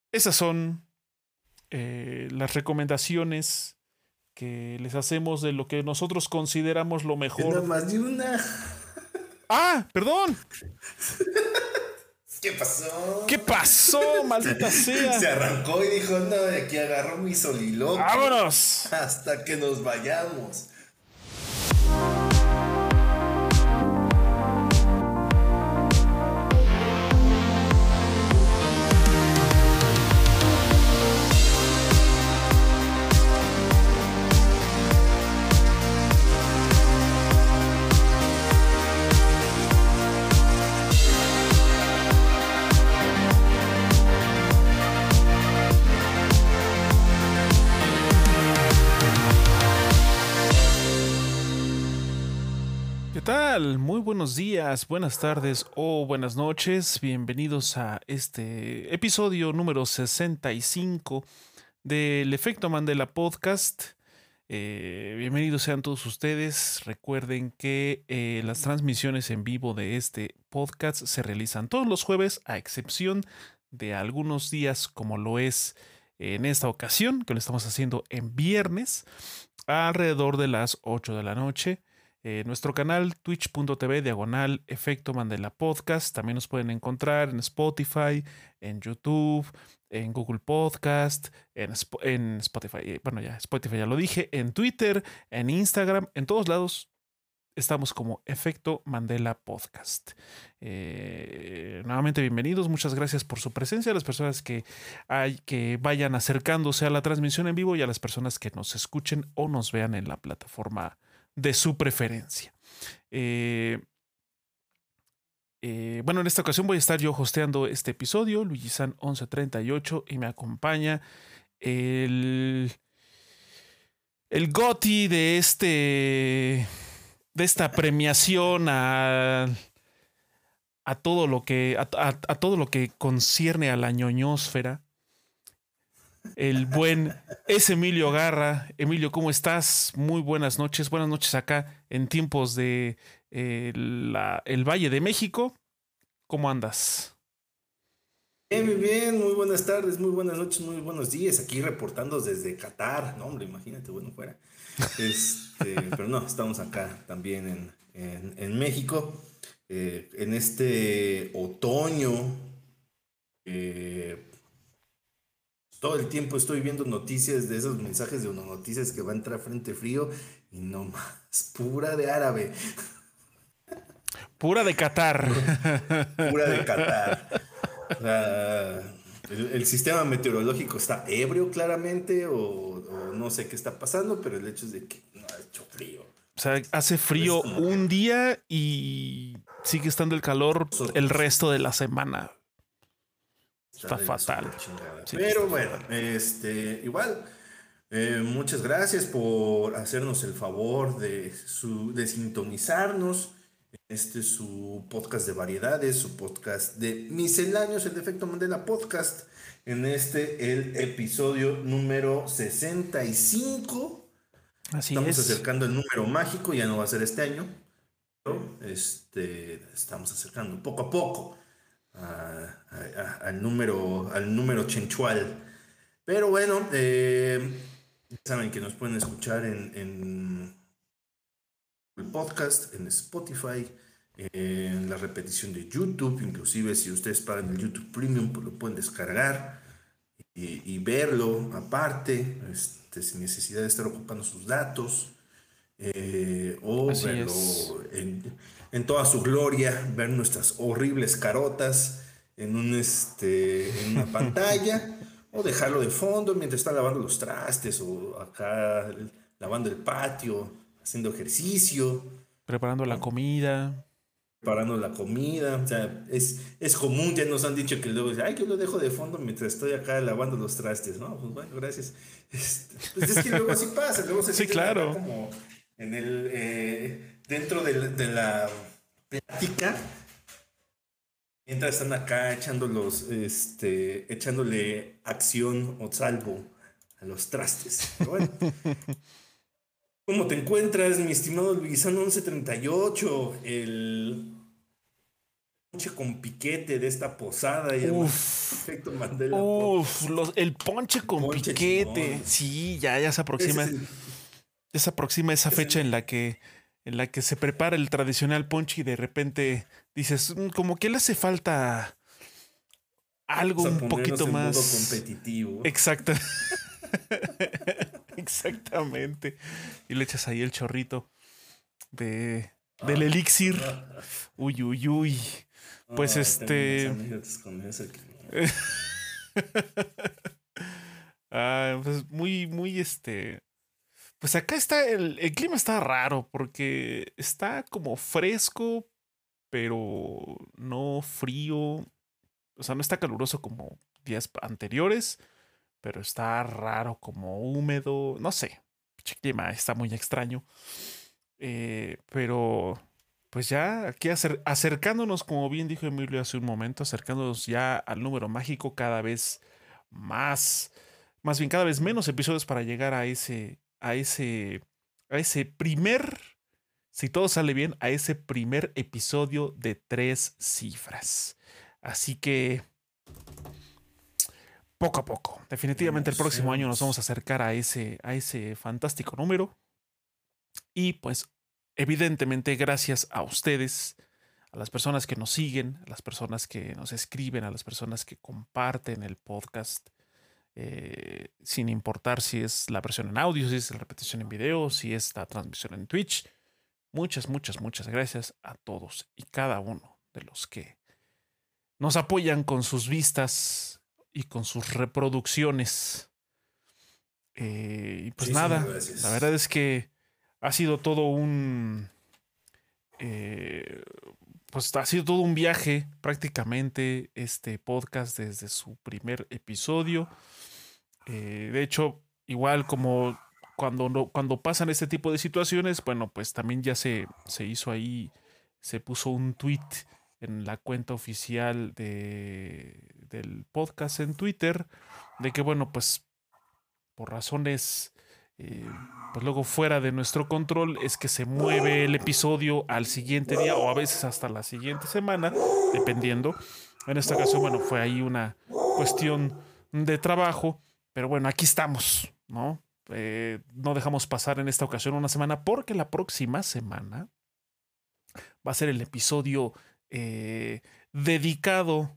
Esas son las recomendaciones que les hacemos de lo que nosotros consideramos lo Es nada mejor. más de una. ¡Ah! ¡Perdón! ¿Qué pasó? ¿Qué pasó, maldita Se sea? arrancó y dijo, no, de aquí agarró mi soliloquio ¡Vámonos! hasta que nos vayamos. ¿Qué tal? Muy buenos días, buenas tardes o buenas noches. Bienvenidos a este episodio número 65 del Efecto Mandela Podcast. Bienvenidos sean todos ustedes. Recuerden que las transmisiones en vivo de este podcast se realizan todos los jueves, a excepción de algunos días como lo es en esta ocasión, que lo estamos haciendo en viernes, alrededor de las 8 de la noche. Nuestro canal twitch.tv diagonal Efecto Mandela Podcast. También nos pueden encontrar en Spotify, en YouTube, en Google Podcast, en Spotify. Bueno, ya Spotify ya lo dije, en Twitter, en Instagram, en todos lados. Estamos como Efecto Mandela Podcast. Nuevamente bienvenidos, muchas gracias por su presencia, a las personas que vayan acercándose a la transmisión en vivo y a las personas que nos escuchen o nos vean en la plataforma de su preferencia. Bueno, en esta ocasión voy a estar yo hosteando este episodio, Luigisan 1138, y me acompaña el GOTY de esta premiación a todo lo que a todo lo que concierne a la ñoñósfera. El buen es Emilio Garra. Emilio, ¿cómo estás? Muy buenas noches. Buenas noches acá en tiempos de el Valle de México. ¿Cómo andas? Bien, bien, bien, muy buenas tardes, muy buenas noches, muy buenos días. Aquí reportando desde Qatar. No, hombre, imagínate, bueno, fuera. Pero no, estamos acá también en México. En este otoño. eh, Todo el tiempo estoy viendo noticias de esos mensajes de unas noticias que va a entrar frente frío y no más, pura de árabe, Pura de Qatar. pura de Qatar. O sea, el sistema meteorológico está ebrio claramente o no sé qué está pasando, pero el hecho es de que no ha hecho frío. O sea, hace Es frío como que un día y sigue estando el calor el nosotros resto de la semana. está Está de la fatal. super chingada. Sí, está Pero bueno, fatal. igual. Muchas gracias por hacernos el favor de sintonizarnos. Este es su podcast de variedades, su podcast de misceláneos, el Efecto Mandela Podcast. En el episodio número 65. Así Estamos es. acercando el número mágico, ya no va a ser este año, pero estamos acercando poco a poco al número chenchual. Pero bueno, ya saben que nos pueden escuchar en el podcast, en Spotify, en la repetición de YouTube, inclusive si ustedes pagan el YouTube Premium, pues lo pueden descargar y verlo aparte, sin necesidad de estar ocupando sus datos, o Así es. verlo en toda su gloria, ver nuestras horribles carotas en una pantalla, o dejarlo de fondo mientras están lavando los trastes o acá lavando el patio, haciendo ejercicio, Preparando la ¿no? comida. Preparando la comida. O sea, es común, ya nos han dicho que luego, ay, yo lo dejo de fondo mientras estoy acá lavando los trastes, ¿no? Pues bueno, gracias. Pues es que luego sí pasa, luego se Sí, sienten acá claro. como dentro de la plática, mientras están acá echándole acción o salvo a los trastes. Pero bueno, ¿cómo te encuentras, mi estimado Luisano 1138? ponche con piquete de esta posada y el Uf, efecto Mandela uf, Podcast. el ponche con Ponche piquete. chingón. Sí, ya se Ese es aproxima. el, Ya se aproxima esa es fecha el- en la que se prepara el tradicional ponche y de repente dices, como que le hace falta algo vamos a un ponernos poquito en modo más competitivo. exacto. Exactamente. Y le echas ahí el chorrito del Ah, elixir. ah, Uy, uy, uy. Pues tengo unas anécdotas con eso que... pues muy Pues acá está, el clima está raro porque está como fresco, pero no frío. O sea, no está caluroso como días anteriores, pero está raro como húmedo. No sé, pinche clima está muy extraño. Pero pues ya aquí acercándonos, como bien dijo Emilio hace un momento, acercándonos ya al número mágico cada vez más, más bien cada vez menos episodios para llegar a ese primer, si todo sale bien, a ese primer episodio de 3 cifras. Así que poco a poco, definitivamente el Vemos, próximo año nos vamos a vemos. acercar a ese fantástico número. Y pues, evidentemente, gracias a ustedes, a las personas que nos siguen, a las personas que nos escriben, a las personas que comparten el podcast, sin importar si es la versión en audio, si es la repetición en video, si es la transmisión en Twitch. Muchas gracias a todos y cada uno de los que nos apoyan con sus vistas y con sus reproducciones. Y pues Muchísimas nada, la verdad gracias. es que ha sido todo un... eh, pues ha sido todo un viaje prácticamente este podcast desde su primer episodio. De hecho, igual como cuando pasan este tipo de situaciones, bueno, pues también ya se hizo ahí, se puso un tweet en la cuenta oficial del podcast en Twitter, de que, bueno, pues por razones, eh, pues luego fuera de nuestro control, es que se mueve el episodio al siguiente día o a veces hasta la siguiente semana, dependiendo. En esta ocasión, bueno, fue ahí una cuestión de trabajo, pero bueno, aquí estamos, ¿no? No dejamos pasar en esta ocasión una semana porque la próxima semana va a ser el episodio dedicado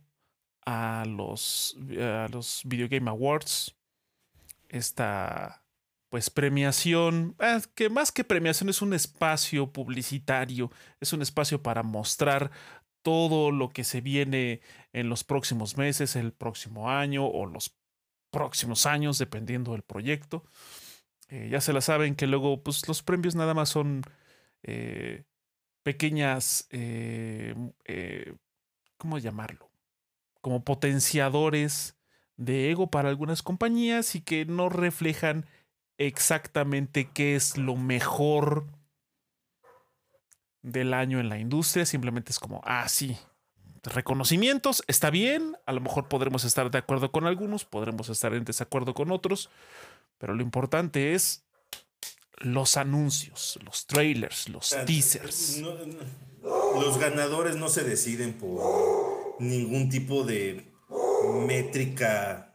a los Video Game Awards, esta pues premiación, que más que premiación es un espacio publicitario, es un espacio para mostrar todo lo que se viene en los próximos meses, el próximo año o los próximos años, dependiendo del proyecto. Ya se la saben que luego pues los premios nada más son eh, pequeñas, ¿cómo llamarlo? Como potenciadores de ego para algunas compañías y que no reflejan exactamente qué es lo mejor del año en la industria. Simplemente es como, sí, reconocimientos, está bien, a lo mejor podremos estar de acuerdo con algunos, podremos estar en desacuerdo con otros, pero lo importante es los anuncios, los trailers, los teasers. Los ganadores no se deciden por ningún tipo de métrica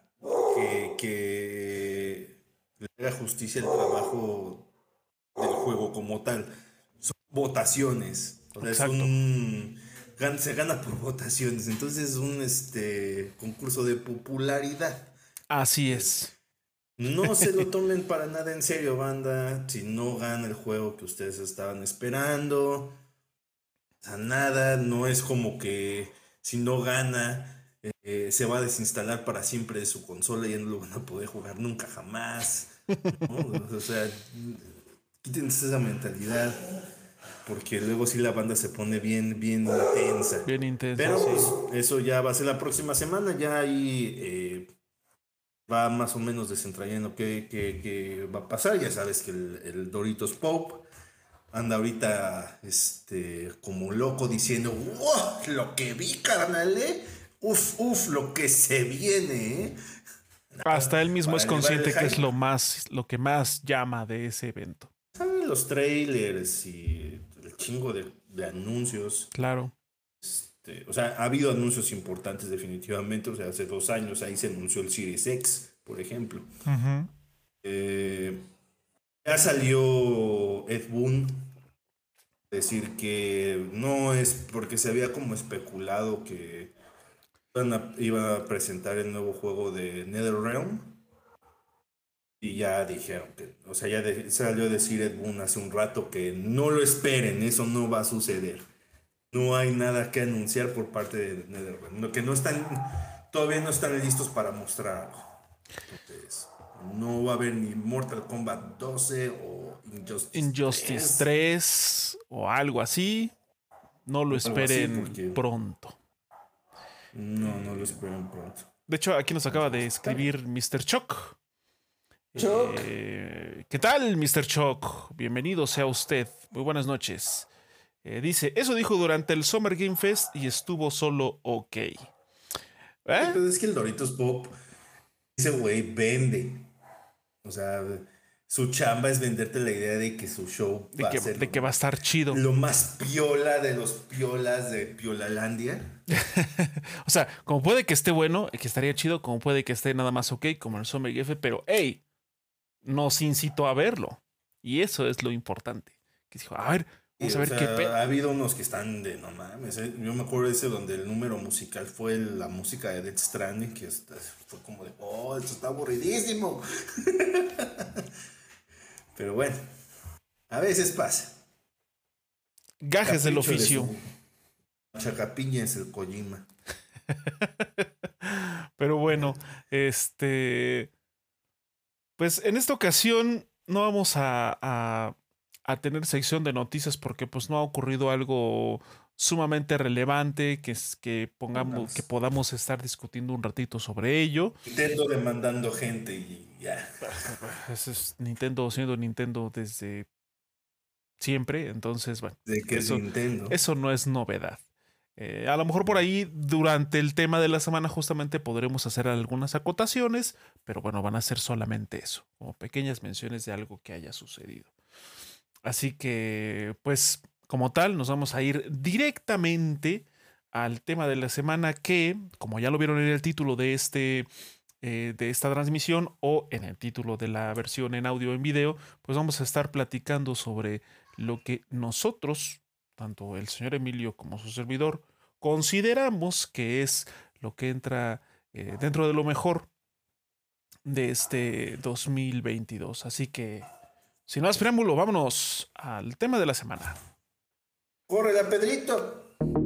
que le haga justicia al trabajo del juego como tal. Son votaciones. O sea, Exacto. se gana por votaciones. Entonces es un concurso de popularidad. Así Entonces, es. no se lo tomen para nada en serio, banda. Si no gana el juego que ustedes estaban esperando, sea, nada, no es como que si no gana, se va a desinstalar para siempre de su consola y ya no lo van a poder jugar nunca jamás, ¿no? O sea, quítense esa mentalidad, porque luego sí la banda se pone bien intensa. Bien intensa, Pero sí. pues eso ya va a ser la próxima semana, ya ahí va más o menos desentrañando qué va a pasar. Ya sabes que el Doritos Pope anda ahorita como loco diciendo, ¡wow! Lo que vi, carnal, ¿eh? Uf, lo que se viene, ¿eh? Hasta él mismo Para es elevar el consciente que es hype. lo que más llama de ese evento. ¿Saben los trailers y el chingo de anuncios? Claro. O sea, ha habido anuncios importantes definitivamente. O sea, hace 2 años ahí se anunció el Series X, por ejemplo. Ujú. Eh, ya salió Ed Boon decir que no es porque se había como especulado que iba a presentar el nuevo juego de NetherRealm y ya dijeron que, o sea, salió a decir Ed Boon hace un rato que no lo esperen, eso no va a suceder. No hay nada que anunciar por parte de NetherRealm, lo que no están, todavía no están listos para mostrar algo. Entonces, no va a haber ni Mortal Kombat 12 o Injustice Injustice 3 3 o algo así. No lo o algo así, esperen porque pronto. no lo esperen pronto. De hecho, aquí nos acaba de Entonces, está bien. escribir Mr. Choc. Chuck. ¿Qué tal, Mr. Choc? Bienvenido sea usted. Muy buenas noches. Dice, eso dijo durante el Summer Game Fest y estuvo solo ok. ¿Eh? Pero es que el Doritos Pop, ese güey vende. O sea, su chamba es venderte la idea de que su show va a ser De que va a estar chido. lo más piola de los piolas de Piolalandia. O sea, como puede que esté bueno, que estaría chido, como puede que esté nada más ok, como el Summer Game Fest, pero hey, nos incitó a verlo. Y eso es lo importante. Que dijo, a ver, Y, vamos a o ver qué pedo. sea, ha habido unos que están de no mames. Yo me acuerdo de ese donde el número musical fue la música de Death Stranding, que fue como de, oh, esto está aburridísimo. Pero bueno, a veces pasa. Gajes del Capricho de oficio. su chacapiña es el Kojima. Pero bueno, pues en esta ocasión no vamos a tener sección de noticias porque pues no ha ocurrido algo sumamente relevante que pongamos, que Vamos. podamos estar discutiendo un ratito sobre ello. Nintendo demandando gente y ya. Eso es Nintendo siendo Nintendo desde siempre, entonces bueno, De que es Nintendo. eso no es novedad. A lo mejor por ahí durante el tema de la semana justamente podremos hacer algunas acotaciones, pero bueno, van a ser solamente eso, como pequeñas menciones de algo que haya sucedido. Así que, pues, como tal, nos vamos a ir directamente al tema de la semana que, como ya lo vieron en el título de de esta transmisión o en el título de la versión en audio o en video, pues vamos a estar platicando sobre lo que nosotros, tanto el señor Emilio como su servidor, consideramos que es lo que entra dentro de lo mejor de este 2022. Así que, sin más preámbulo, vámonos al tema de la semana. ¡Corre la Pedrito!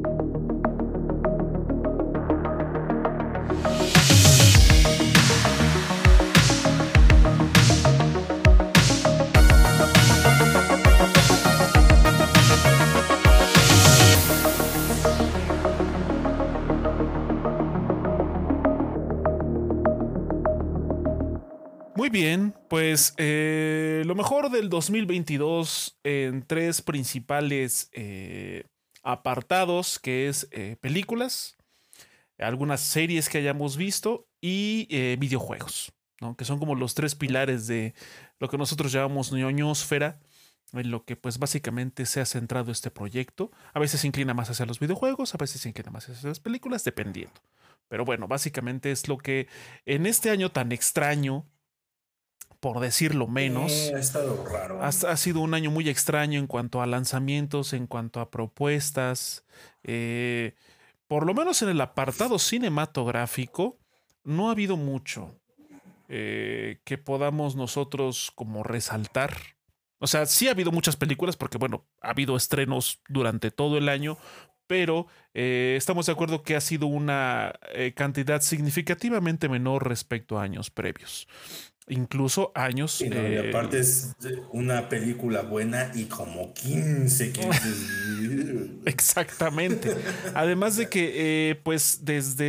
Muy bien, pues lo mejor del 2022 en tres principales apartados, que es películas, algunas series que hayamos visto y videojuegos, ¿no? Que son como los tres pilares de lo que nosotros llamamos ñoñosfera, en lo que pues básicamente se ha centrado este proyecto. A veces se inclina más hacia los videojuegos, a veces se inclina más hacia las películas, dependiendo. Pero bueno, básicamente es lo que en este año tan extraño, por decirlo menos, Ha estado raro. ha sido un año muy extraño en cuanto a lanzamientos, en cuanto a propuestas. eh, por lo menos en el apartado cinematográfico, no ha habido mucho que podamos nosotros como resaltar. O sea, sí ha habido muchas películas porque, bueno, ha habido estrenos durante todo el año, pero estamos de acuerdo que ha sido una cantidad significativamente menor respecto a años previos. Incluso años. Y, no, y aparte es una película buena y como 15 que dices, Exactamente. Además de que, pues,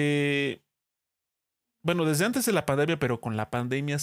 bueno, desde antes de la pandemia, pero con la pandemia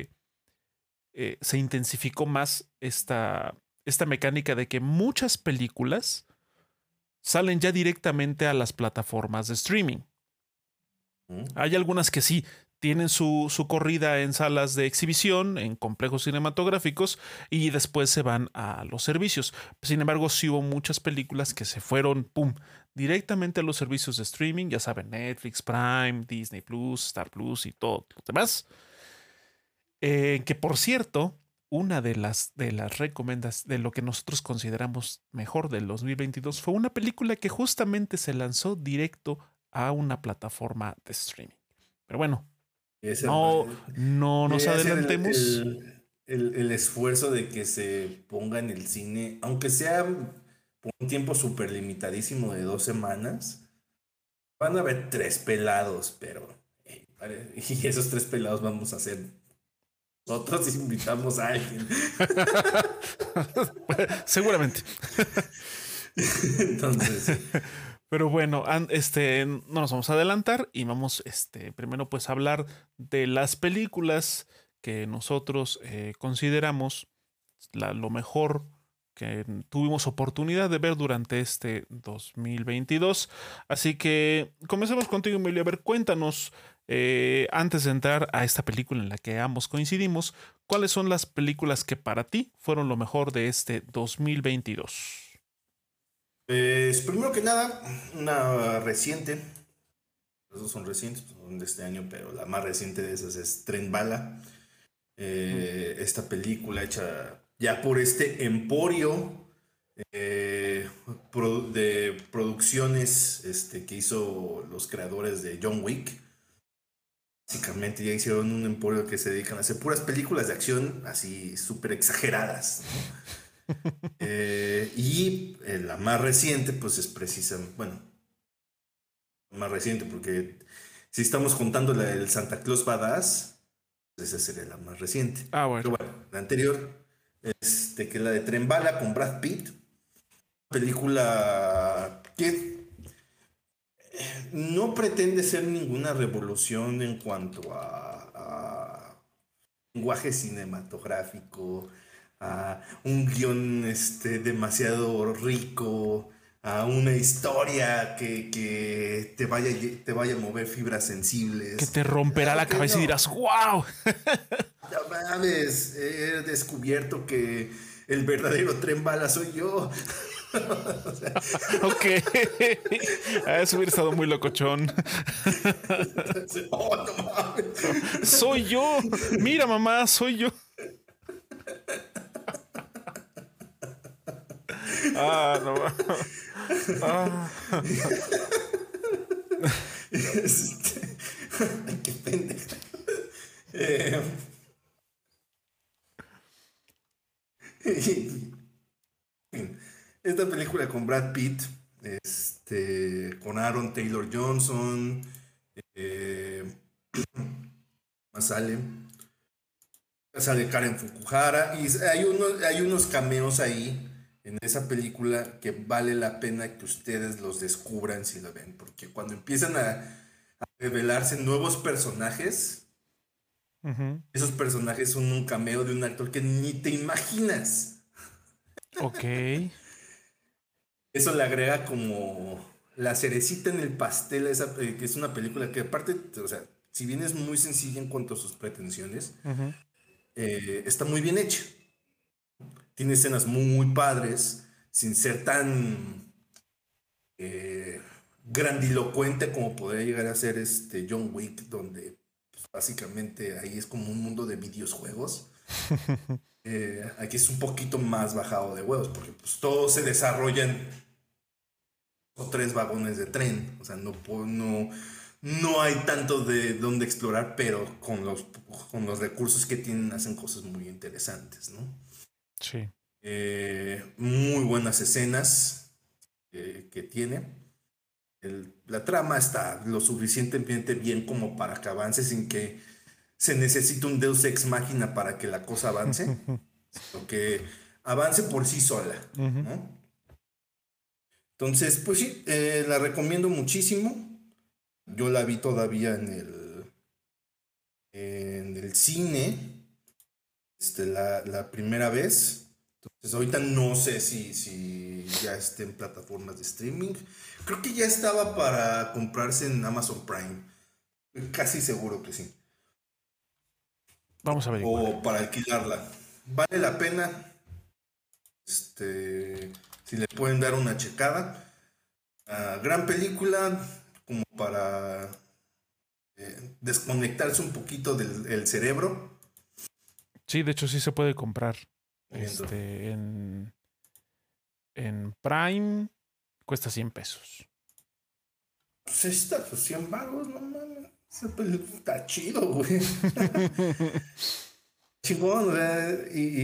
se intensificó más esta mecánica de que muchas películas salen ya directamente a las plataformas de streaming. ¿Mm? Hay algunas que sí tienen su corrida en salas de exhibición, en complejos cinematográficos, y después se van a los servicios. Sin embargo, sí hubo muchas películas que se fueron, ¡pum!, directamente a los servicios de streaming, ya saben, Netflix, Prime, Disney Plus, Star Plus y todo lo demás. Que por cierto, una de las recomendas de lo que nosotros consideramos mejor del 2022 fue una película que justamente se lanzó directo a una plataforma de streaming. Pero bueno, no, no nos Debería hacer adelantemos. el esfuerzo de que se ponga en el cine, aunque sea por un tiempo súper limitadísimo de 2 semanas. Van a haber 3 pelados, pero y esos 3 pelados vamos a hacer nosotros si invitamos a alguien. Seguramente. Entonces, sí. Pero bueno, no nos vamos a adelantar y vamos, primero pues a hablar de las películas que nosotros consideramos lo mejor que tuvimos oportunidad de ver durante este 2022. Así que comencemos contigo, Emilio. A ver, cuéntanos, antes de entrar a esta película en la que ambos coincidimos, ¿cuáles son las películas que para ti fueron lo mejor de este 2022? Pues, primero que nada, una reciente. Las dos son recientes, pues, son de este año, pero la más reciente de esas es Tren Bala. Esta película hecha ya por este emporio de producciones que hizo los creadores de John Wick. Básicamente ya hicieron un emporio que se dedican a hacer puras películas de acción así súper exageradas, ¿no? Y la más reciente, pues es precisamente, bueno, más reciente porque si estamos contando la del Santa Claus Badass, pues esa sería la más reciente. Ah, bueno. Pero bueno, la anterior, que es la de Tren Bala con Brad Pitt, película que no pretende ser ninguna revolución en cuanto a lenguaje cinematográfico, a un guión demasiado rico, a una historia que te vaya a mover fibras Que sensibles. te romperá la Claro que cabeza y no. dirás, ¡wow! Ya mames, he descubierto que el verdadero Tren Bala soy yo. O sea, Ok. Eso hubiera estado muy locochón. oh, no mames. Soy yo. Mira, mamá, soy yo. Ah, no. Ah. Este, Ay, qué pendejo. Eh, Esta película con Brad Pitt, con Aaron Taylor Johnson, eh, más sale Karen Fukuhara, y hay unos cameos ahí en esa película que vale la pena que ustedes los descubran si la ven, porque cuando empiezan a revelarse nuevos personajes, Ujú. esos personajes son un cameo de un actor que ni te imaginas. Ok. Eso le agrega como la cerecita en el pastel a esa, que es una película que aparte, o sea, si bien es muy sencilla en cuanto a sus pretensiones, Ujú. está muy bien hecha. Tiene escenas muy padres, sin ser tan eh, grandilocuente como podría llegar a ser John Wick, donde pues, básicamente ahí es como un mundo de videojuegos. Aquí es un poquito más bajado de huevos, porque pues todo se desarrolla en o 3 vagones de tren. O sea, no hay tanto de dónde explorar, pero con los recursos que tienen hacen cosas muy interesantes, ¿no? Sí. Muy buenas escenas que tiene. La trama está lo suficientemente bien como para que avance sin que se necesite un Deus Ex Machina para que la cosa avance, sino que avance por sí sola, Ujú. ¿no? Entonces, pues sí, la recomiendo muchísimo. Yo la vi todavía en el cine, la primera vez. Entonces, ahorita no sé si ya esté en plataformas de streaming. Creo que ya estaba para comprarse en Amazon Prime. Casi seguro que sí. Vamos a averiguar. o para alquilarla. Vale la pena, si le pueden dar una checada. Gran película como para desconectarse un poquito del cerebro. Sí, de hecho sí se puede comprar Viendo. en Prime. Cuesta 100 pesos. Pues está, pues 100 baros, no mames. Esa película está chido, güey. Chingón, ¿verdad?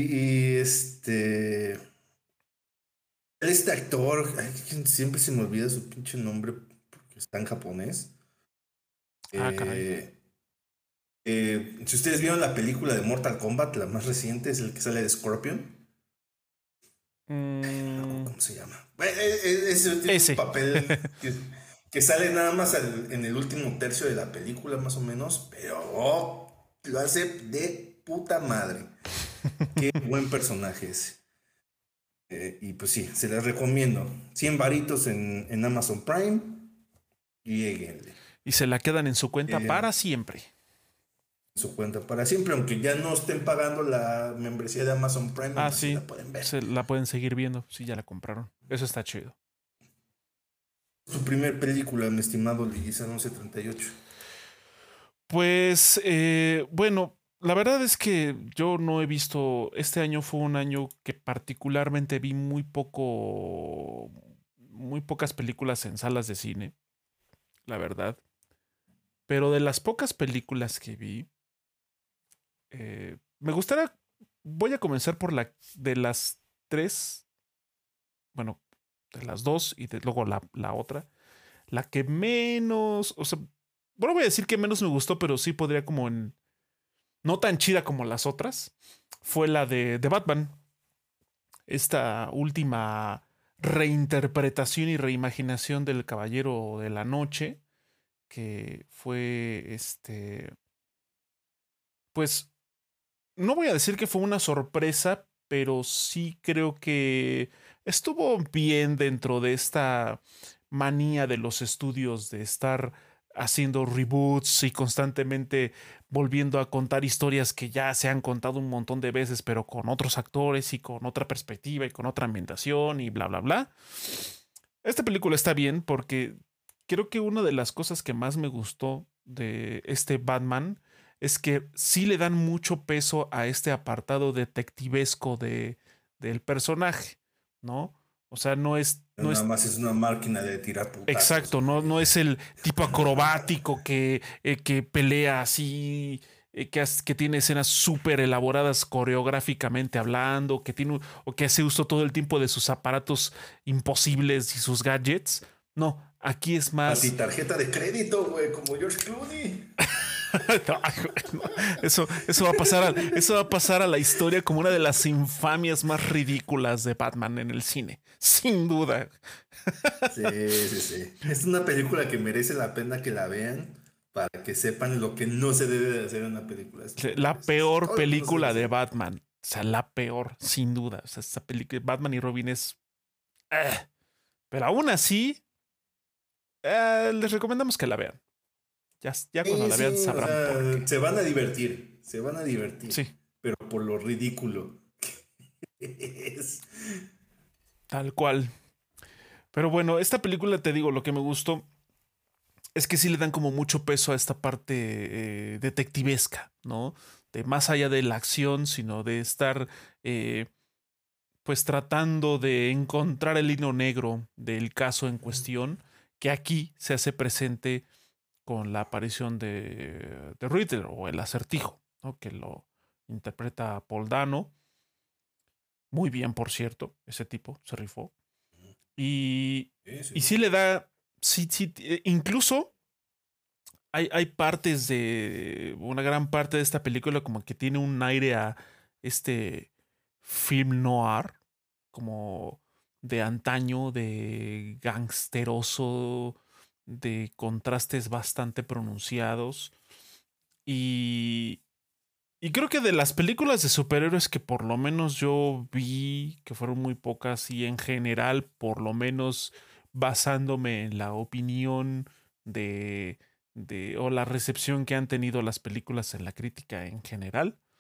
Este actor, ay, siempre se me olvida su pinche nombre porque está en japonés. Ah, caray. Eh, si ustedes vieron la película de Mortal Kombat, la más reciente, es el que sale de Scorpion. No me acuerdo Mm, cómo se llama. Ese tiene un ese. papel que sale nada más en el último tercio de la película, más o menos, pero lo hace de puta madre. Qué buen personaje ese. Y pues sí, se les recomiendo. 100 varitos en Amazon Prime. Lleguenle. Y se la quedan en su cuenta En para siempre. su cuenta para siempre, aunque ya no estén pagando la membresía de Amazon Prime, Ah, aún así sí. la pueden ver. Se la pueden seguir viendo si ya la compraron. Eso está chido. Su primer película, mi estimado Liguizan 1138. Pues, bueno, la verdad es que yo no he visto. Este año fue un año que particularmente vi muy pocas películas en salas de cine, la verdad. Pero de las pocas películas que vi, me gustaría. Voy a comenzar por la de las tres, bueno, de las dos y luego la otra. La que menos, o sea, bueno, voy a decir que menos me gustó, pero sí podría como en, no tan chida como las otras, fue la de Batman. Esta última reinterpretación y reimaginación del Caballero de la Noche, que fue, pues, no voy a decir que fue una sorpresa, pero sí creo que estuvo bien dentro de esta manía de los estudios de estar haciendo reboots y constantemente volviendo a contar historias que ya se han contado un montón de veces, pero con otros actores y con otra perspectiva y con otra ambientación y bla, bla, bla. Esta película está bien porque creo que una de las cosas que más me gustó de este Batman es que sí le dan mucho peso a este apartado detectivesco del personaje, ¿no? O sea, no Nada es más es una máquina de tirar putazos, exacto, no, güey. no es el tipo acrobático que pelea así, que tiene escenas súper elaboradas coreográficamente hablando, o que hace uso todo el tiempo de sus aparatos imposibles y sus gadgets. No, aquí es más. Tarjeta de crédito, güey, como George Clooney. No, eso va a pasar a la historia como una de las infamias más ridículas de Batman en el cine, sin duda. Sí, sí, sí. Es una película que merece la pena que la vean para que sepan lo que no se debe de hacer en una película de La superhéroes. Es peor todo lo que no se debe película de hacer. Batman. O sea, la peor, sin duda. O sea, esta película Batman y Robin es. eh. Pero aún así, les recomendamos que la vean. Ya cuando Sí, la vean sí, o sabrán por sea, qué. se van a divertir, Sí, pero por lo ridículo que es. tal cual. Pero bueno, esta película, te digo, lo que me gustó es que sí le dan como mucho peso a esta parte detectivesca, ¿no? De más allá de la acción, sino de estar eh, pues tratando de encontrar el hilo negro del caso en cuestión, que aquí se hace presente con la aparición de Riddler o el acertijo, ¿no? Que lo interpreta Paul Dano. Muy bien, por cierto, ese tipo se rifó. Y, Sí, y sí. sí le da, sí, incluso hay partes una gran parte de esta película como que tiene un aire a este film noir, como de antaño, de gangsteroso, de contrastes bastante pronunciados. Y, y creo que de las películas de superhéroes que por lo menos yo vi, que fueron muy pocas, y en general, por lo menos basándome en la opinión de o la recepción que han tenido las películas en la crítica en general,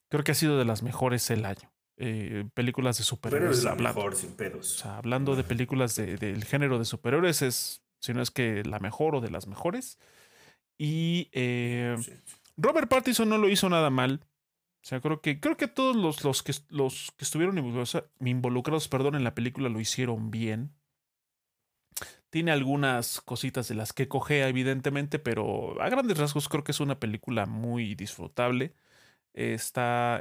creo que ha sido de las mejores el año. Películas de Pero es superhéroes la hablando. mejor, sin O pedos. sea, hablando de películas del género de superhéroes, si no es que la mejor o de las mejores. Y Sí, sí. Robert Pattinson no lo hizo nada mal. O sea, creo que todos los que estuvieron involucrados, perdón, en la película lo hicieron bien. Tiene algunas cositas de las que cojea, evidentemente, pero a grandes rasgos creo que es una película muy disfrutable. Está,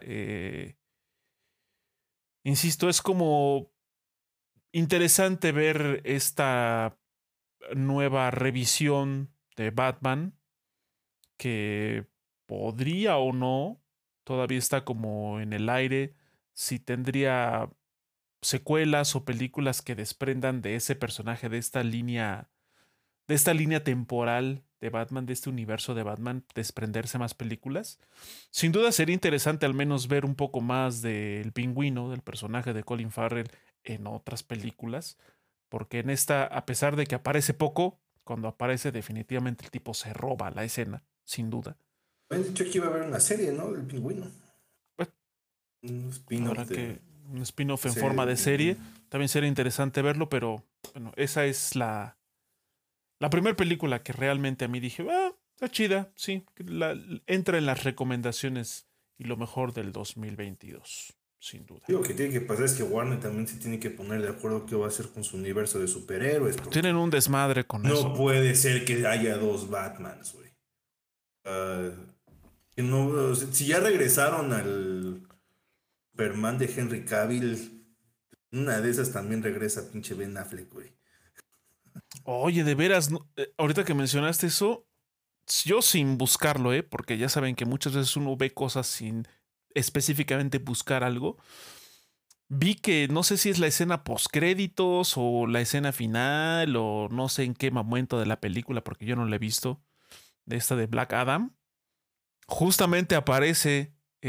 insisto, es como interesante ver esta nueva revisión de Batman que podría o no, todavía está como en el aire, si tendría secuelas o películas que desprendan de ese personaje, de esta línea temporal de Batman, de este universo de Batman, desprenderse más películas. Sin duda sería interesante al menos ver un poco más del Pingüino, del personaje de Colin Farrell en otras películas, porque en esta, a pesar de que aparece poco, cuando aparece definitivamente el tipo se roba la escena, sin duda. Habían dicho que iba a haber una serie, ¿no? Del pingüino. Pues, Un spin-off habrá de que un spin-off la en serie forma del de serie. pingüino. También sería interesante verlo, pero bueno, esa es la primera película que realmente a mí dije, está chida, sí, entra en las recomendaciones y lo mejor del 2022, sin duda. Lo que tiene que pasar es que Warner también se tiene que poner de acuerdo qué va a hacer con su universo de superhéroes, Tienen porque un desmadre con no eso. puede ser que haya dos Batmans, güey. Ah, que no, o sea, si ya regresaron al Superman de Henry Cavill, una de esas también regresa pinche Ben Affleck, güey. Oye, de veras, ahorita que mencionaste eso, yo sin buscarlo, porque ya saben que muchas veces uno ve cosas sin específicamente buscar algo. Vi que no sé si es la escena postcréditos o la escena final o no sé en qué momento de la película, porque yo no la he visto, de esta de Black Adam. Justamente aparece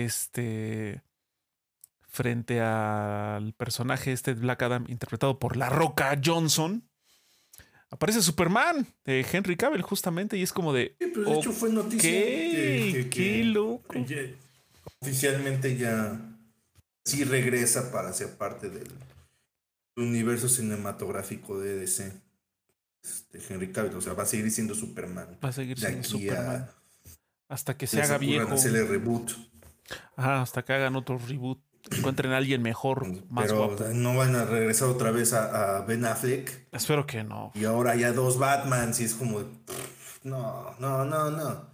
frente al personaje este de Black Adam interpretado por La Roca Johnson. Aparece Superman de Henry Cavill justamente y es como de, Sí, pues de ok, hecho fue noticia qué loco. ya oficialmente ya sí regresa para ser parte del universo cinematográfico de DC, Henry Cavill. O sea, va a seguir siendo Superman Va a seguir de siendo aquí Superman a hasta que se les haga ocurran viejo. hacerle reboot. Ajá, hasta que hagan otro reboot. Encuentren a alguien mejor, más Pero o sea, guapo. no van a regresar otra vez a Ben Affleck. Espero que no. Y ahora ya dos Batmans y es como, no, no, no, no.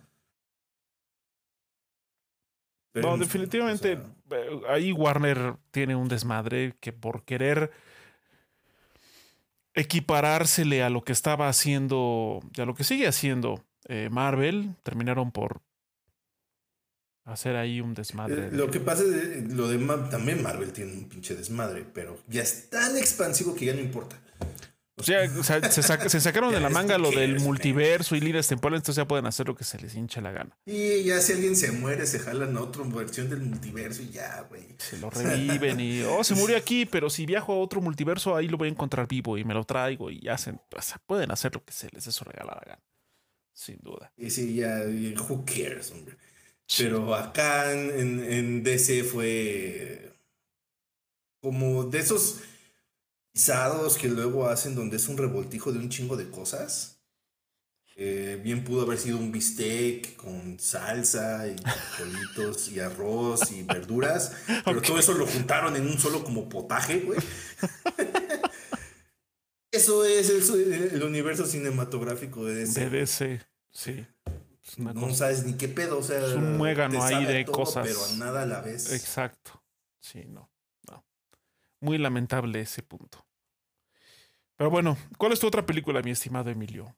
No, Esperemos que no. O definitivamente sea, ahí Warner tiene un desmadre que por querer equiparársele a lo que estaba haciendo, a lo que sigue haciendo Marvel, terminaron por hacer ahí un desmadre lo de... que pasa es lo de también Marvel tiene un pinche desmadre, pero ya es tan expansivo que ya no importa. O sea, O sea, se sacaron de ya la es manga who lo del cares, man. multiverso y líneas temporales, entonces ya pueden hacer lo que se les hinche la gana. Y ya si alguien se muere, se jalan a otra versión del multiverso y ya, güey. Se lo reviven y, se murió aquí, pero si viajo a otro multiverso, ahí lo voy a encontrar vivo y me lo traigo y hacen, o sea, pueden hacer lo que se les dé su regalada gana, sin duda. Y sí, ya, who cares, hombre. Sí. Pero acá en DC fue como de esos guisados que luego hacen donde es un revoltijo de un chingo de cosas. Bien pudo haber sido un bistec con salsa y frijolitos y arroz y verduras, pero todo Ok. eso lo juntaron en un solo como potaje, güey. Eso es el universo cinematográfico de De DC, güey. DC, sí. Es una No cosa. sabes ni qué pedo, o sea, Es un te muégano ahí sabe a de todo, pero a cosas. nada a la vez. Exacto. Sí, no, no. Muy lamentable ese punto. Pero bueno, ¿cuál es tu otra película, mi estimado Emilio?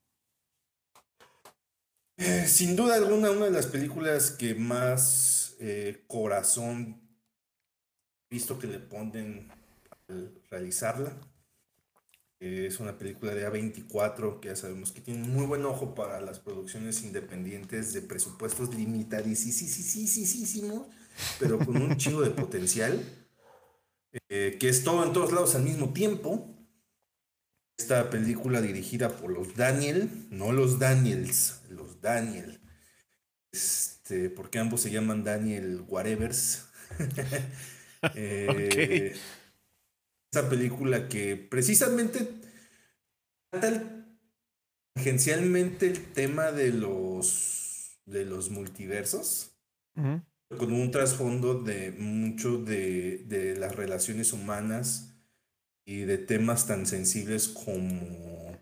Sin duda alguna, una de las películas que más corazón visto que le ponen al realizarla. Es una película de A24 que ya sabemos que tiene muy buen ojo para las producciones independientes de presupuestos limitadísimos, pero con un chingo de potencial, que es todo en todos lados al mismo tiempo. Esta película dirigida por los Daniel, no los Daniels, los Daniel, porque ambos se llaman Daniel Whatevers. Ok. Eh, Esa película que precisamente trata tangencialmente el tema de los multiversos, Ujú. con un trasfondo de mucho de las relaciones humanas y de temas tan sensibles como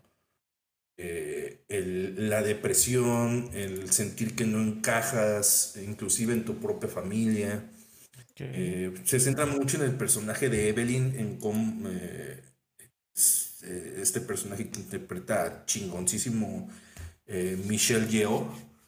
la depresión, el sentir que no encajas, inclusive en tu propia familia. Ok. Se centra mucho en el personaje de Evelyn, en cómo este personaje que interpreta chingoncísimo Michelle Yeoh.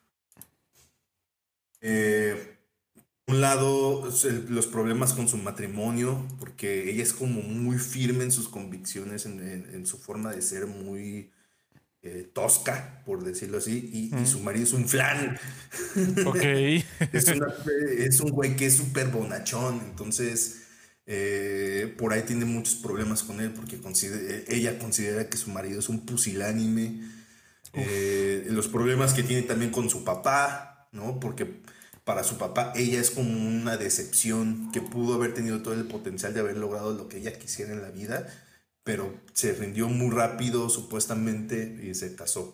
Eh, un lado, los problemas con su matrimonio, porque ella es como muy firme en sus convicciones, en su forma de ser muy tosca, por decirlo así, y Ujú. su marido es un flan. Ok. Es, una, es un güey que es súper bonachón, entonces por ahí tiene muchos problemas con él porque ella considera que su marido es un pusilánime. Uf. Los problemas que tiene también con su papá, ¿no? Porque para su papá ella es como una decepción, que pudo haber tenido todo el potencial de haber logrado lo que ella quisiera en la vida, pero se rindió muy rápido supuestamente y se casó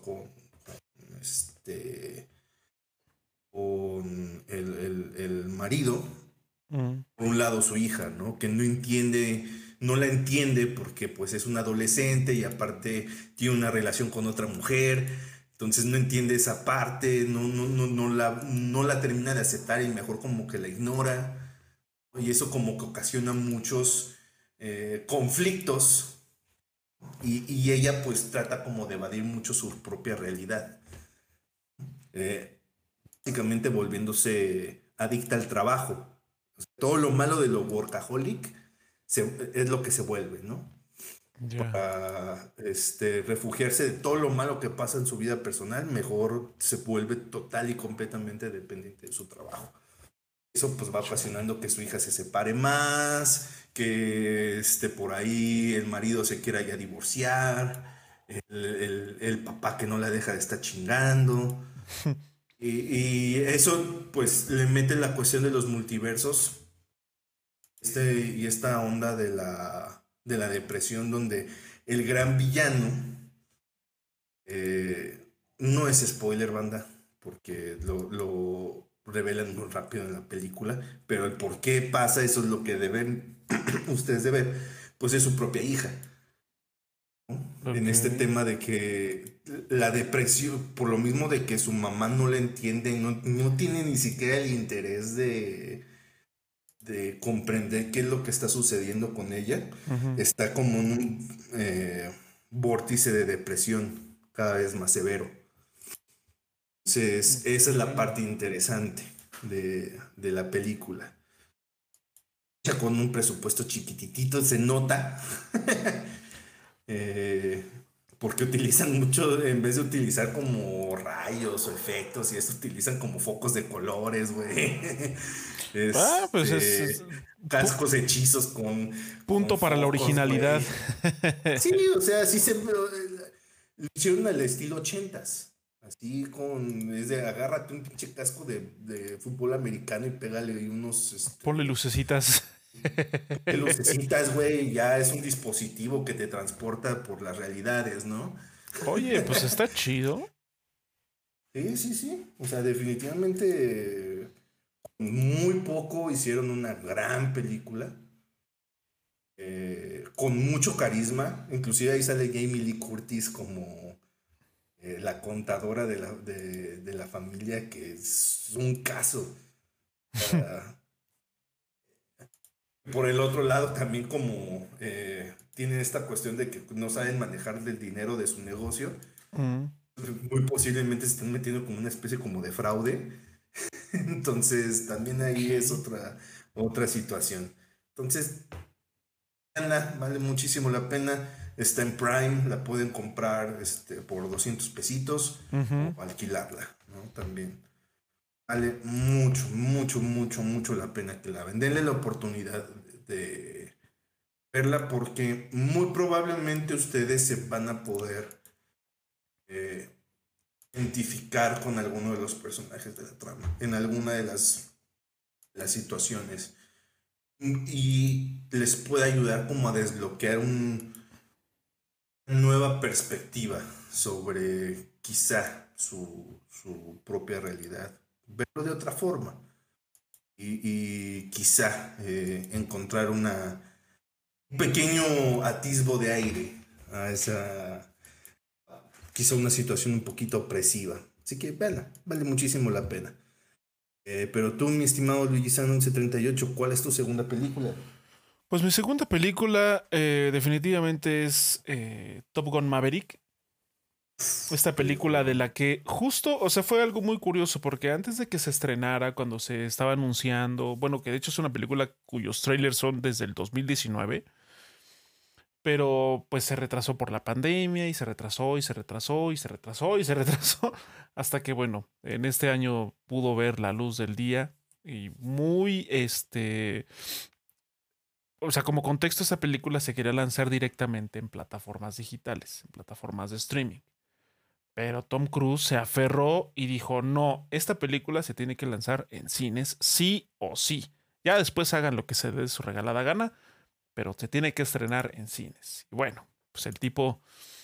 este, con el marido. Mm. Por un lado su hija, ¿no? Que no entiende, no la entiende porque pues es una adolescente y aparte tiene una relación con otra mujer, entonces no entiende esa parte, no la termina de aceptar y mejor como que la ignora, y eso como que ocasiona muchos conflictos y ella pues trata como de evadir mucho su propia realidad, eh, básicamente volviéndose adicta al trabajo. Todo lo malo de lo workaholic es lo que se vuelve, ¿no? Ya. Refugiarse de todo lo malo que pasa en su vida personal, mejor se vuelve total y completamente dependiente de su trabajo. Eso pues va Chale. ocasionando que su hija se separe más, que por ahí el marido se quiera ya divorciar, el papá que no la deja de estar chingando. Y eso pues le mete la cuestión de los multiversos y esta onda de la depresión donde el gran villano, no es spoiler banda, porque lo revelan muy rápido en la película, pero el por qué pasa eso es lo que deben ustedes de ver, pues es su propia hija. En Ok. este tema de que la depresión, por lo mismo de que su mamá no la entiende, no tiene ni siquiera el interés de comprender qué es lo que está sucediendo con ella, Ujú. está como en un vórtice de depresión cada vez más severo. Entonces, esa es la Ok. parte interesante de la película. Ya con un presupuesto chiquititito se nota, eh, porque utilizan mucho, en vez de utilizar como rayos o efectos y eso, utilizan como focos de colores, güey. Ah, pues es pu- Cascos hechizos con punto para la focos, originalidad. güey. Sí, o sea, sí lo hicieron al estilo ochentas. Así es de agárrate un pinche casco de fútbol americano y pégale ahí unos, Ponle lucecitas. lucecitas, güey, ya es un dispositivo que te transporta por las realidades, ¿no? Oye, pues está chido. Sí, sí, sí. O sea, definitivamente muy poco hicieron una gran película. Con mucho carisma. Inclusive ahí sale Jamie Lee Curtis como la contadora de la familia, que es un caso. Ah, por el otro lado, también como tienen esta cuestión de que no saben manejar el dinero de su negocio, Mm. muy posiblemente se están metiendo como una especie como de fraude. Entonces, también ahí es Ok. otra situación. Entonces, vale muchísimo la pena. Está en Prime, la pueden comprar por 200 pesitos o Ujú. alquilarla, ¿no? También vale mucho, mucho, mucho, mucho la pena que la ven. Denle la oportunidad de verla porque muy probablemente ustedes se van a poder eh, identificar con alguno de los personajes de la trama, en alguna de las situaciones. y les puede ayudar como a desbloquear una nueva perspectiva sobre quizá su propia realidad, verlo de otra forma y quizá encontrar un pequeño atisbo de aire a esa, quizá una situación un poquito opresiva. Así que vale muchísimo la pena. Pero tú, mi estimado Luigi San 1138, ¿cuál es tu segunda película? Pues mi segunda película definitivamente es Top Gun Maverick. Esta película de Peliculón. la que justo, o sea, fue algo muy curioso porque antes de que se estrenara, cuando se estaba anunciando, bueno, que de hecho es una película cuyos trailers son desde el 2019, pero pues se retrasó por la pandemia y se retrasó y se retrasó y se retrasó y se retrasó hasta que, bueno, en este año pudo ver la luz del día y muy, o sea, como contexto, esa película se quería lanzar directamente en plataformas digitales, en plataformas de streaming. Pero Tom Cruise se aferró y dijo, no, esta película se tiene que lanzar en cines sí o sí. Ya después hagan lo que se dé su regalada gana, pero se tiene que estrenar en cines. Y bueno, pues el tipo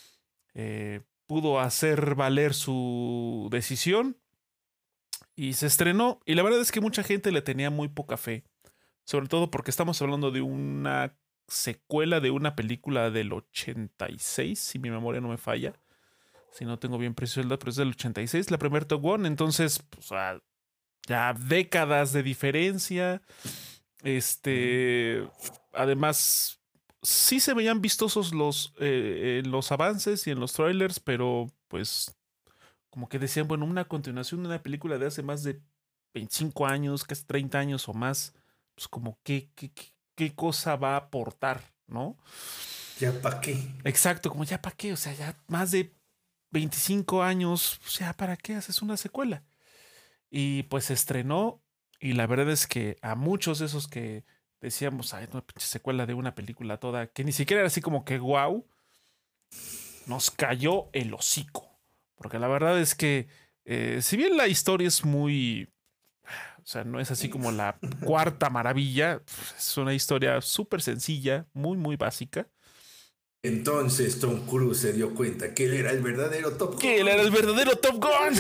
pudo hacer valer su decisión y se estrenó. Y la verdad es que mucha gente le tenía muy poca fe, sobre todo porque estamos hablando de una secuela de una película del 86, si mi memoria no me falla, si no tengo bien preciso el dato, pero es del 86, la primera Top Gun, entonces, pues, ya décadas de diferencia. Ujú. Además, sí se veían vistosos los avances y en los trailers, pero pues como que decían, bueno, una continuación de una película de hace más de 25 años, casi 30 años o más, pues como qué cosa va a aportar, ¿no? ¿Ya para qué? Exacto, como ya para qué, o sea, ya más de 25 años, o sea, ¿para qué haces una secuela? Y pues se estrenó y la verdad es que a muchos de esos que decíamos, ay, una pinche secuela de una película toda, que ni siquiera era así como que wow, nos cayó el hocico. Porque la verdad es que, si bien la historia es muy, o sea, no es así como la cuarta maravilla, es una historia súper sencilla, muy, muy básica. Entonces Tom Cruise se dio cuenta que él era el verdadero Top Que él era el Gun. verdadero Top Gun.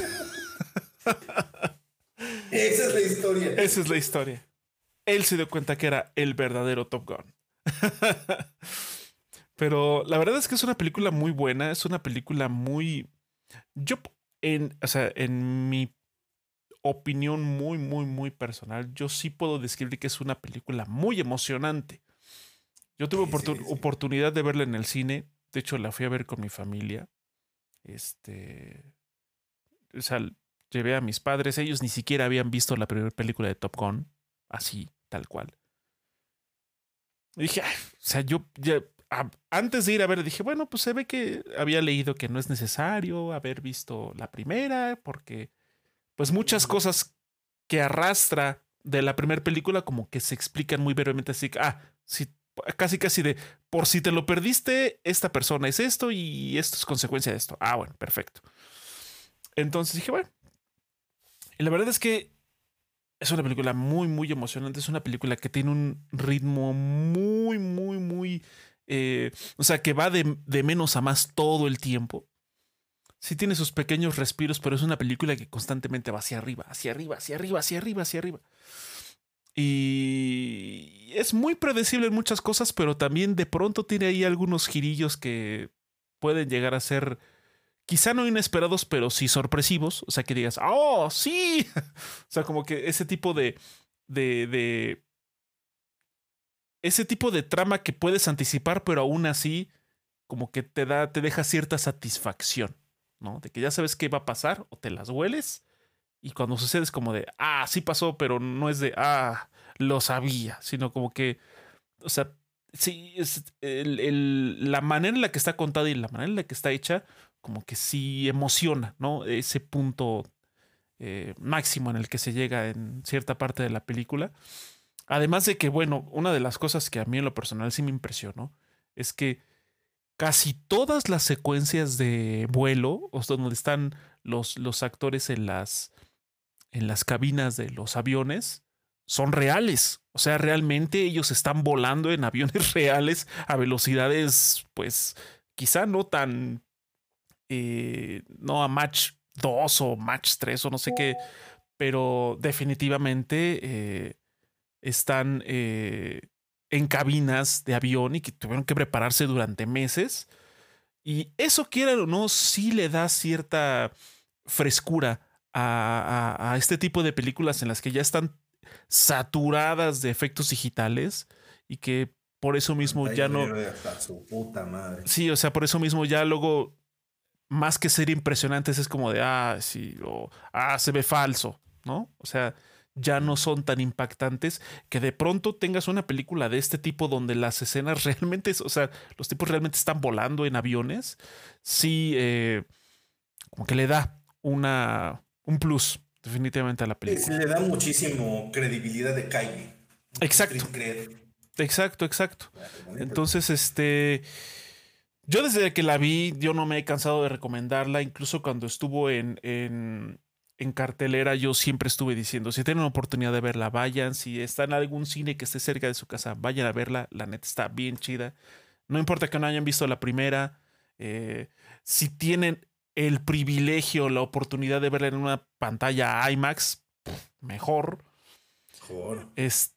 Esa es la historia. Esa es la historia. Él se dio cuenta que era el verdadero Top Gun. Pero la verdad es que es una película muy buena, es una película muy... Yo, o sea, en mi opinión muy, muy, muy personal, yo sí puedo describir que es una película muy emocionante. Yo tuve Sí, sí, sí. oportunidad de verla en el cine, de hecho la fui a ver con mi familia. Este, o sea, llevé a mis padres, ellos ni siquiera habían visto la primera película de Top Gun, así, tal cual. Y dije, "Ay", o sea, yo ya, antes de ir a ver, dije, bueno, pues se ve que había leído que no es necesario haber visto la primera, porque pues muchas cosas que arrastra de la primera película como que se explican muy brevemente así, sí, casi casi de, por si te lo perdiste, esta persona es esto y esto es consecuencia de esto. Ah, bueno, perfecto. Entonces dije, bueno, y la verdad es que es una película muy, muy emocionante. Es una película que tiene un ritmo muy, muy, muy... o sea, que va de menos a más todo el tiempo. Sí tiene sus pequeños respiros, pero es una película que constantemente va hacia arriba, hacia arriba, hacia arriba, hacia arriba, hacia arriba. Y es muy predecible en muchas cosas, pero también de pronto tiene ahí algunos girillos que pueden llegar a ser quizá no inesperados, pero sí sorpresivos. O sea, que digas, ¡oh, sí! O sea, como que ese tipo de ese tipo de trama que puedes anticipar, pero aún así, como que te deja cierta satisfacción, ¿no? De que ya sabes qué va a pasar o te las hueles. Y cuando sucede es como de, sí pasó, pero no es de, lo sabía, sino como que, o sea, sí, es la manera en la que está contada y la manera en la que está hecha, como que sí emociona, ¿no? Ese punto máximo en el que se llega en cierta parte de la película. Además de que, bueno, una de las cosas que a mí en lo personal sí me impresionó es que casi todas las secuencias de vuelo, o sea, donde están los actores en las cabinas de los aviones, son reales. O sea, realmente ellos están volando en aviones reales a velocidades, pues, quizá no tan, no a Mach 2 o Mach 3 o no sé qué, pero definitivamente están en cabinas de avión y que tuvieron que prepararse durante meses. Y eso, quieran o no, sí le da cierta frescura a este tipo de películas en las que ya están saturadas de efectos digitales y que por eso mismo Pantalla ya no. verde hasta su puta madre. Sí, o sea, por eso mismo ya luego, más que ser impresionantes, es como de, sí, o, se ve falso, ¿no? O sea, ya no son tan impactantes que de pronto tengas una película de este tipo donde las escenas realmente, o sea, los tipos realmente están volando en aviones, sí, como que le da un plus definitivamente a la Sí, sí película. le da muchísimo credibilidad de calle. Exacto, Street cred. exacto, exacto. Bonito. Entonces, yo desde que la vi, yo no me he cansado de recomendarla, incluso cuando estuvo en cartelera, yo siempre estuve diciendo, si tienen la oportunidad de verla, vayan, si está en algún cine que esté cerca de su casa, vayan a verla, la neta está bien chida. No importa que no hayan visto la primera, si tienen el privilegio, la oportunidad de verla en una pantalla IMAX, mejor. Mejor.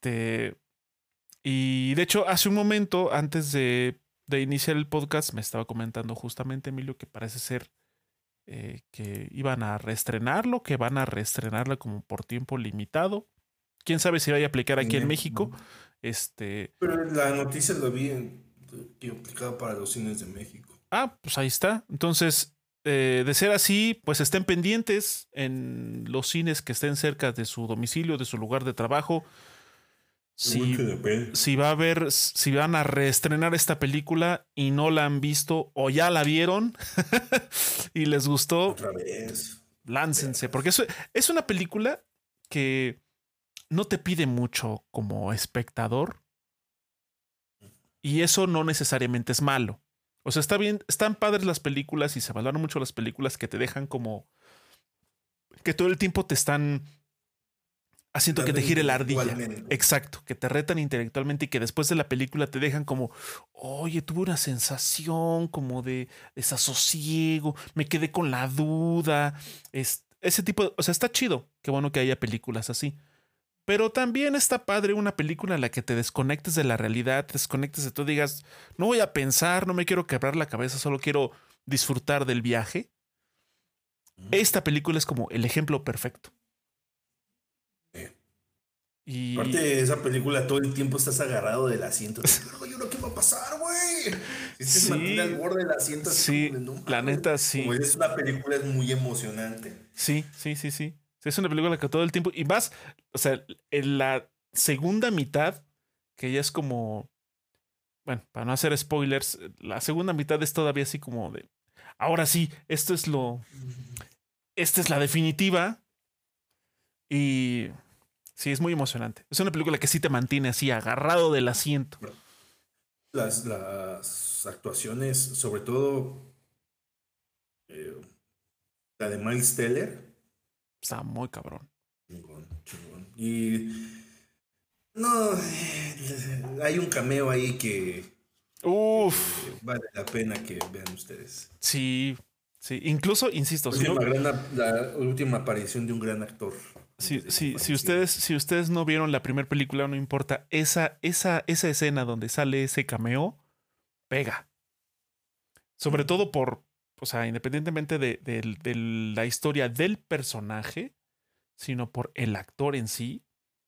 Y de hecho, hace un momento, antes de iniciar el podcast, me estaba comentando justamente, Emilio, que parece ser que iban a reestrenarlo, que van a reestrenarla como por tiempo limitado. Quién sabe si vaya a aplicar aquí en Cine. México. Este. Pero la noticia la vi que aplicaba para los cines de México. Pues ahí está. Entonces, de ser así, pues estén pendientes en los cines que estén cerca de su domicilio, de su lugar de trabajo. Mucho Si, depende. si va a ver, si van a reestrenar esta película y no la han visto o ya la vieron y les gustó, Otra vez. láncense. Porque es una película que no te pide mucho como espectador y eso no necesariamente es malo. O sea, está bien, están padres las películas y se valoran mucho las películas que te dejan como que todo el tiempo te están haciendo que Dando te gire la ardilla. intelectualmente. Exacto, que te retan intelectualmente y que después de la película te dejan como, oye, tuve una sensación como de desasosiego, me quedé con la duda. Ese tipo o sea, está chido. Qué bueno que haya películas así. Pero también está padre una película en la que te desconectes de la realidad, te desconectes de todo, digas, no voy a pensar, no me quiero quebrar la cabeza, solo quiero disfrutar del viaje. Esta película es como el ejemplo perfecto. Aparte Y de esa película, todo el tiempo estás agarrado del asiento. ¿Y ahora qué va a pasar, güey? Si te mantiene al sí, borde del asiento, así como sí, de no la mames. neta Como sí. es una película, es muy emocionante. Sí, sí, sí, sí. Sí, es una película que todo el tiempo. Y más, o sea, en la segunda mitad, que ya es como. Bueno, para no hacer spoilers, la segunda mitad es todavía así como de. Ahora sí, esto es lo. Esta es la definitiva. Y sí, es muy emocionante. Es una película que sí te mantiene así, agarrado del asiento. Las actuaciones, sobre todo eh, la de Miles Teller, Está muy cabrón. chingón, chingón. Y no, hay un cameo ahí Uf, que vale la pena que vean ustedes. sí, sí. Incluso, insisto, si no. La última aparición de un gran actor Si, antes de que si, si falleciera. ustedes, si ustedes no vieron la primera película, no importa. Esa escena donde sale ese cameo, pega. Sobre todo por, o sea, independientemente de la historia del personaje, sino por el actor en sí,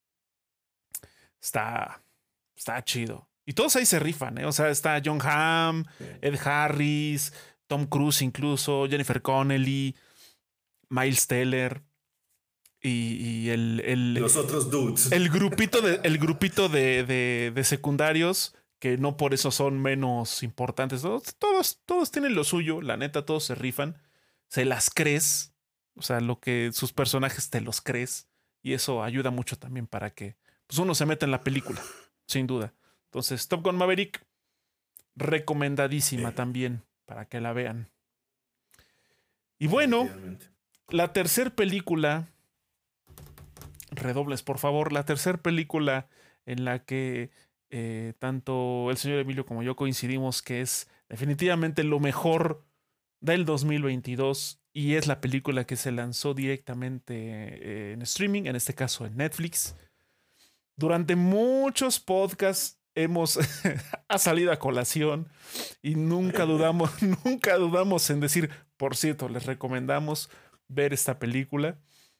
está, está chido. Y todos ahí se rifan, ¿eh? O sea, está John Hamm, Sí. Ed Harris, Tom Cruise incluso, Jennifer Connelly, Miles Teller y Los otros dudes. el grupito de secundarios que no por eso son menos importantes. Todos tienen lo suyo, la neta, todos se rifan. Se las crees. O sea, lo que sus personajes te los crees. Y eso ayuda mucho también para que pues, uno se meta en la película, sin duda. Entonces, Top Gun Maverick, recomendadísima también para que la vean. Y bueno, Definitivamente. la tercera película, redobles por favor, la tercera película en la que tanto el señor Emilio como yo coincidimos que es definitivamente lo mejor del 2022 y es la película que se lanzó directamente en streaming, en este caso en Netflix. Durante muchos podcasts hemos ha salido a colación y nunca dudamos, nunca dudamos en decir, por cierto, les recomendamos ver esta película.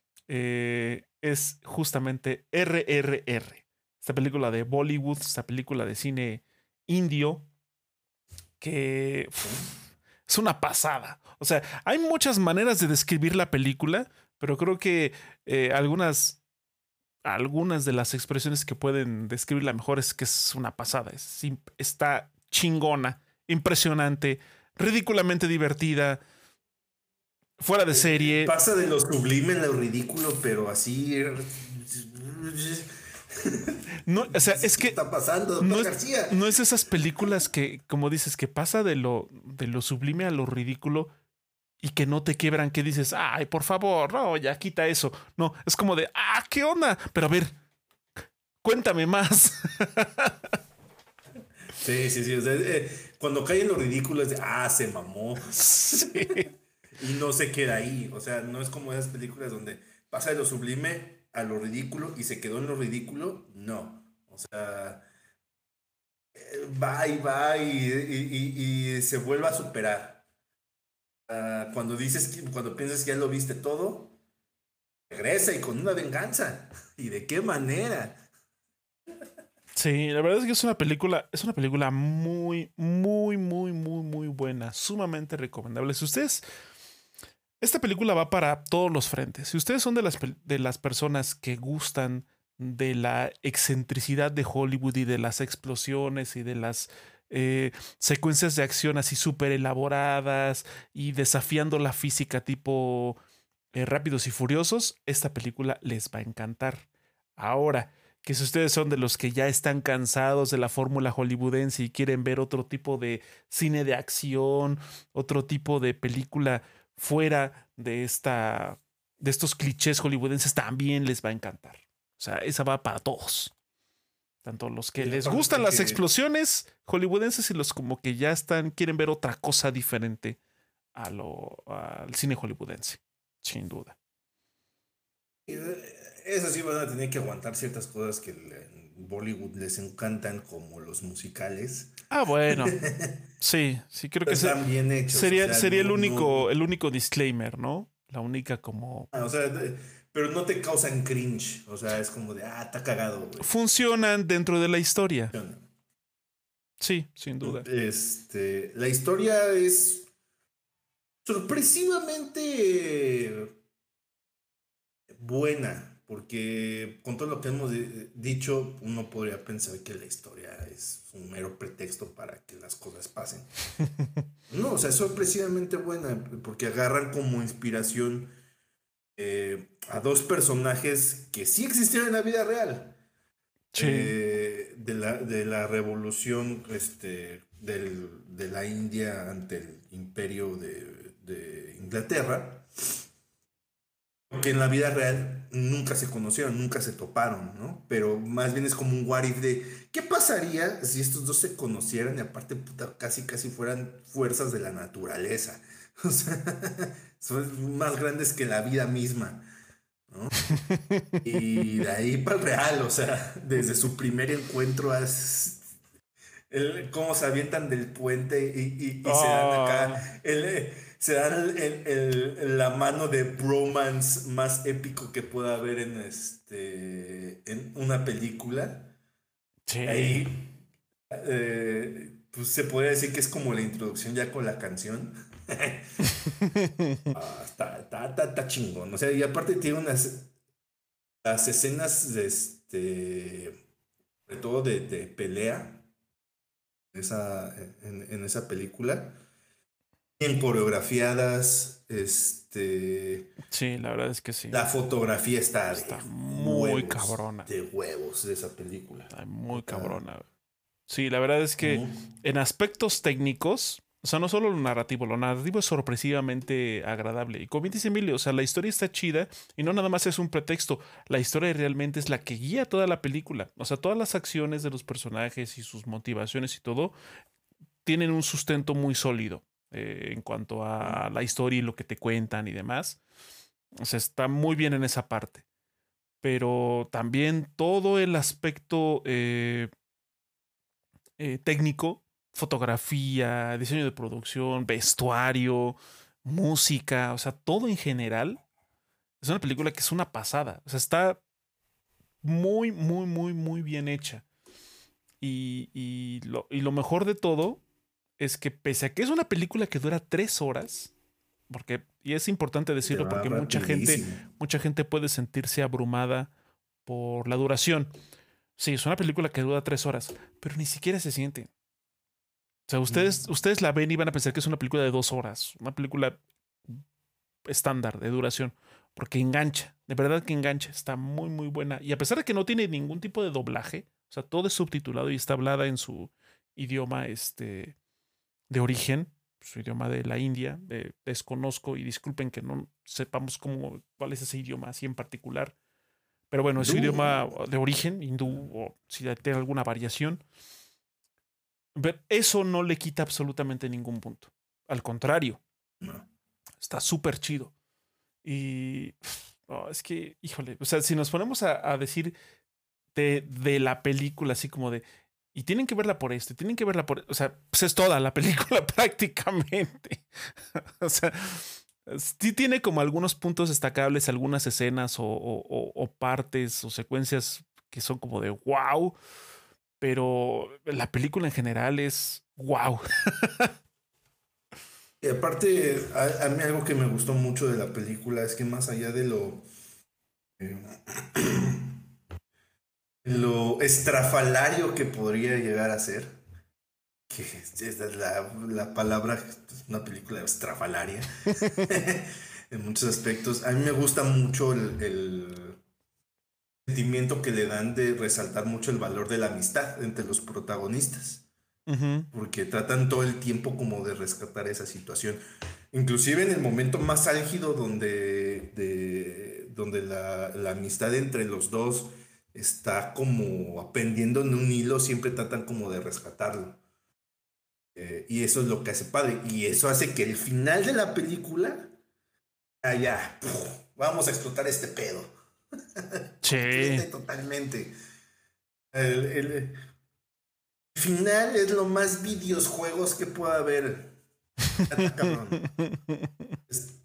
Es justamente RRR, esta película de Bollywood, esta película de cine indio que es una pasada. O sea, hay muchas maneras de describir la película, pero creo que algunas de las expresiones que pueden describirla mejor es que es una pasada. Está chingona, impresionante, ridículamente divertida, fuera de serie. Pasa de lo sublime en lo ridículo, pero así. No, o sea, es ¿Qué que está pasando, doctor García? no es esas películas que, como dices, que pasa de lo sublime a lo ridículo y que no te quiebran, que dices, ay, por favor, no, ya quita eso. No, es como de, ¿qué onda? Pero a ver, cuéntame más. Sí, sí, sí. O sea, cuando cae en lo ridículo es de, se mamó. Sí. Y no se queda ahí. O sea, no es como esas películas donde pasa de lo sublime a lo ridículo y se quedó en lo ridículo. No. O sea, va y se vuelve a superar. Cuando piensas que ya lo viste todo, regresa y con una venganza. ¿Y de qué manera? Sí, la verdad es que es una película muy, muy, muy, muy, muy buena, sumamente recomendable. Si ustedes, esta película va para todos los frentes. Si ustedes son de las personas que gustan de la excentricidad de Hollywood y de las explosiones y de las secuencias de acción así súper elaboradas y desafiando la física tipo Rápidos y Furiosos, esta película les va a encantar. Ahora, que si ustedes son de los que ya están cansados de la fórmula hollywoodense y quieren ver otro tipo de cine de acción, otro tipo de película fuera de estos clichés hollywoodenses, también les va a encantar. O sea, esa va para todos. Tanto los que Y les aparte gustan las que explosiones hollywoodenses y los como que ya quieren ver otra cosa diferente al cine hollywoodense. Sin duda. eso sí van a tener que aguantar ciertas cosas que en Bollywood les encantan, como los musicales. Bueno. Sí, creo que Están bien hechos, o sea, sería no, el único disclaimer, ¿no? La única como... o sea, pero no te causan cringe, o sea, es como de, está cagado, güey. Funcionan dentro de la historia. Sí, sin duda. La historia es sorpresivamente buena, porque con todo lo que hemos dicho, uno podría pensar que la historia es un mero pretexto para que las cosas pasen. No, o sea, es sorpresivamente buena, porque agarran como inspiración a dos personajes que sí existieron en la vida real. Sí, De la revolución de la India ante el imperio de Inglaterra, que en la vida real nunca se conocieron, nunca se toparon, ¿no? Pero más bien es como un what if de, ¿qué pasaría si estos dos se conocieran y aparte puta, casi casi fueran fuerzas de la naturaleza? O sea, son más grandes que la vida misma, ¿no? Y de ahí para el real, o sea, desde su primer encuentro cómo se avientan del puente y se dan Ah, acá, se dan la mano de bromance más épico que pueda haber en una película. sí. Ahí, pues se podría decir que es como la introducción ya con la canción. Está chingón. O sea, y aparte tiene las escenas sobre todo de pelea en esa película, bien coreografiadas, Sí, la verdad es que sí. la fotografía está Está muy cabrona. de huevos de esa película. Está muy Está cabrona. Sí, la verdad es que muy, en aspectos técnicos O sea, no solo lo narrativo es sorpresivamente agradable. Y como bien dice Emilio, o sea, la historia está chida y no nada más es un pretexto. La historia realmente es la que guía toda la película. O sea, todas las acciones de los personajes y sus motivaciones y todo tienen un sustento muy sólido en cuanto a la historia y lo que te cuentan y demás. O sea, está muy bien en esa parte. Pero también todo el aspecto técnico, fotografía, diseño de producción, vestuario, música, o sea, todo en general. Es una película que es una pasada. O sea, está muy, muy, muy, muy bien hecha. Y lo mejor de todo es que pese a que es una película que dura 3 horas, porque, y es importante Se decirlo va porque rapidísimo. mucha gente puede sentirse abrumada por la duración. Sí, es una película que dura 3 horas, pero ni siquiera se siente. O sea, ustedes la ven y van a pensar que es una película de 2 horas, una película estándar de duración, porque engancha, de verdad que engancha, está muy, muy buena. Y a pesar de que no tiene ningún tipo de doblaje, o sea, todo es subtitulado y está hablada en su idioma de origen, su idioma de la India, desconozco y disculpen que no sepamos cuál es ese idioma así en particular, pero bueno, es su Hindú, idioma ¿no? de origen, hindú, o si tiene alguna variación. Pero eso no le quita absolutamente ningún punto. Al contrario, No. está súper chido. Y no, es que, híjole, o sea, si nos ponemos a decir de la película, así como de, y tienen que verla por esto, y tienen que verla por, o sea, pues es toda la película prácticamente. O sea, sí tiene como algunos puntos destacables, algunas escenas o partes o secuencias que son como de wow, pero la película en general es wow. Y aparte, a mí algo que me gustó mucho de la película es que más allá de eh, lo estrafalario que podría llegar a ser, que es la palabra, es una película estrafalaria en muchos aspectos. A mí me gusta mucho el sentimiento que le dan de resaltar mucho el valor de la amistad entre los protagonistas, Ujú, porque tratan todo el tiempo como de rescatar esa situación. Inclusive en el momento más álgido donde la amistad entre los dos está como pendiendo en un hilo, siempre tratan como de rescatarlo. Y eso es lo que hace padre. Y eso hace que el final de la película, allá, vamos a explotar este pedo. Completa sí. y totalmente. El final es lo más videojuegos que pueda haber. Está cabrón. Es-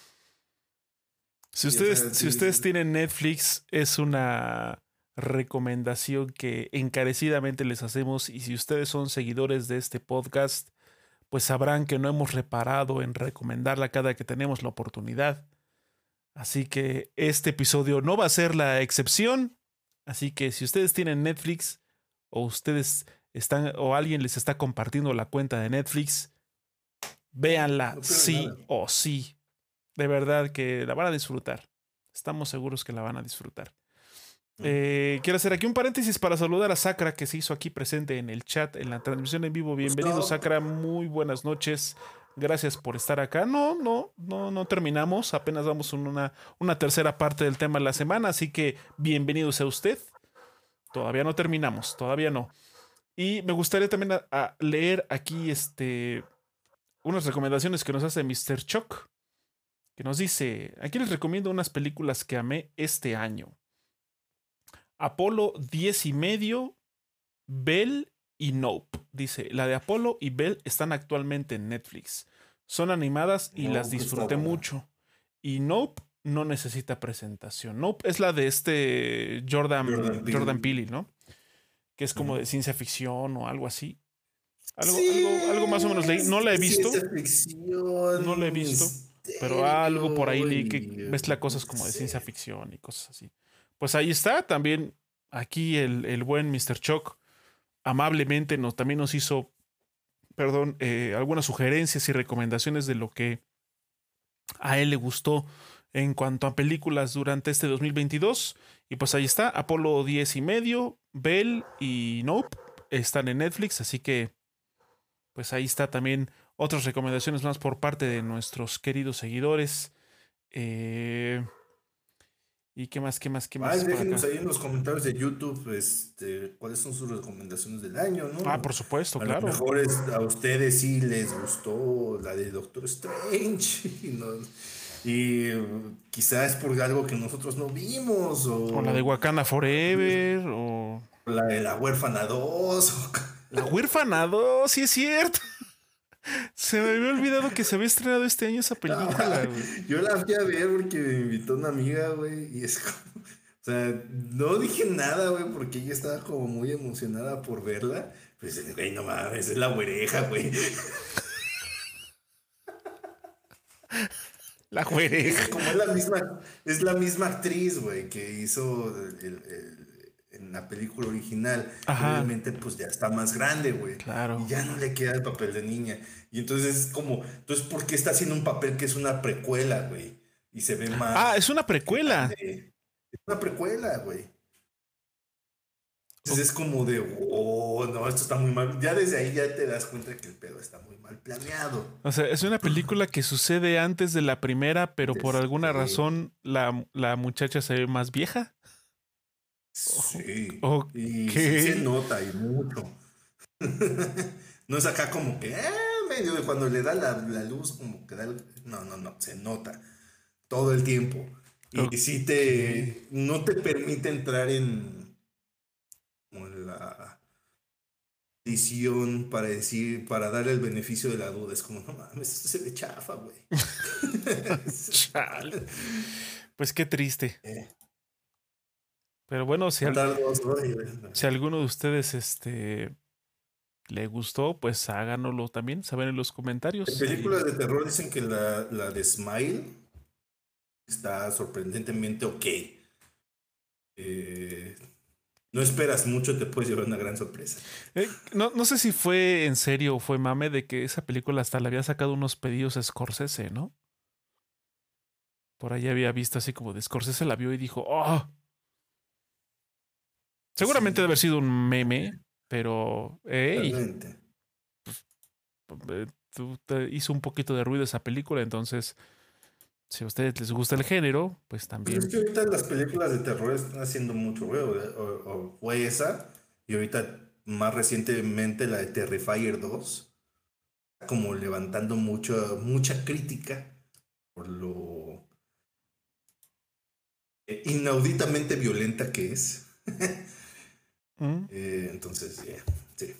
Si y, o ustedes, sea, si sí, ustedes tienen Netflix, es una recomendación que encarecidamente les hacemos. Y si ustedes son seguidores de este podcast, pues sabrán que no hemos reparado en recomendarla cada que tenemos la oportunidad. Así que este episodio no va a ser la excepción. Así que si ustedes tienen Netflix o ustedes están o alguien les está compartiendo la cuenta de Netflix, véanla no pierden nada. sí o sí. De verdad que la van a disfrutar. Estamos seguros que la van a disfrutar. ¿No? Quiero hacer aquí un paréntesis para saludar a Sacra que se hizo aquí presente en el chat, en la transmisión en vivo. What's Bienvenido, up? Sacra. Muy buenas noches. Gracias por estar acá. No terminamos. Apenas vamos en una tercera parte del tema de la semana. Así que bienvenido sea usted. Todavía no terminamos, todavía no. Y me gustaría también a leer aquí unas recomendaciones que nos hace Mr. Chuck, que nos dice, aquí les recomiendo unas películas que amé este año. Apolo 10 y medio, Bell y Nope. Dice, la de Apolo y Bell están actualmente en Netflix. Son animadas y las No, que está disfruté buena. mucho. Y Nope no necesita presentación. Nope es la de Jordan Jordan Peele. Peele, ¿no? Que es como Ujú. de ciencia ficción o algo así. Algo Sí, más o menos leí. No es la he de visto, ciencia no la he ficción, visto, pero algo por ahí misterio leí que y mezcla no cosas como de ciencia sé. ficción y cosas así. Pues ahí está, también aquí el buen Mr. Chuck amablemente también nos hizo, perdón, algunas sugerencias y recomendaciones de lo que a él le gustó en cuanto a películas durante este 2022. Y pues ahí está, Apolo 10 y medio, Bell y Nope están en Netflix, así que pues ahí está también otras recomendaciones más por parte de nuestros queridos seguidores. ¿Y qué más por Déjenos acá? ahí en los comentarios de YouTube, cuáles son sus recomendaciones del año, Ah, ¿no? por supuesto, A lo claro. mejor a ustedes sí les gustó la de Doctor Strange quizás por algo que nosotros no vimos O la de o Wakanda Forever, o la de la huérfana 2. La Huérfana 2, sí es cierto. Se me había olvidado que se había estrenado este año esa No, película, güey. yo la fui a ver porque me invitó una amiga, güey, y es como, o sea, no dije nada, güey, porque ella estaba como muy emocionada por verla. Pues, güey, no mames, es la güereja, güey. La güereja. Es la misma actriz, güey, que hizo en la película original. Pero Ajá, obviamente, pues ya está más grande, güey. Y claro. ya no le queda el papel de niña. Y entonces es como, entonces, ¿por qué está haciendo un papel que es una precuela, güey? Y se ve Ah, es más una precuela. grande. Es una precuela, güey. O, Entonces es como de, oh, no, esto está muy mal. Ya desde ahí ya te das cuenta que el pedo está muy mal planeado. o sea, es una película que sucede antes de la primera, pero por alguna Este, razón la muchacha se ve más vieja. O- Sí, Ok. y sí se nota y mucho. No es acá como que, medio de cuando le da la luz, como que da no, no, no, se nota todo el tiempo. Y sí Ok. no te permite entrar como en la edición para decir, para dar el beneficio de la duda. Es como, no mames, esto se ve chafa, güey. Chale. Pues qué triste. Eh, Pero bueno, Matar dos, güey. si alguno de ustedes le gustó, pues háganoslo también, saben en los En comentarios. películas de terror dicen que la de Smile está sorprendentemente ok. Eh, no esperas mucho, te puedes llevar una gran sorpresa. No sé si fue en serio o fue mame de que esa película hasta le había sacado unos pedidos a Scorsese, ¿no? Por ahí había visto así como de Scorsese la vio y dijo, oh, seguramente debe Sí, haber sido un meme, pero, hey, totalmente. hizo un poquito de ruido esa película, entonces, si a ustedes les gusta el género, pues Pues es también. que ahorita las películas de terror están haciendo mucho, güey. O fue esa, y ahorita más recientemente la de Terrifier 2, como levantando mucha crítica por lo inauditamente violenta que es. ¿Mm? Entonces, sí.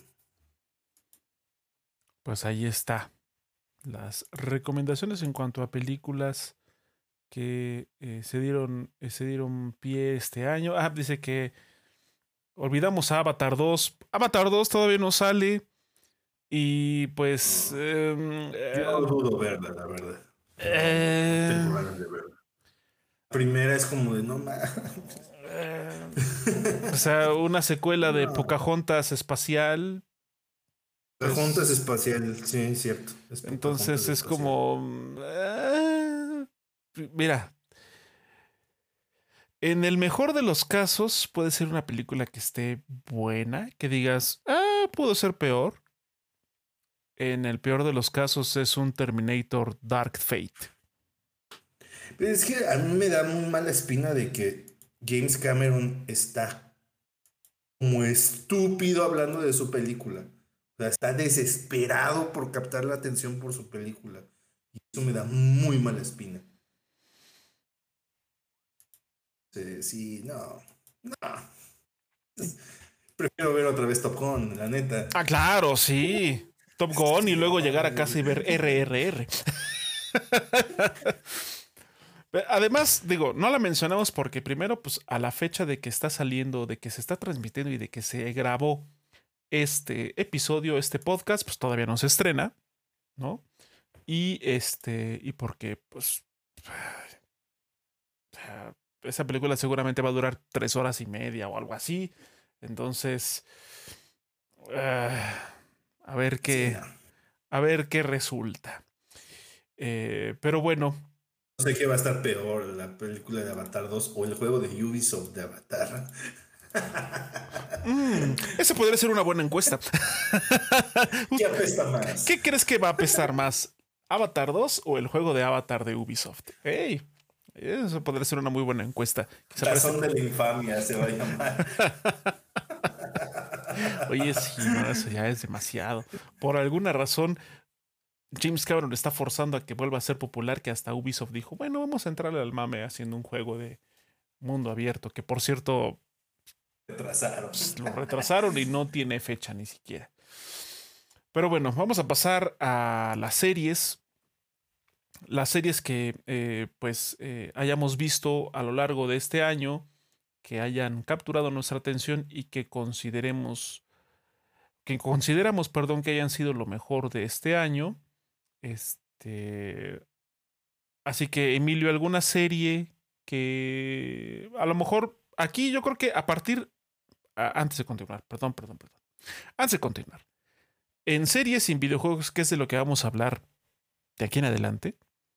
Pues ahí está. Las recomendaciones en cuanto a películas que se dieron pie este año. Ah, dice que olvidamos a Avatar 2. Avatar 2 todavía no sale. Y pues. No, yo dudo verla, la verdad. No Eh, tengo ganas de verla. Primera es como de no más. eh, o sea, una secuela de No. Pocahontas espacial. Pocahontas Pues. espacial, sí, es cierto. Es Pocahontas Entonces es espacial. como. Mira, en el mejor de los casos puede ser una película que esté buena, que digas, pudo ser peor. En el peor de los casos es un Terminator Dark Fate. Pero es que a mí me da muy mala espina de que James Cameron está como estúpido hablando de su película. O sea, está desesperado por captar la atención por su película. Y eso me da muy mala espina. Sí, sí, no. No. Prefiero ver otra vez Top Gun, la neta. Ah, claro, sí. Top Gun y luego llegar a casa y ver RRR. Además, digo, no la mencionamos porque primero, pues a la fecha de que está saliendo, de que se está transmitiendo y de que se grabó este episodio, este podcast, pues todavía no se estrena, ¿no? Y porque, pues, esa película seguramente va a durar 3 horas y media o algo así. Entonces, a ver Sí, qué, no. a ver qué resulta. Pero bueno, No sé qué va a estar peor, la película de Avatar 2 o el juego de Ubisoft de Avatar. Ese podría ser una buena encuesta. ¿Qué apesta más? ¿Qué crees que va a apestar más? ¿Avatar 2 o el juego de Avatar de Ubisoft? ¡Ey! Eso podría ser una muy buena encuesta. Tazón de la infamia se va a llamar. Oye, sí, no, eso ya es demasiado. Por alguna razón, James Cameron está forzando a que vuelva a ser popular, que hasta Ubisoft dijo, bueno, vamos a entrarle al mame haciendo un juego de mundo abierto, que por cierto, Retrasaron. pues, lo retrasaron y no tiene fecha ni siquiera. Pero bueno, vamos a pasar a las series. Las series que hayamos visto a lo largo de este año, que hayan capturado nuestra atención y que consideramos, que hayan sido lo mejor de este año. Este, así que, Emilio, ¿alguna serie que a lo mejor aquí yo creo que antes de continuar, perdón. Antes de continuar, en series y en videojuegos, que es de lo que vamos a hablar de aquí en adelante,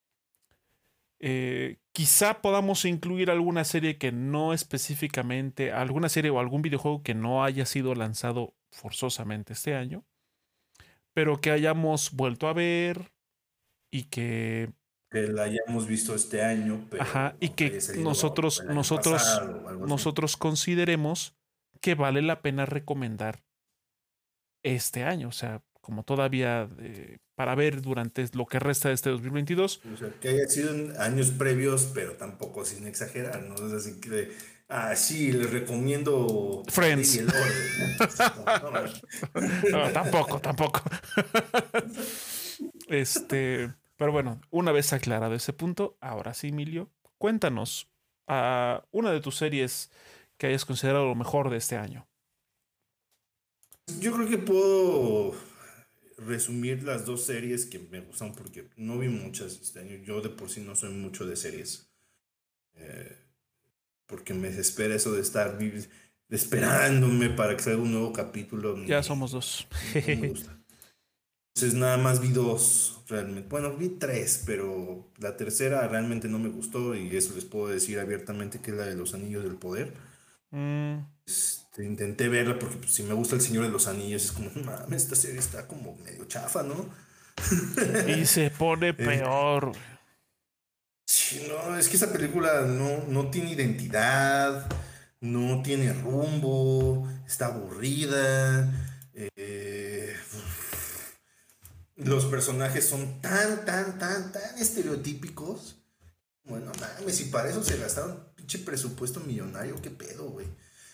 quizá podamos incluir alguna serie que no específicamente, alguna serie o algún videojuego que no haya sido lanzado forzosamente este año, pero que hayamos vuelto a ver y que, Que la hayamos visto este año, ajá, pero y no que haya que salido nosotros, el año nosotros, pasado o algo así. nosotros consideremos que vale la pena recomendar este año, o sea, como todavía para ver durante lo que resta de este 2022. O sea, que haya sido en años previos, pero tampoco sin exagerar, ¿no? Es así que, sí, les recomiendo La Ley y Friends. el Orden, ¿no? Así como, no, No, tampoco. Pero bueno, una vez aclarado ese punto, ahora sí, Emilio, cuéntanos una de tus series que hayas considerado lo mejor de este año. yo creo que puedo resumir las dos series que me gustan porque no vi muchas este año. Yo de por sí no soy mucho de series. eh, Porque me desespera eso de estar esperándome para que salga un nuevo capítulo. Ya somos dos. No me gusta. Entonces nada más vi dos realmente. Bueno, vi tres, pero la tercera realmente no me gustó y eso les puedo decir abiertamente que es la de los Anillos del Poder. Mm, Intenté verla porque pues, si me gusta el Señor de los Anillos es como, mames, esta serie está como medio chafa, ¿no? y se pone Eh, peor. sí, no, es que esa película no tiene identidad, no tiene rumbo, está aburrida. Los personajes son tan estereotípicos. Bueno, mames, si para eso se gastaron un pinche presupuesto millonario, qué pedo, güey.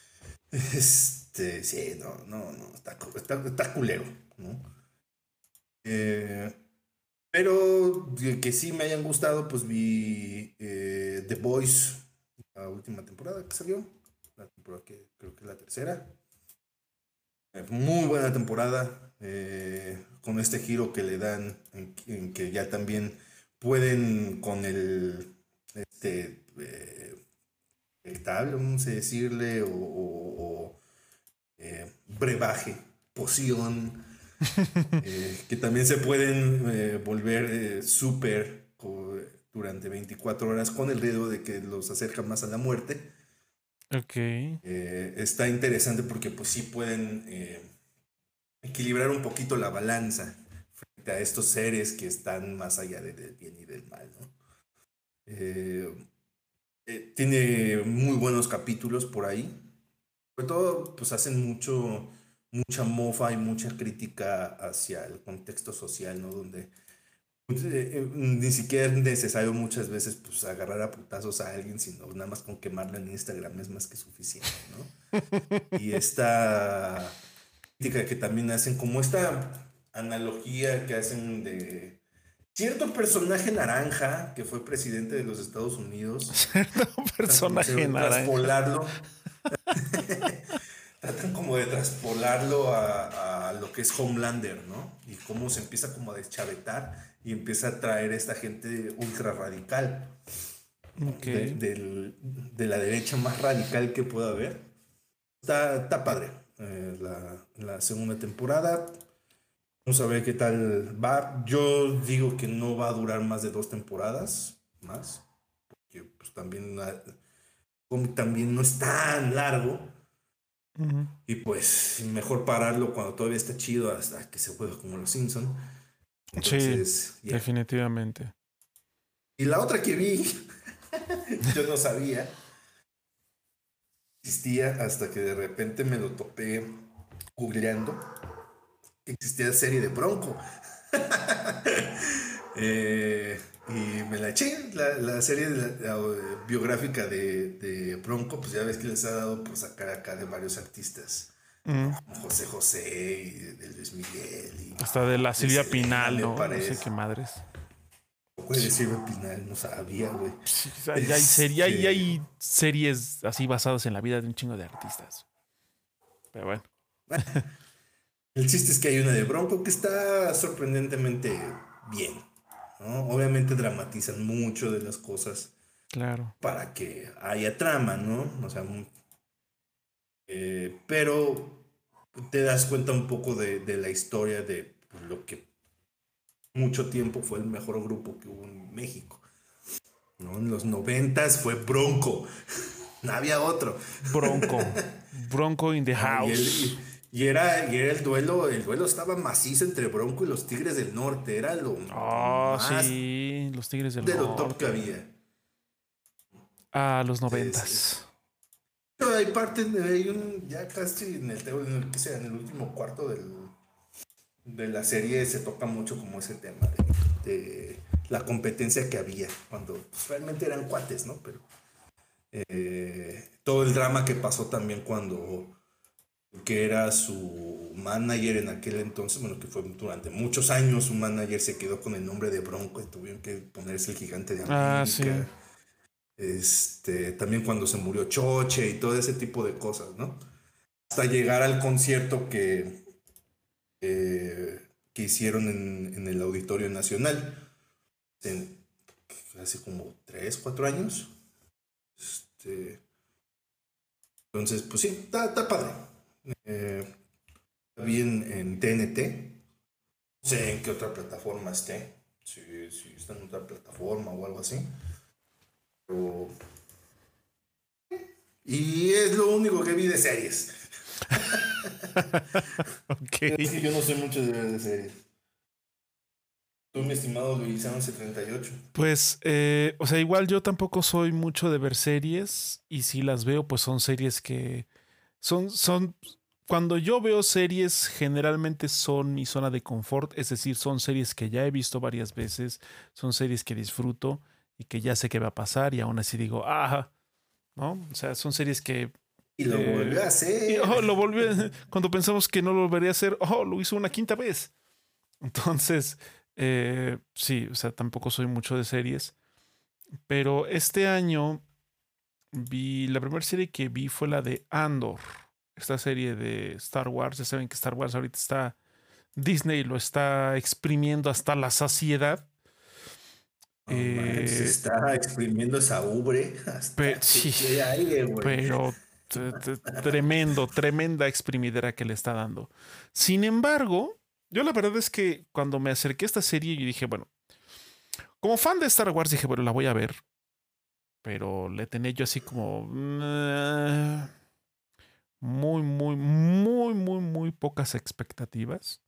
Sí, no, está culero, ¿no? Eh, pero que sí me hayan gustado, pues vi The Boys, la última temporada que salió, la temporada que creo que es la tercera. Muy buena temporada, con este giro que le dan, en que ya también pueden con el tablo, vamos a decirle, brebaje, poción, que también se pueden volver súper durante 24 horas con el riesgo de que los acerca más a la muerte. Ok. Está interesante porque pues sí pueden equilibrar un poquito la balanza frente a estos seres que están más allá del bien y del mal, ¿no? Eh, Tiene muy buenos capítulos por ahí. Sobre todo, pues hacen mucha mofa y mucha crítica hacia el contexto social, ¿no? Donde pues, ni siquiera es necesario muchas veces pues agarrar a putazos a alguien, sino nada más con quemarlo en Instagram es más que suficiente, ¿no? Y esta crítica que también hacen, como esta analogía que hacen de cierto personaje naranja que fue presidente de los Estados Unidos, Cierto tratan como personaje de naranja. traspolarlo, tratan como de traspolarlo a lo que es Homelander, ¿no? Y cómo se empieza como a deschavetar y empieza a traer esta gente ultra radical, ¿no? Ok. De la derecha más radical que pueda haber. Está padre la segunda temporada. Vamos a ver qué tal va. Yo digo que no va a durar más de 2 temporadas más, porque pues también no es tan largo. Ujú. Y pues mejor pararlo cuando todavía está chido hasta que se juega como los Simpson. Sí, Entonces, ya. definitivamente. Y la otra que vi, yo no sabía, existía hasta que de repente me lo topé googleando, que existía serie de Bronco. Y me la eché, la serie biográfica de Bronco, pues ya ves que les ha dado por sacar acá de varios artistas, Mm. como José José y de Luis Miguel y Hasta de la de Silvia Selena, Pinal, me ¿no? No sé parece. qué madres. Poco de Silvia Pinal, no sabía, güey. Sí, o sea, ya Este, hay series así basadas en la vida de un chingo de artistas. Pero bueno, el chiste es que hay una de Bronco que está sorprendentemente bien, ¿no? Obviamente dramatizan mucho de las cosas claro. para que haya trama, ¿no? O sea, pero te das cuenta un poco de la historia de lo que mucho tiempo fue el mejor grupo que hubo en México, ¿no? En los noventas fue Bronco, no había otro, Bronco. Bronco in the ¿no? house. Y era el duelo estaba macizo entre Bronco y los Tigres del Norte, era lo Oh, más sí, los Tigres del de lo top que Norte. había. Ah, los Entonces, noventas. pero hay parte, hay ya casi que sea, en el último cuarto de la serie se toca mucho como ese tema de la competencia que había, cuando pues, realmente eran cuates, ¿no? Pero todo el drama que pasó también cuando que era su manager en aquel entonces, bueno, que fue durante muchos años su manager, se quedó con el nombre de Bronco y tuvieron que ponerse el gigante de Ah, sí. América. También cuando se murió Choche y todo ese tipo de cosas, ¿no? Hasta llegar al concierto que hicieron en el Auditorio Nacional en- hace como 3 4 años. Este, entonces, pues sí, está padre. Eh, Vi en TNT. No sé en qué otra plataforma esté. Si está en otra plataforma o algo así. Pero- y es lo único que vi de series. Es Ok. que yo no sé mucho de ver de series. Tú, mi estimado Luis 1138. Pues, o sea, igual yo tampoco soy mucho de ver series y si las veo, pues son series que son, cuando yo veo series, generalmente son mi zona de confort, es decir, son series que ya he visto varias veces, son series que disfruto y que ya sé qué va a pasar y aún así digo, ah, ¿no? O sea, son series que... Y lo volvió a y hacer. oh, lo volví, cuando pensamos que no lo volvería a hacer, oh, lo hizo una quinta vez. Entonces, sí, o sea, tampoco soy mucho de series, pero este año la primera serie que vi fue la de Andor, esta serie de Star Wars. Ya saben que Star Wars ahorita está, Disney lo está exprimiendo hasta la saciedad. No manches, Eh, está exprimiendo esa ubre hasta sí, que quede aire, güey. pero tremenda exprimidera que le está dando. Sin embargo, yo la verdad es que cuando me acerqué a esta serie, yo dije, bueno, como fan de Star Wars, dije, bueno, la voy a ver, pero le tenía yo así como muy pocas expectativas.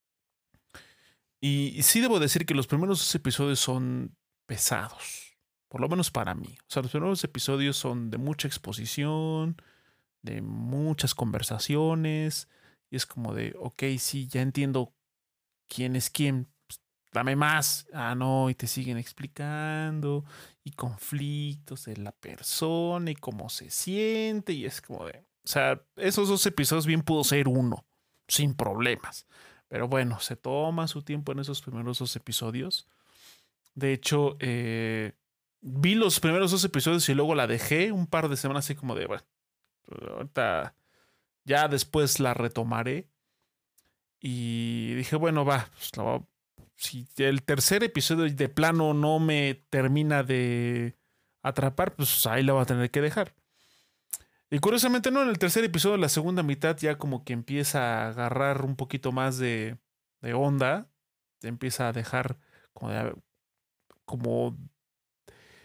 Y sí debo decir que los primeros dos episodios son pesados, por lo menos para mí. O sea, los primeros episodios son de mucha exposición, de muchas conversaciones, y es como de, ok, sí, ya entiendo quién es quién, pues, dame más. Ah, no, y te siguen explicando, y conflictos de la persona, y cómo se siente, y es como de, o sea, esos dos episodios bien pudo ser uno, sin problemas. Pero bueno, se toma su tiempo en esos primeros dos episodios. De hecho, vi los primeros dos episodios y luego la dejé un par de semanas así como de, bueno, ahorita ya después la retomaré. Y dije, bueno, va, pues si el tercer episodio de plano no me termina de atrapar, pues ahí la voy a tener que dejar. Y curiosamente no, en el tercer episodio, la segunda mitad ya como que empieza a agarrar un poquito más de onda, te empieza a dejar como, como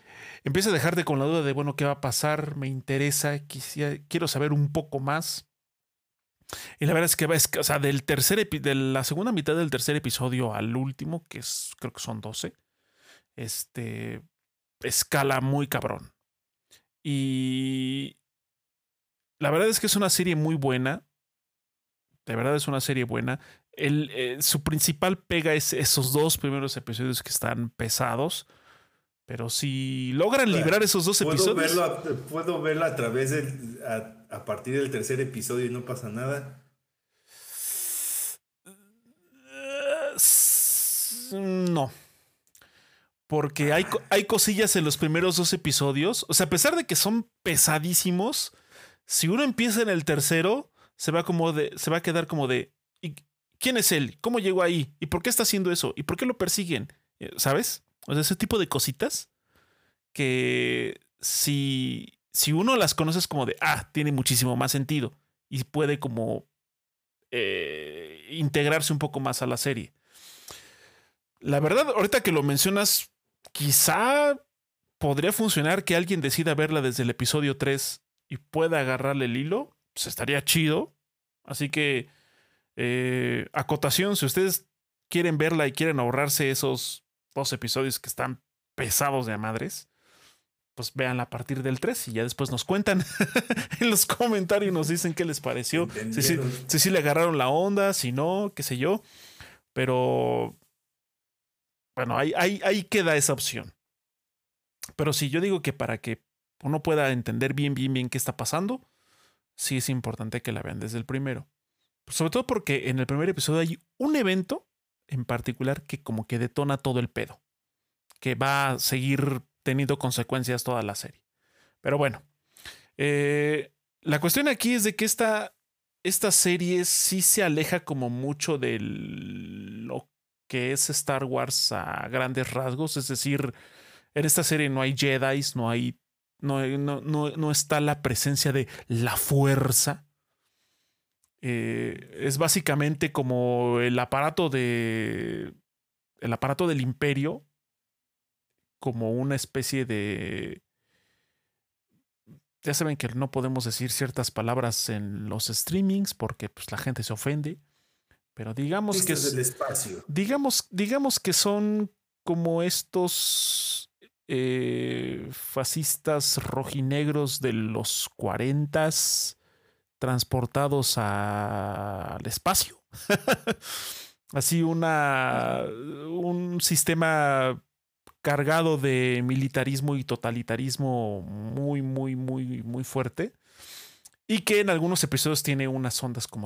empieza a dejarte con la duda de, bueno, ¿qué va a pasar? Me interesa, quiero saber un poco más. Y la verdad es que o sea, de la segunda mitad del tercer episodio al último, que es, creo que son 12, escala muy cabrón. Y la verdad es que es una serie muy buena. De verdad es una serie buena. Su principal pega es esos 2 primeros episodios que están pesados. Pero si logran librar esos 2 episodios. Puedo verlo a través a partir del tercer episodio y no pasa nada. No. Porque hay cosillas en los primeros 2 episodios. O sea, a pesar de que son pesadísimos, si uno empieza en el tercero, se va a quedar como de ¿y quién es él? ¿Cómo llegó ahí? ¿Y por qué está haciendo eso? ¿Y por qué lo persiguen? ¿Sabes? O sea, ese tipo de cositas que si uno las conoce es como de, tiene muchísimo más sentido y puede como integrarse un poco más a la serie. La verdad, ahorita que lo mencionas, quizá podría funcionar que alguien decida verla desde el episodio 3 y pueda agarrarle el hilo. Pues estaría chido. Así que, acotación, si ustedes quieren verla y quieren ahorrarse esos 2 episodios que están pesados de a madres, pues véanla a partir del 3 y ya después nos cuentan en los comentarios, nos dicen qué les pareció. Si le agarraron la onda, si no, qué sé yo. Pero bueno, ahí queda esa opción. Pero sí, yo digo que para que uno pueda entender bien qué está pasando, sí es importante que la vean desde el primero. Sobre todo porque en el primer episodio hay un evento en particular que como que detona todo el pedo, que va a seguir teniendo consecuencias toda la serie. Pero bueno, la cuestión aquí es de que esta serie sí se aleja como mucho de lo que es Star Wars a grandes rasgos. Es decir, en esta serie no hay Jedis, no está la presencia de la fuerza. Es básicamente como el aparato del imperio, como una especie de... Ya saben que no podemos decir ciertas palabras en los streamings porque pues, la gente se ofende. Pero digamos que del espacio. Digamos que son como estos fascistas rojinegros de los 40s transportados al espacio. Así un sistema cargado de militarismo y totalitarismo muy fuerte. Y que en algunos episodios tiene unas ondas como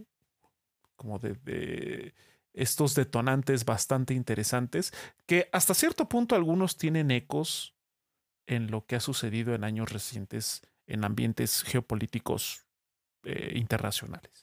de estos detonantes bastante interesantes, que hasta cierto punto algunos tienen ecos en lo que ha sucedido en años recientes en ambientes geopolíticos internacionales.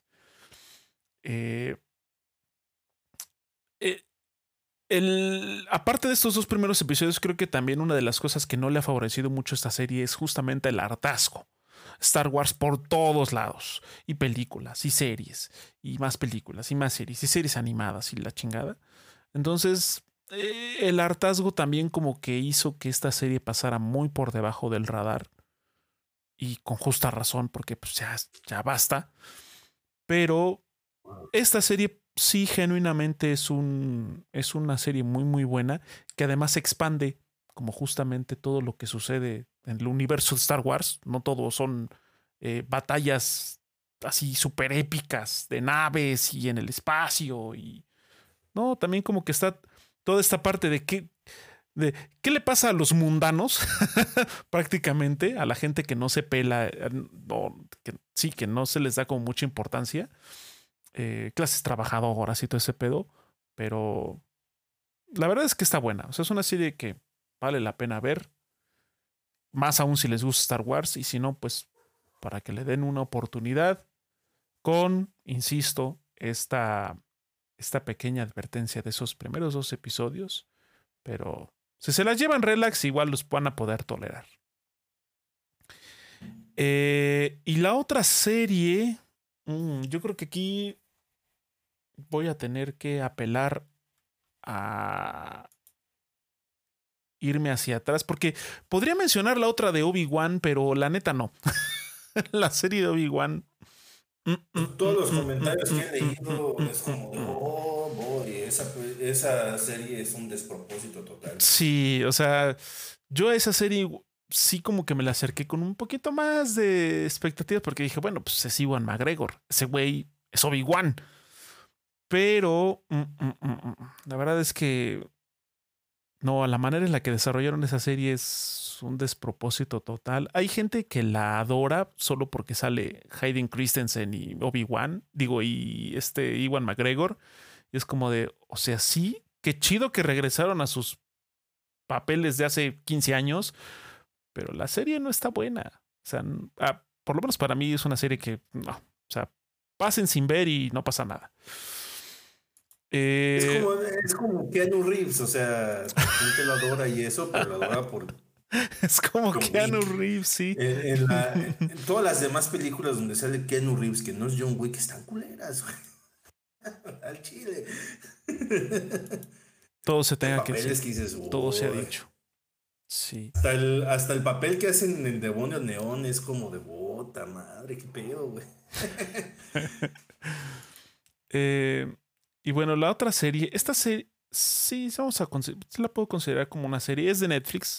Aparte de estos 2 primeros episodios, creo que también una de las cosas que no le ha favorecido mucho a esta serie es justamente el hartazgo. Star Wars por todos lados, y películas, y series, y más películas, y más series, y series animadas, y la chingada. Entonces, el hartazgo también como que hizo que esta serie pasara muy por debajo del radar, y con justa razón, porque pues ya basta. Pero esta serie sí genuinamente es una serie muy buena, que además expande como justamente todo lo que sucede en el universo de Star Wars. No todo son batallas así súper épicas de naves y en el espacio. Y no, también como que está toda esta parte de qué le pasa a los mundanos, prácticamente, a la gente que no se pela, que no se les da como mucha importancia. Clases trabajadoras y todo ese pedo. Pero la verdad es que está buena. O sea, es una serie que vale la pena ver. Más aún si les gusta Star Wars. Y si no, pues para que le den una oportunidad con, insisto, esta pequeña advertencia de esos primeros 2 episodios. Pero si se las llevan relax, igual los van a poder tolerar. Y la otra serie, yo creo que aquí voy a tener que apelar a irme hacia atrás, porque podría mencionar la otra de Obi-Wan, pero la neta no. La serie de Obi-Wan Todos los comentarios que he leído es como de, oh, boy, esa serie es un despropósito total. Sí, o sea, yo a esa serie sí como que me la acerqué con un poquito más de expectativas porque dije, bueno, pues es Iwan McGregor, ese güey es Obi-Wan. Pero la verdad es que no, la manera en la que desarrollaron esa serie es un despropósito total. Hay gente que la adora solo porque sale Hayden Christensen y Obi-Wan, digo, y Iwan McGregor. Y es como de, o sea, sí, qué chido que regresaron a sus papeles de hace 15 años, pero la serie no está buena. O sea, por lo menos para mí es una serie que no. O sea, pasen sin ver y no pasa nada. Es como Keanu Reeves, o sea, la gente lo adora y eso, pero lo adora por Es como John Keanu Wick. Reeves, sí. En todas las demás películas donde sale Keanu Reeves, que no es John Wick, están culeras, güey. Al chile. Todo se Hay tenga que decir. papeles que dices, Todo se ha uy. dicho. Sí. Hasta el papel que hacen en Demonio Neón es como de bota, madre, qué pedo, güey. Eh, y bueno, la otra serie, esta serie, sí, la puedo considerar como una serie, es de Netflix.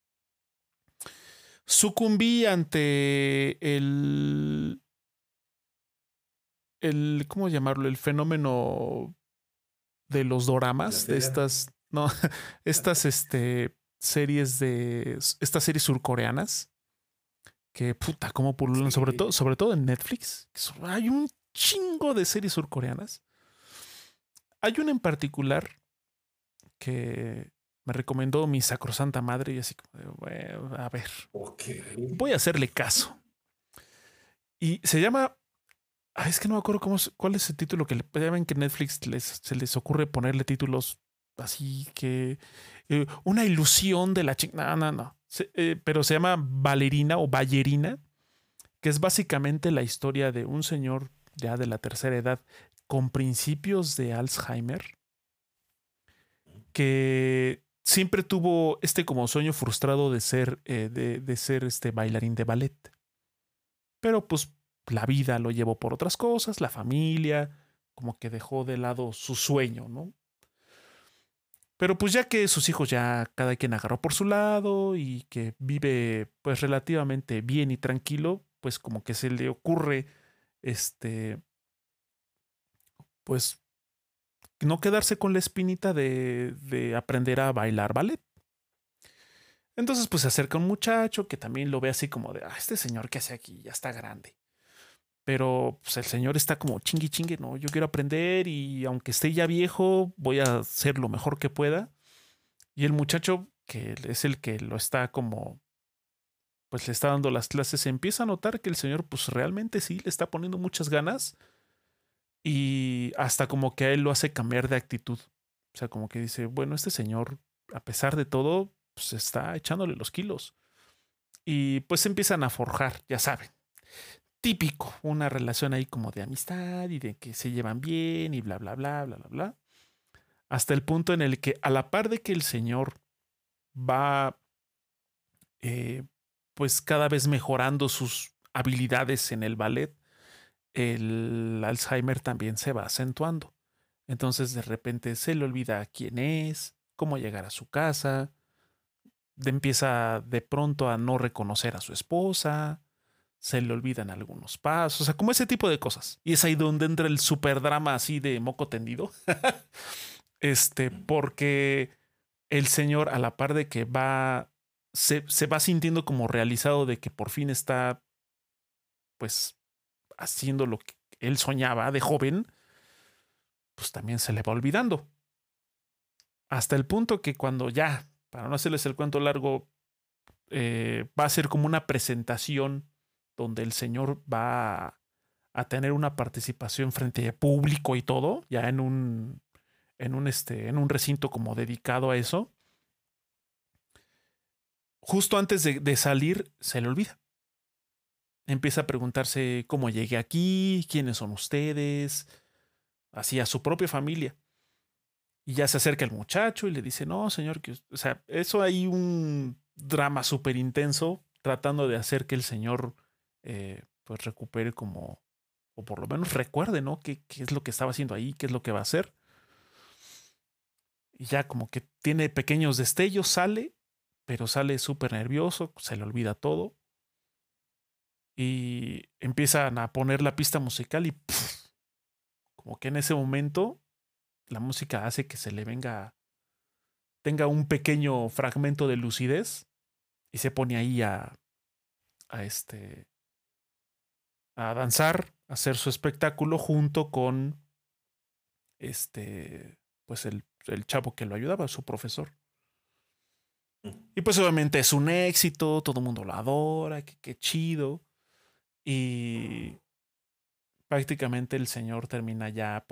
Sucumbí ante ¿cómo llamarlo? El fenómeno de los La doramas, de feria. estas, no, estas, estas series surcoreanas, que puta, cómo pululan, Sí. sobre todo en Netflix. Hay un chingo de series surcoreanas. Hay una en particular que me recomendó mi sacrosanta madre y así como, bueno, a ver, Ok. voy a hacerle caso. Y se llama, es que no me acuerdo cuál es el título que ya ven que Netflix se les ocurre ponerle títulos así que una ilusión de la chingada, no. Pero se llama Valerina o Ballerina, que es básicamente la historia de un señor ya de la tercera edad con principios de Alzheimer que siempre tuvo como sueño frustrado de ser, de ser bailarín de ballet. Pero pues la vida lo llevó por otras cosas, la familia, como que dejó de lado su sueño, ¿no? Pero pues ya que sus hijos ya cada quien agarró por su lado y que vive pues relativamente bien y tranquilo, pues como que se le ocurre pues no quedarse con la espinita de aprender a bailar ballet. Entonces, pues se acerca un muchacho que también lo ve así como de, este señor que hace aquí, ya está grande. Pero pues el señor está como chingui chingue, no, yo quiero aprender y aunque esté ya viejo, voy a hacer lo mejor que pueda. Y el muchacho, que es el que lo está como, pues le está dando las clases, se empieza a notar que el señor pues realmente sí le está poniendo muchas ganas y hasta como que a él lo hace cambiar de actitud. O sea, como que dice, bueno, este señor, a pesar de todo, pues está echándole los kilos. Y pues empiezan a forjar, ya saben. Típico, una relación ahí como de amistad y de que se llevan bien y bla, bla, bla, bla, bla, bla. Hasta el punto en el que a la par de que el señor va eh, pues cada vez mejorando sus habilidades en el ballet, el Alzheimer también se va acentuando. Entonces de repente se le olvida quién es, cómo llegar a su casa, empieza de pronto a no reconocer a su esposa, se le olvidan algunos pasos, o sea, como ese tipo de cosas. Y es ahí donde entra el super drama así de moco tendido. Porque el señor, a la par de que se va sintiendo como realizado de que por fin está, pues, haciendo lo que él soñaba de joven, pues también se le va olvidando. Hasta el punto que cuando ya, para no hacerles el cuento largo, va a ser como una presentación donde el señor va a tener una participación frente a público y todo, ya en un recinto como dedicado a eso. Justo antes de salir, se le olvida. Empieza a preguntarse cómo llegué aquí, quiénes son ustedes, así a su propia familia. Y ya se acerca el muchacho y le dice, no, señor, o sea, eso hay un drama súper intenso tratando de hacer que el señor pues recupere como o por lo menos recuerde, ¿no? ¿Qué es lo que estaba haciendo ahí? ¿Qué es lo que va a hacer? Y ya como que tiene pequeños destellos, sale, pero sale súper nervioso, se le olvida todo. Y empiezan a poner la pista musical y ¡puf! Como que en ese momento la música hace que se le tenga un pequeño fragmento de lucidez y se pone ahí a este, a danzar, a hacer su espectáculo junto con pues el chavo que lo ayudaba, su profesor. Y pues obviamente es un éxito, todo el mundo lo adora, qué chido. Y prácticamente el señor termina ya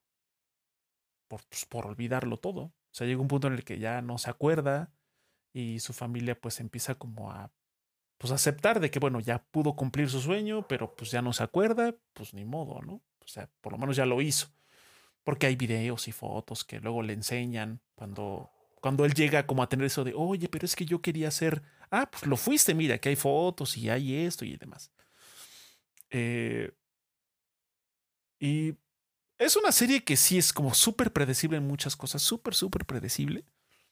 por olvidarlo todo. O sea, llega un punto en el que ya no se acuerda y su familia pues empieza como a pues aceptar de que bueno, ya pudo cumplir su sueño, pero pues ya no se acuerda, pues ni modo, ¿no? O sea, por lo menos ya lo hizo. Porque hay videos y fotos que luego le enseñan cuando él llega como a tener eso de, oye, pero es que yo quería hacer, pues lo fuiste, mira, que hay fotos y hay esto y demás. Eh, y es una serie que sí es como súper predecible en muchas cosas, súper predecible.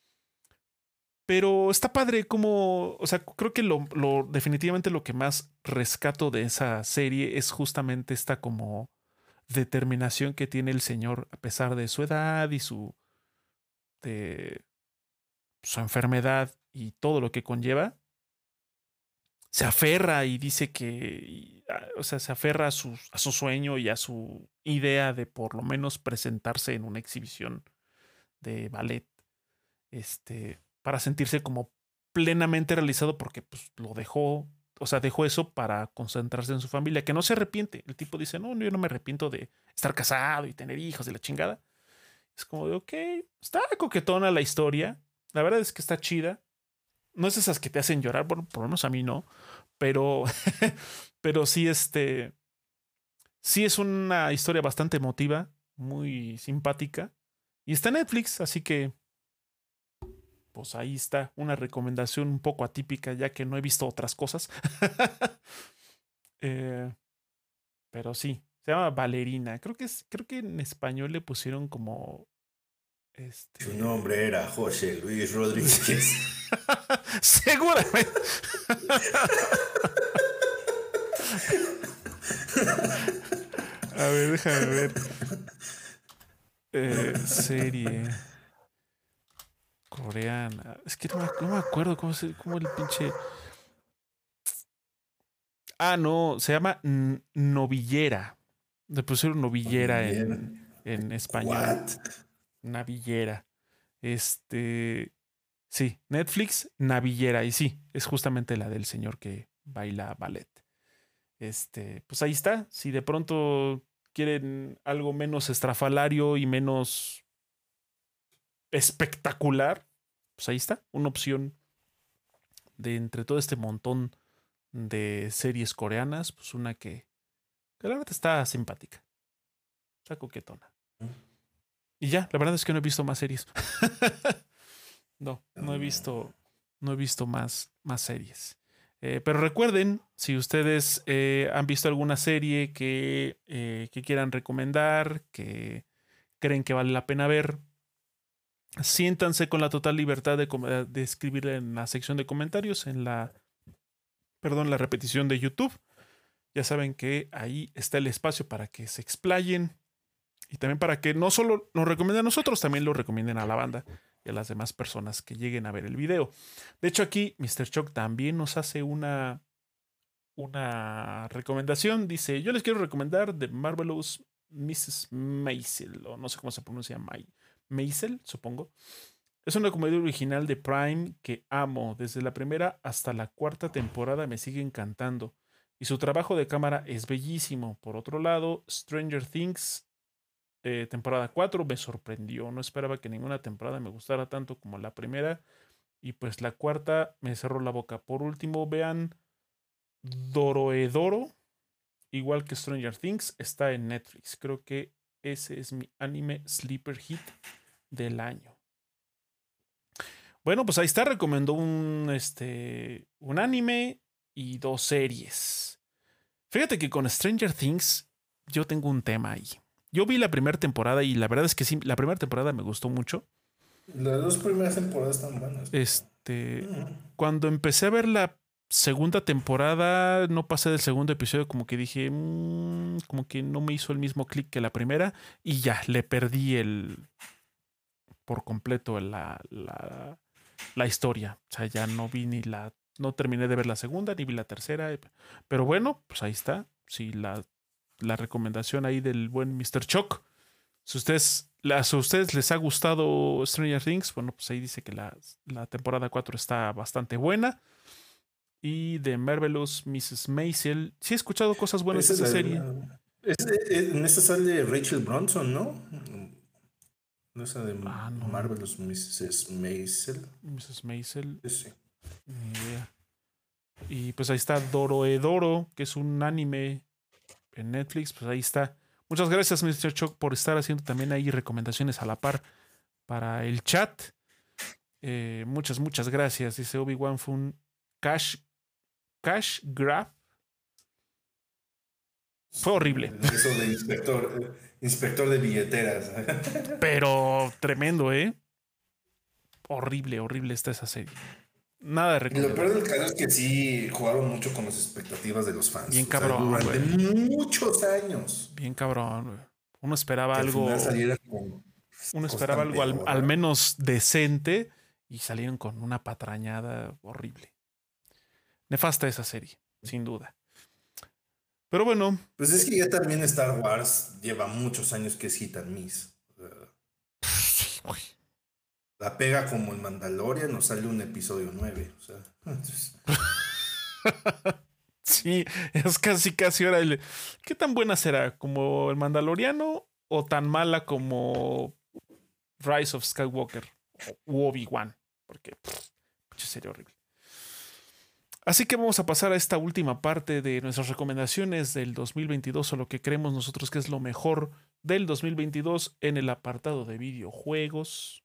Pero está padre como, o sea, creo que definitivamente lo que más rescato de esa serie es justamente esta como determinación que tiene el señor a pesar de su edad y de su enfermedad y todo lo que conlleva. Se aferra y dice o sea, se aferra a su sueño y a su idea de por lo menos presentarse en una exhibición de ballet, para sentirse como plenamente realizado porque pues lo dejó, o sea, dejó eso para concentrarse en su familia, que no se arrepiente. El tipo dice, no, yo no me arrepiento de estar casado y tener hijos de la chingada. Es como de, ok, está coquetona la historia, la verdad es que está chida. No es esas que te hacen llorar, bueno, por lo menos a mí no, pero, pero sí, sí es una historia bastante emotiva, muy simpática. Y está en Netflix, así que pues ahí está una recomendación un poco atípica, ya que no he visto otras cosas. Eh, pero sí, se llama Valerina. Creo que en español le pusieron como Su este. nombre era José Luis Rodríguez. Seguramente. A ver, déjame ver. Serie coreana. Es que no me acuerdo cómo el pinche. No, se llama Novillera. Le pusieron Novillera Bien. en español. What? Navillera. Este. Sí, Netflix, Navillera. Y sí, es justamente la del señor que baila ballet. Pues ahí está. Si de pronto quieren algo menos estrafalario y menos espectacular, pues ahí está. Una opción de entre todo este montón de series coreanas, pues una que la verdad está simpática. Está coquetona. Y ya, la verdad es que no he visto más series. No he visto más series. Pero recuerden, si ustedes han visto alguna serie que quieran recomendar, que creen que vale la pena ver, siéntanse con la total libertad de escribir en la sección de comentarios, la repetición de YouTube. Ya saben que ahí está el espacio para que se explayen y también para que no solo nos recomienden a nosotros, también lo recomienden a la banda y a las demás personas que lleguen a ver el video. De hecho, aquí Mr. Choc también nos hace una recomendación. Dice, yo les quiero recomendar The Marvelous Mrs. Maisel, o no sé cómo se pronuncia, Maisel, supongo. Es una comedia original de Prime que amo. Desde la primera hasta la cuarta temporada me sigue encantando. Y su trabajo de cámara es bellísimo. Por otro lado, Stranger Things, temporada 4 me sorprendió. No esperaba que ninguna temporada me gustara tanto como la primera. Y pues la cuarta me cerró la boca. Por último, vean Dorohedoro, igual que Stranger Things, está en Netflix. Creo que ese es mi anime sleeper hit del año. Bueno, pues ahí está, recomendó un anime y dos series. Fíjate que con Stranger Things yo tengo un tema ahí. Yo vi la primera temporada y la verdad es que sí, la primera temporada me gustó mucho. Las dos primeras temporadas están buenas. Este, Mm. cuando empecé a ver la segunda temporada, no pasé del segundo episodio, como que dije, como que no me hizo el mismo clic que la primera y ya, le perdí por completo la historia. O sea, ya no vi no terminé de ver la segunda, ni vi la tercera. Pero bueno, pues ahí está. Sí, la recomendación ahí del buen Mr. Choc. Si a ustedes les ha gustado Stranger Things, bueno, pues ahí dice que la temporada 4 está bastante buena. Y de Marvelous Mrs. Maisel, sí he escuchado cosas buenas de Esa es esa serie. en esa sale Rachel Bronson, ¿no? No, esa de Ah, no, Marvelous Mrs. Maisel. Mrs. Maisel, Sí. ni idea. Y pues ahí está Dorohedoro, que es un anime en Netflix, pues ahí está. Muchas gracias, Mr. Choc, por estar haciendo también ahí recomendaciones a la par para el chat. Muchas gracias. Dice Obi-Wan fue un cash grab. Fue horrible. Eso de inspector de billeteras. Pero tremendo, ¿eh? Horrible, horrible está esa serie. Nada de Y lo peor recomendable. del caso es que sí jugaron mucho con las expectativas de los Bien fans. O sea, cabrón, durante güey. muchos años. Bien cabrón, güey. Uno esperaba Que al final algo. salieran con Uno cosas esperaba tan algo al pedoras. menos decente y salieron con una patrañada horrible. Nefasta esa serie, sin duda. Pero bueno, Pues es que ya también Star Wars lleva muchos años que es hit and miss. O sea, sí, güey. la pega como el Mandalorian, nos sale un episodio 9. O sea, Sí, es casi ahora ¿qué tan buena será? ¿Como el Mandaloriano o tan mala como Rise of Skywalker u Obi-Wan? Porque sería horrible. Así que vamos a pasar a esta última parte de nuestras recomendaciones del 2022 o lo que creemos nosotros que es lo mejor del 2022 en el apartado de videojuegos.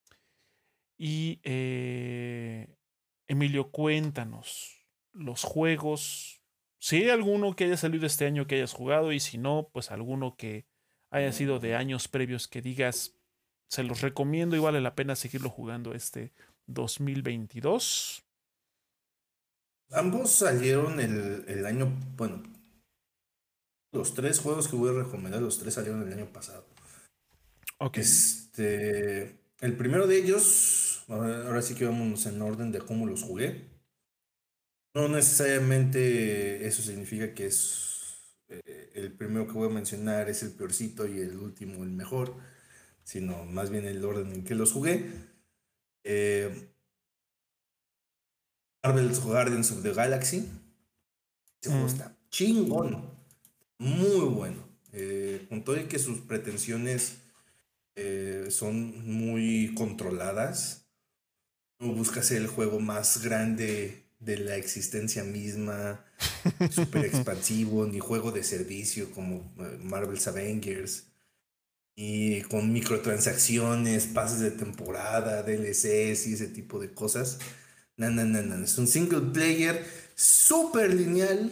Y Emilio, cuéntanos los juegos. Si hay alguno que haya salido este año que hayas jugado y si no, pues alguno que haya sido de años previos que digas, se los recomiendo y vale la pena seguirlo jugando este 2022. ambos salieron el año, bueno, los tres juegos que voy a recomendar, los tres salieron el año pasado. Ok. El primero de ellos, ahora sí que vamos en orden de cómo los jugué. No necesariamente eso significa que es el primero que voy a mencionar es el peorcito y el último el mejor, sino más bien el orden en que los jugué. Eh, Marvel's Guardians of the Galaxy. Ese juego Mm. está chingón, muy bueno. Con todo y que sus pretensiones son muy controladas, no busca ser el juego más grande de la existencia misma, súper expansivo, ni juego de servicio como Marvel's Avengers, y con microtransacciones, pases de temporada, DLCs y ese tipo de cosas. No, no, no, no. Es un single player súper lineal.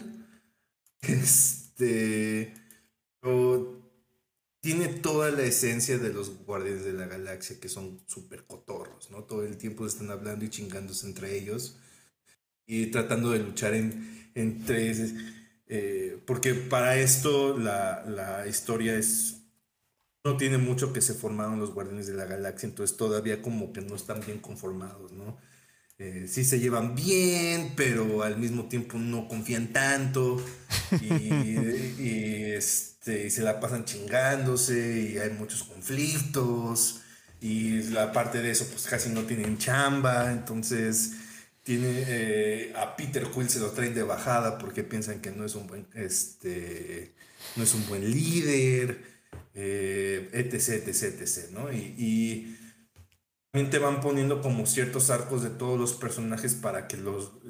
Este. Pero tiene toda la esencia de los Guardianes de la Galaxia, que son súper cotorros, ¿no? Todo el tiempo están hablando y chingándose entre ellos y tratando de luchar entre. Porque para esto la historia es. No tiene mucho que se formaron los Guardianes de la Galaxia, entonces todavía como que no están bien conformados, ¿no? Sí se llevan bien, pero al mismo tiempo no confían tanto y se la pasan chingándose y hay muchos conflictos y la parte de eso pues casi no tienen chamba, entonces a Peter Quill se lo traen de bajada porque piensan que no es un buen no es un buen líder, etc, etc, etc, ¿no? Y también te van poniendo como ciertos arcos de todos los personajes para que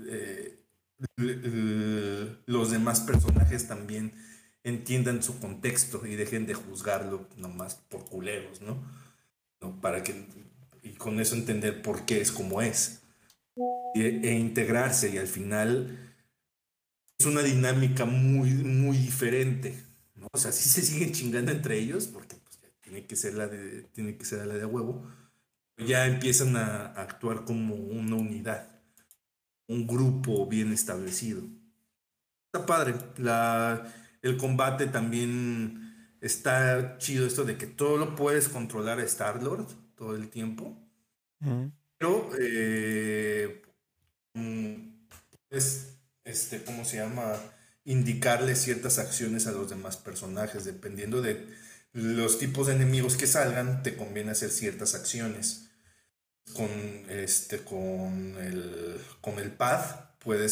los demás personajes también entiendan su contexto y dejen de juzgarlo nomás por culeros, ¿no? ¿No? Y con eso entender por qué es como es. E integrarse y al final es una dinámica muy, muy diferente. ¿no? O sea, sí se siguen chingando entre ellos, porque pues, tiene que ser la de a huevo. Ya empiezan a actuar como una unidad, un grupo bien establecido. Está padre. El combate también está chido esto de que todo lo puedes controlar a Star-Lord todo el tiempo. Ujú. Pero es, ¿cómo se llama? Indicarle ciertas acciones a los demás personajes. Dependiendo de los tipos de enemigos que salgan, te conviene hacer ciertas acciones. Con, con el pad, puedes,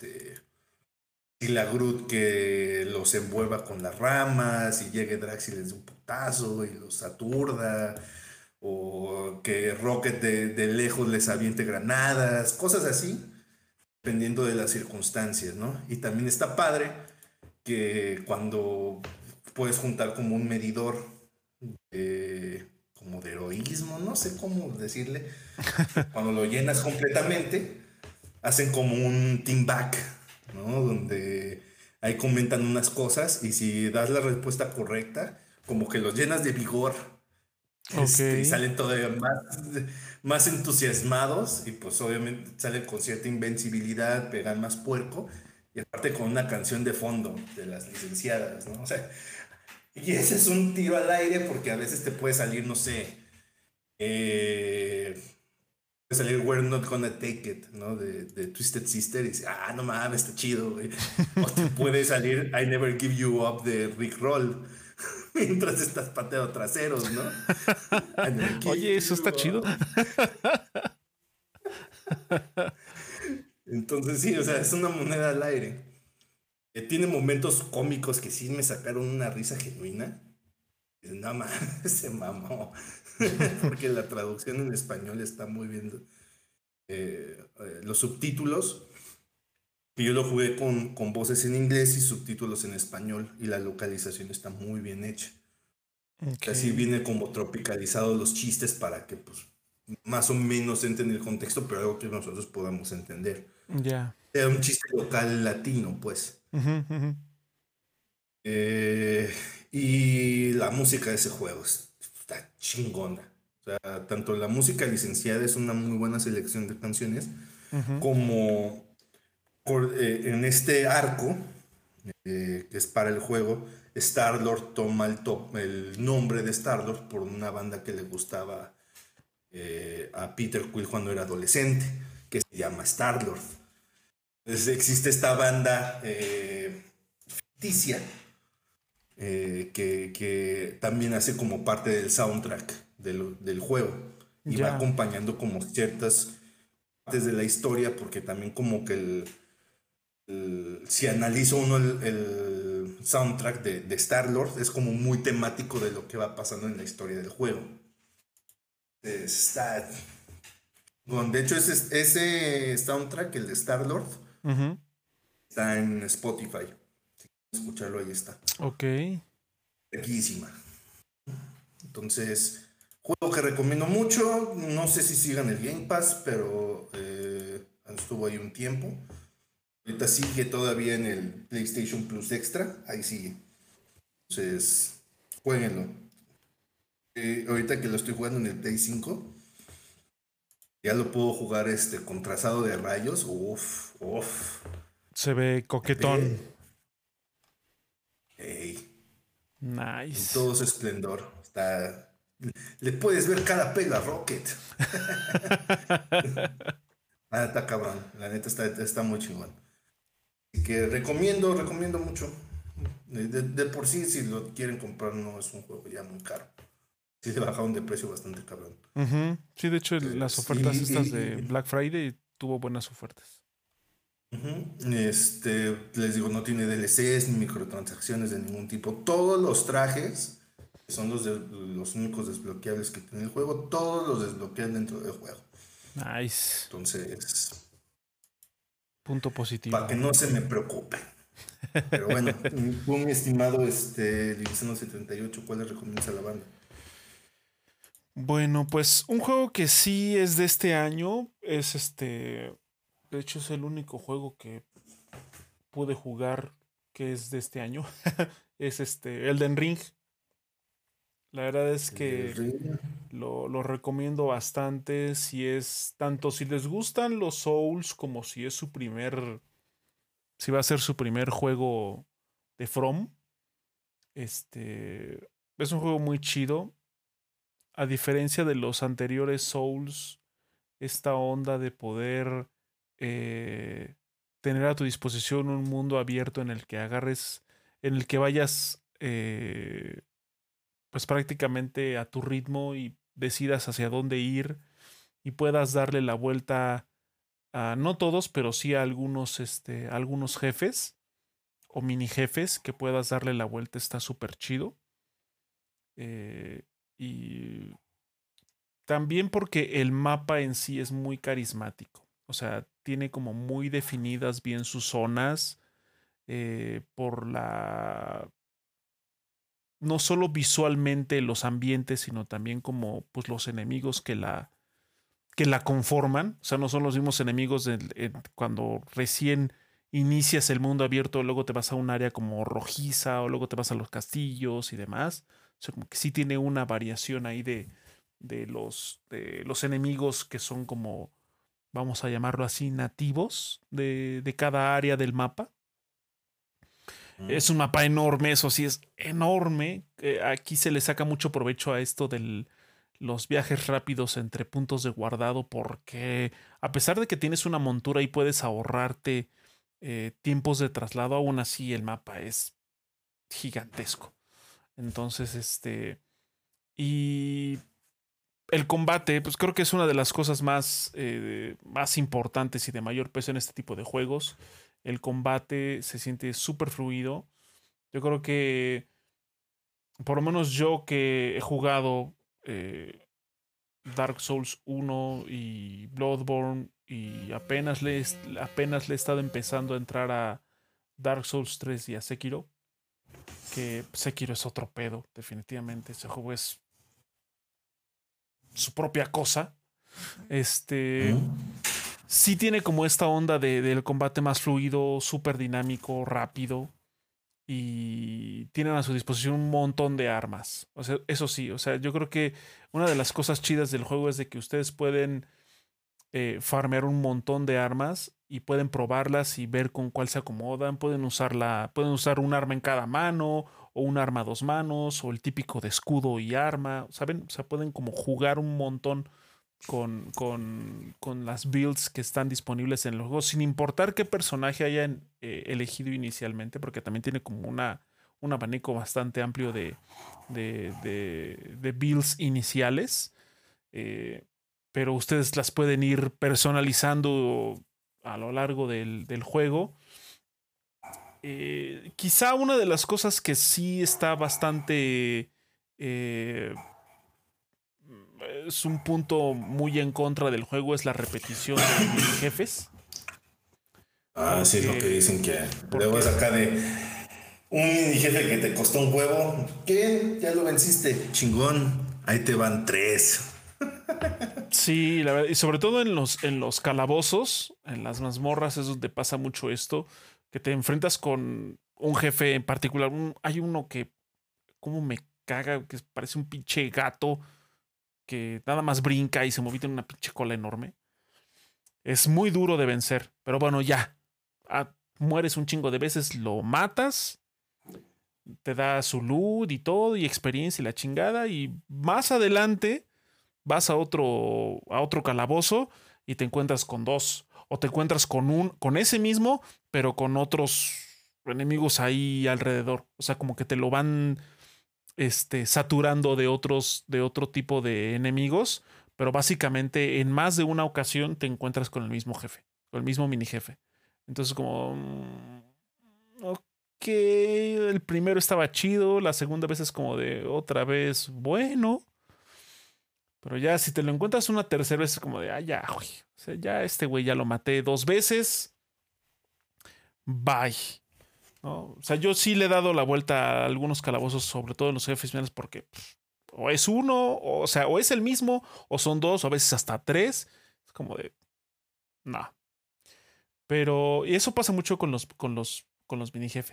y la Groot que los envuelva con las ramas y llegue Drax y les dé un putazo y los aturda, o que Rocket de lejos les aviente granadas, cosas así, dependiendo de las circunstancias, ¿no? Y también está padre que cuando puedes juntar como un medidor como de heroísmo, no sé cómo decirle, que cuando lo llenas completamente, hacen como un team back, ¿no? Donde ahí comentan unas cosas y si das la respuesta correcta, como que los llenas de vigor, Ok. y salen todavía más entusiasmados y pues obviamente salen con cierta invencibilidad, pegan más puerco y aparte con una canción de fondo de las licenciadas, ¿no? O sea, y ese es un tiro al aire porque a veces te puede salir, no sé, puede salir We're Not Gonna Take It, ¿no? De Twisted Sister y dices, ah, no mames, está chido, güey. O te puede salir I Never Give You Up de Rick Roll mientras estás pateando traseros, ¿no? I never give Oye, eso you está chido. up. Entonces sí, o sea, es una moneda al aire. Tiene momentos cómicos que sí me sacaron una risa genuina. No mames, se mamó. Porque la traducción en español está muy bien. Los subtítulos, que yo lo jugué con voces en inglés y subtítulos en español, y la localización está muy bien hecha. Ok, Así viene como tropicalizados los chistes para que pues más o menos entren el contexto, pero algo que nosotros podamos entender. ya. Era un chiste local latino, pues. Ujú, ujú. Eh, y la música de ese juego está chingona. O sea, tanto la música licenciada es una muy buena selección de canciones, Ujú. como en este arco, que es para el juego, Star-Lord toma el nombre de Star-Lord por una banda que le gustaba a Peter Quill cuando era adolescente, que se llama Star-Lord. Entonces existe esta banda ficticia que también hace como parte del soundtrack del juego y va Ya. acompañando como ciertas partes de la historia porque también como que si analiza uno el soundtrack de Star-Lord es como muy temático de lo que va pasando en la historia del juego. Está, bueno, de hecho ese soundtrack, el de Star-Lord, Ujú. está en Spotify. Escucharlo, ahí está. Ok. Riquísima. Entonces, juego que recomiendo mucho. No sé si sigan el Game Pass, pero estuvo ahí un tiempo. Ahorita sigue todavía en el PlayStation Plus Extra. Ahí sigue. Entonces, jueguenlo. Ahorita que lo estoy jugando en el Play 5, ya lo puedo jugar con trazado de rayos. Uf, uf. Se ve coquetón. Ve, ey, en Nice. todo su esplendor. Le puedes ver cada pelo a Rocket. Ah, está cabrón. La neta está muy chingón. Así que recomiendo mucho. De por sí, si lo quieren comprar, no es un juego ya muy caro. Sí se bajaron de precio bastante cabrón. Ujú. Sí, de hecho, las Entonces, ofertas estas de Black Friday tuvo buenas ofertas. ujú, les digo, no tiene DLCs ni microtransacciones de ningún tipo. Todos los trajes, que son los únicos desbloqueables que tiene el juego, todos los desbloquean dentro del juego. Nice. Entonces, Punto para que positivo. no se me preocupen. Pero bueno, tú, mi estimado Divisano 78, ¿cuál le recomiendas a la banda? Bueno, pues un juego que sí es de este año es de hecho es el único juego que pude jugar que es de este año, es Elden Ring. La verdad es El del que ring. lo recomiendo bastante. Si es tanto si les gustan los Souls como si es su primer, si va a ser su primer juego de From. Es un juego muy chido. A diferencia de los anteriores Souls, esta onda de poder eh, tener a tu disposición un mundo abierto en el que agarres, en el que vayas pues prácticamente a tu ritmo y decidas hacia dónde ir y puedas darle la vuelta a no todos, pero sí a algunos jefes o mini jefes que puedas darle la vuelta está súper chido. Y también porque el mapa en sí es muy carismático. O sea, tiene como muy definidas bien sus zonas por la... No solo visualmente los ambientes, sino también como pues, los enemigos que la conforman. O sea, no son los mismos enemigos cuando recién inicias el mundo abierto, luego te vas a un área como rojiza o luego te vas a los castillos y demás. O sea, como que sí tiene una variación ahí de los enemigos que son como, vamos a llamarlo así, nativos de cada área del mapa. Es un mapa enorme, eso sí es enorme. Aquí se le saca mucho provecho a esto de los viajes rápidos entre puntos de guardado porque a pesar de que tienes una montura y puedes ahorrarte tiempos de traslado, aún así el mapa es gigantesco. Entonces, y el combate, pues creo que es una de las cosas más importantes y de mayor peso en este tipo de juegos. El combate se siente súper fluido. Yo creo que, por lo menos yo que he jugado Dark Souls 1 y Bloodborne y apenas le he estado empezando a entrar a Dark Souls 3 y a Sekiro, que Sekiro es otro pedo, definitivamente. Ese juego es su propia cosa. Este sí tiene como esta onda del combate más fluido, súper dinámico, rápido. Y tienen a su disposición un montón de armas. O sea, eso sí, o sea, yo creo que una de las cosas chidas del juego es de que ustedes pueden farmear un montón de armas y pueden probarlas y ver con cuál se acomodan. Pueden usar un arma en cada mano, o un arma a dos manos, o el típico de escudo y arma. ¿Saben? O sea, pueden como jugar un montón con las builds que están disponibles en el juego, sin importar qué personaje hayan elegido inicialmente, porque también tiene como un abanico bastante amplio de builds iniciales. eh, pero ustedes las pueden ir personalizando a lo largo del juego. Quizá una de las cosas que sí está bastante es un punto muy en contra del juego es la repetición de jefes. Sí, es lo que Porque, dicen que luego es porque acá de un mini jefe que te costó un huevo. ¿Qué? Ya lo venciste. Chingón. Ahí te van tres. sí, la verdad, y sobre todo en los calabozos, en las mazmorras es donde pasa mucho esto, que te enfrentas con un jefe en particular. Hay uno que, como me caga, que parece un pinche gato que nada más brinca y se movita en una pinche cola enorme. Es muy duro de vencer, pero bueno, ya. Mueres un chingo de veces, lo matas, te da su loot y todo, y experiencia y la chingada, y más adelante vas a otro calabozo y te encuentras con dos, o te encuentras con ese mismo, pero con otros enemigos ahí alrededor. O sea, como que te lo van saturando de otro tipo de enemigos, pero básicamente en más de una ocasión te encuentras con el mismo jefe, con el mismo mini jefe. Entonces como, ok, el primero estaba chido, la segunda vez es como de otra vez, bueno, pero ya si te lo encuentras una tercera vez es como de, ya, güey, o sea, ya este güey ya lo maté dos veces, bye. ¿No? O sea, yo sí le he dado la vuelta a algunos calabozos, sobre todo en los jefes finales, porque o es uno, o sea, o es el mismo, o son dos, o a veces hasta tres. Es como de, no. Pero y eso pasa mucho con los mini jefes.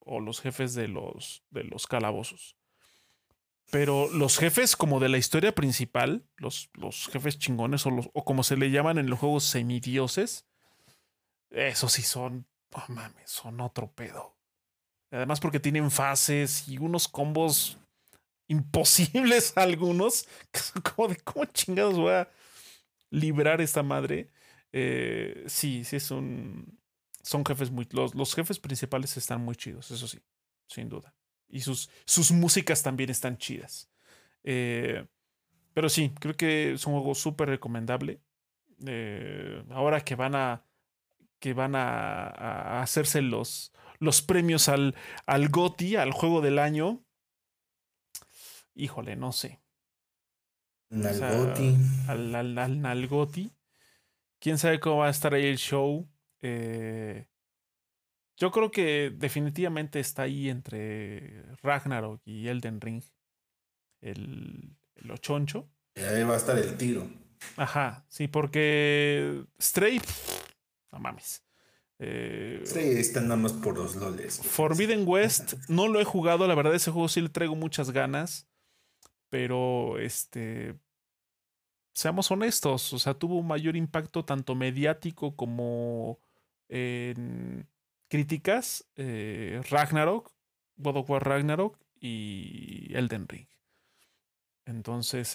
o los jefes de los calabozos. Pero los jefes como de la historia principal, los jefes chingones o como se le llaman en los juegos semidioses, esos sí son, oh, mames, son otro pedo. Además porque tienen fases y unos combos imposibles algunos, que son como de cómo chingados voy a librar esta madre. Sí, sí son jefes muy... Los jefes principales están muy chidos, eso sí, sin duda. Y sus músicas también están chidas. Eh, pero sí, creo que es un juego súper recomendable. Ahora que van a hacerse los premios al GOTY, al juego del año, híjole, no sé. O Nalgoti. sea, al GOTY. Quién sabe cómo va a estar ahí el show. Eh, yo creo que definitivamente está ahí entre Ragnarok y Elden Ring. El ochoncho. Ahí va a estar el tiro. Ajá, sí, porque Stray, no mames. Sí, están nada más por los loles, güey. Forbidden West no lo he jugado, la verdad ese juego sí le traigo muchas ganas, pero seamos honestos, o sea, tuvo un mayor impacto tanto mediático como en críticas, Ragnarok, God of War Ragnarok y Elden Ring. Entonces,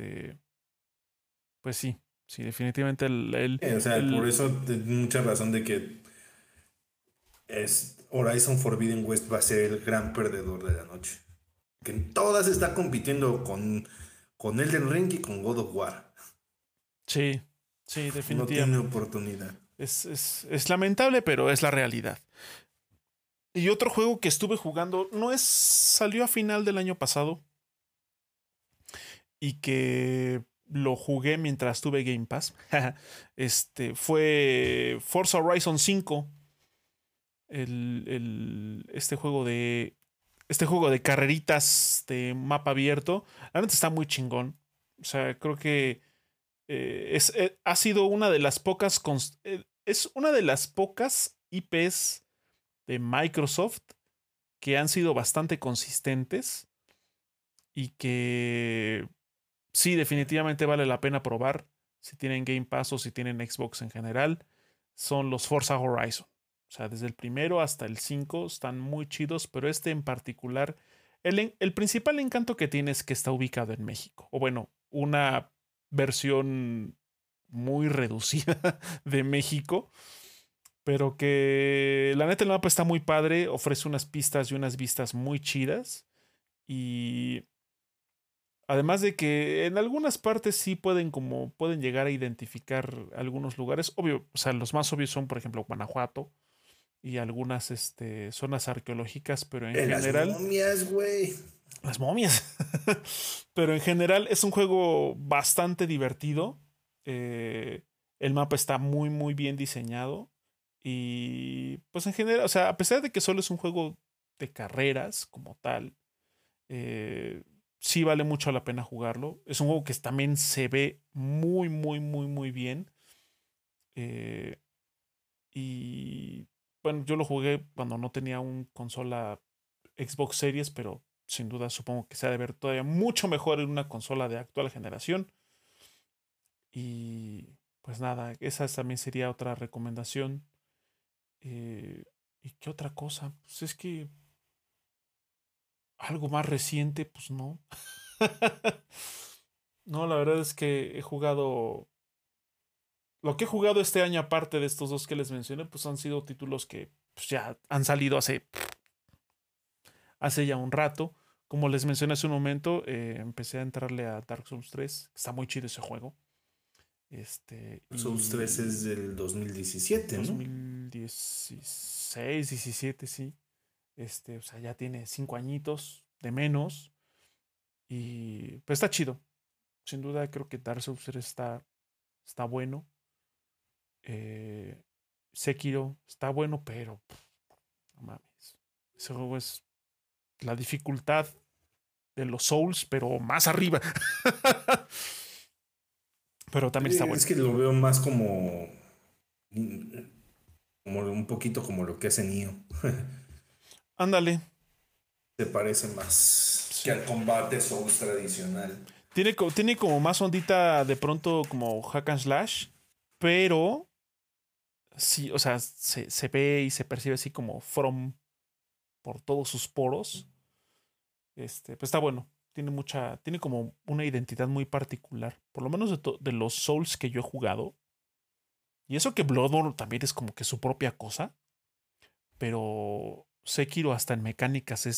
pues sí, sí, definitivamente O sea, por eso mucha razón de que Horizon Forbidden West va a ser el gran perdedor de la noche. Que en todas está compitiendo con Elden Ring y con God of War. sí, sí, No tiene definitivamente. oportunidad. Es lamentable, pero es la realidad. Y otro juego que estuve jugando, salió a final del año pasado y que lo jugué mientras tuve Game Pass. Fue Forza Horizon 5. Este juego de carreritas de mapa abierto. La neta está muy chingón. O sea, creo que ha sido una de las pocas. Es una de las pocas IPs de Microsoft que han sido bastante consistentes y que sí, definitivamente vale la pena probar si tienen Game Pass o si tienen Xbox en general. Son los Forza Horizon. O sea, desde el primero hasta el 5 están muy chidos, pero este en particular, el principal encanto que tiene es que está ubicado en México. O bueno, una versión muy reducida de México, pero que la neta el mapa está muy padre, ofrece unas pistas y unas vistas muy chidas. Y además de que en algunas partes sí pueden llegar a identificar algunos lugares. Obvio, o sea, los más obvios son, por ejemplo, Guanajuato y algunas zonas arqueológicas, pero en En las general, momias, güey. las momias. Pero en general es un juego bastante divertido. Eh, el mapa está muy, muy bien diseñado. Y pues en general, o sea, a pesar de que solo es un juego de carreras como tal, eh, sí vale mucho la pena jugarlo. Es un juego que también se ve muy, muy, muy, muy bien. Eh, y bueno, yo lo jugué cuando no tenía un consola Xbox Series, pero sin duda supongo que se ha de ver todavía mucho mejor en una consola de actual generación. Y pues nada, esa también sería otra recomendación. Eh, ¿Y qué otra cosa? Pues es que algo más reciente, pues no. No, la verdad es que he jugado. Lo que he jugado este año, aparte de estos dos que les mencioné, pues han sido títulos que pues, ya han salido hace ya un rato. Como les mencioné hace un momento, empecé a entrarle a Dark Souls 3. Está muy chido ese juego. Souls 3 es Y del 2017, ¿no? 2016, 17, sí. O sea, ya tiene 5 añitos de menos. Y pues está chido. Sin duda creo que Dark Souls 3 está bueno. Eh, Sekiro está bueno, pero no mames. Ese juego es la dificultad de los Souls, pero más arriba. Pero también está Es bueno. que lo veo más como un poquito como lo que hace Nioh. Ándale. Se parece más que Sí. al combate Souls tradicional. Tiene como más ondita de pronto como hack and slash, pero sí, o sea, se ve y se percibe así como From por todos sus poros. Pues está bueno. Tiene como una identidad muy particular. Por lo menos de los Souls que yo he jugado. Y eso que Bloodborne también es como que su propia cosa. Pero Sekiro hasta en mecánicas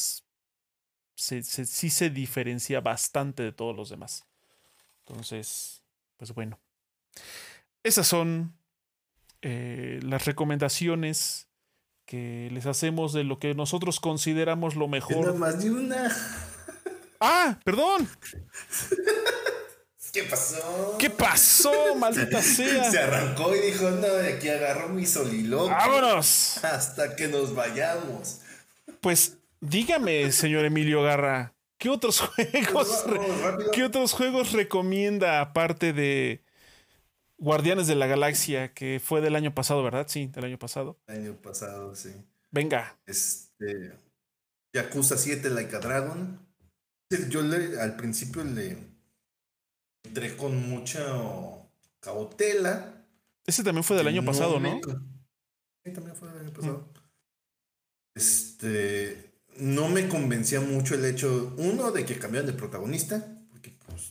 sí se diferencia bastante de todos los demás. Entonces, pues bueno. Esas son las recomendaciones que les hacemos de lo que nosotros consideramos lo Es nada mejor. más de una. ¡Ah! ¡Perdón! ¿Qué pasó? ¿Qué pasó? ¡Maldita Se sea! arrancó y dijo, no, de aquí agarro mi soliloquio ¡Vámonos! hasta que nos vayamos. Pues dígame, señor Emilio Garra, ¿qué otros Pues juegos, vamos qué rápido. otros juegos recomienda aparte de Guardianes de la Galaxia, que fue del año pasado, ¿verdad? Sí, del año pasado. El año pasado, sí. Venga. Este, Yakuza 7 Like a Dragon. Al principio le entré con mucha cautela. Ese también fue del Que año no pasado, me... ¿no? Sí, también fue el año Mm. pasado. No me convencía mucho el hecho, uno, de que cambiaran de protagonista, porque pues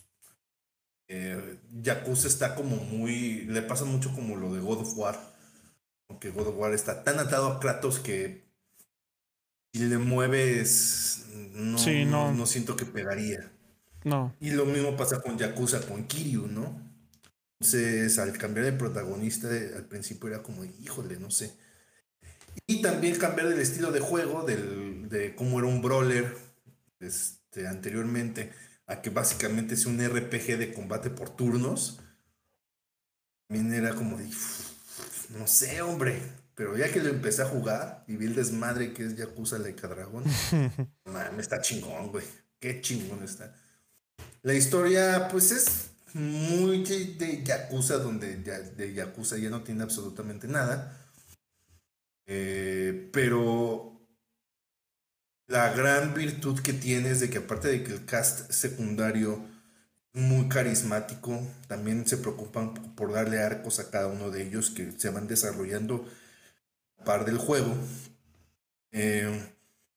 Yakuza está como muy, le pasa mucho como lo de God of War, aunque God of War está tan atado a Kratos que si le mueves, Sí, no, no siento que pegaría. no. Y lo mismo pasa con Yakuza, con Kiryu, ¿no? Entonces, al cambiar de protagonista, al principio era como, híjole, no sé. Y también cambiar del estilo de juego, de cómo era un brawler anteriormente, a que básicamente es un RPG de combate por turnos. También era como de, no sé, hombre. Pero ya que lo empecé a jugar y vi el desmadre que es Yakuza Like a Dragon, man, está chingón, güey. Qué chingón está. La historia, pues es muy de Yakuza, donde de Yakuza ya no tiene absolutamente nada. Pero la gran virtud que tiene es de que aparte de que el cast secundario es muy carismático, también se preocupan por darle arcos a cada uno de ellos que se van desarrollando a par del juego. Eh,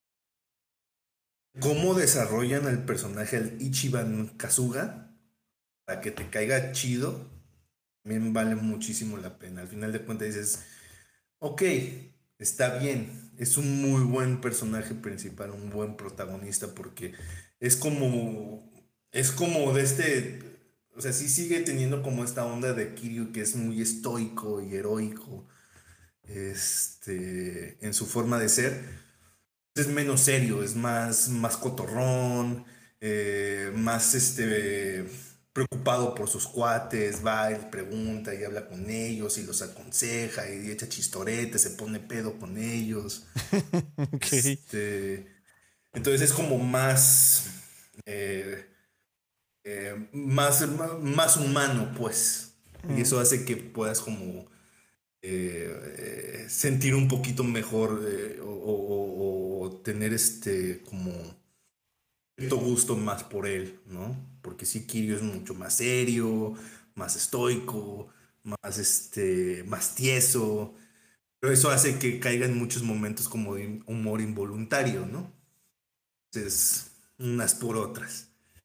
Cómo desarrollan el personaje, el Ichiban Kazuga, para que te caiga chido, también vale muchísimo la pena. Al final de cuentas dices, ok, está bien, es un muy buen personaje principal, un buen protagonista, porque es como, es como o sea, sí sigue teniendo como esta onda de Kiryu que es muy estoico y heroico, en su forma de ser. Es menos serio, es más cotorrón, más preocupado por sus cuates, va y pregunta y habla con ellos y los aconseja y echa chistoretes, se pone pedo con ellos. Ok. Este, entonces es como eh, más humano, pues. Y Mm, eso hace que puedas como sentir un poquito mejor o tener como cierto gusto más por él, ¿no? Porque sí, Kirio es mucho más serio, más estoico, más tieso, pero eso hace que caiga en muchos momentos como de humor involuntario, ¿no? Entonces, unas por otras.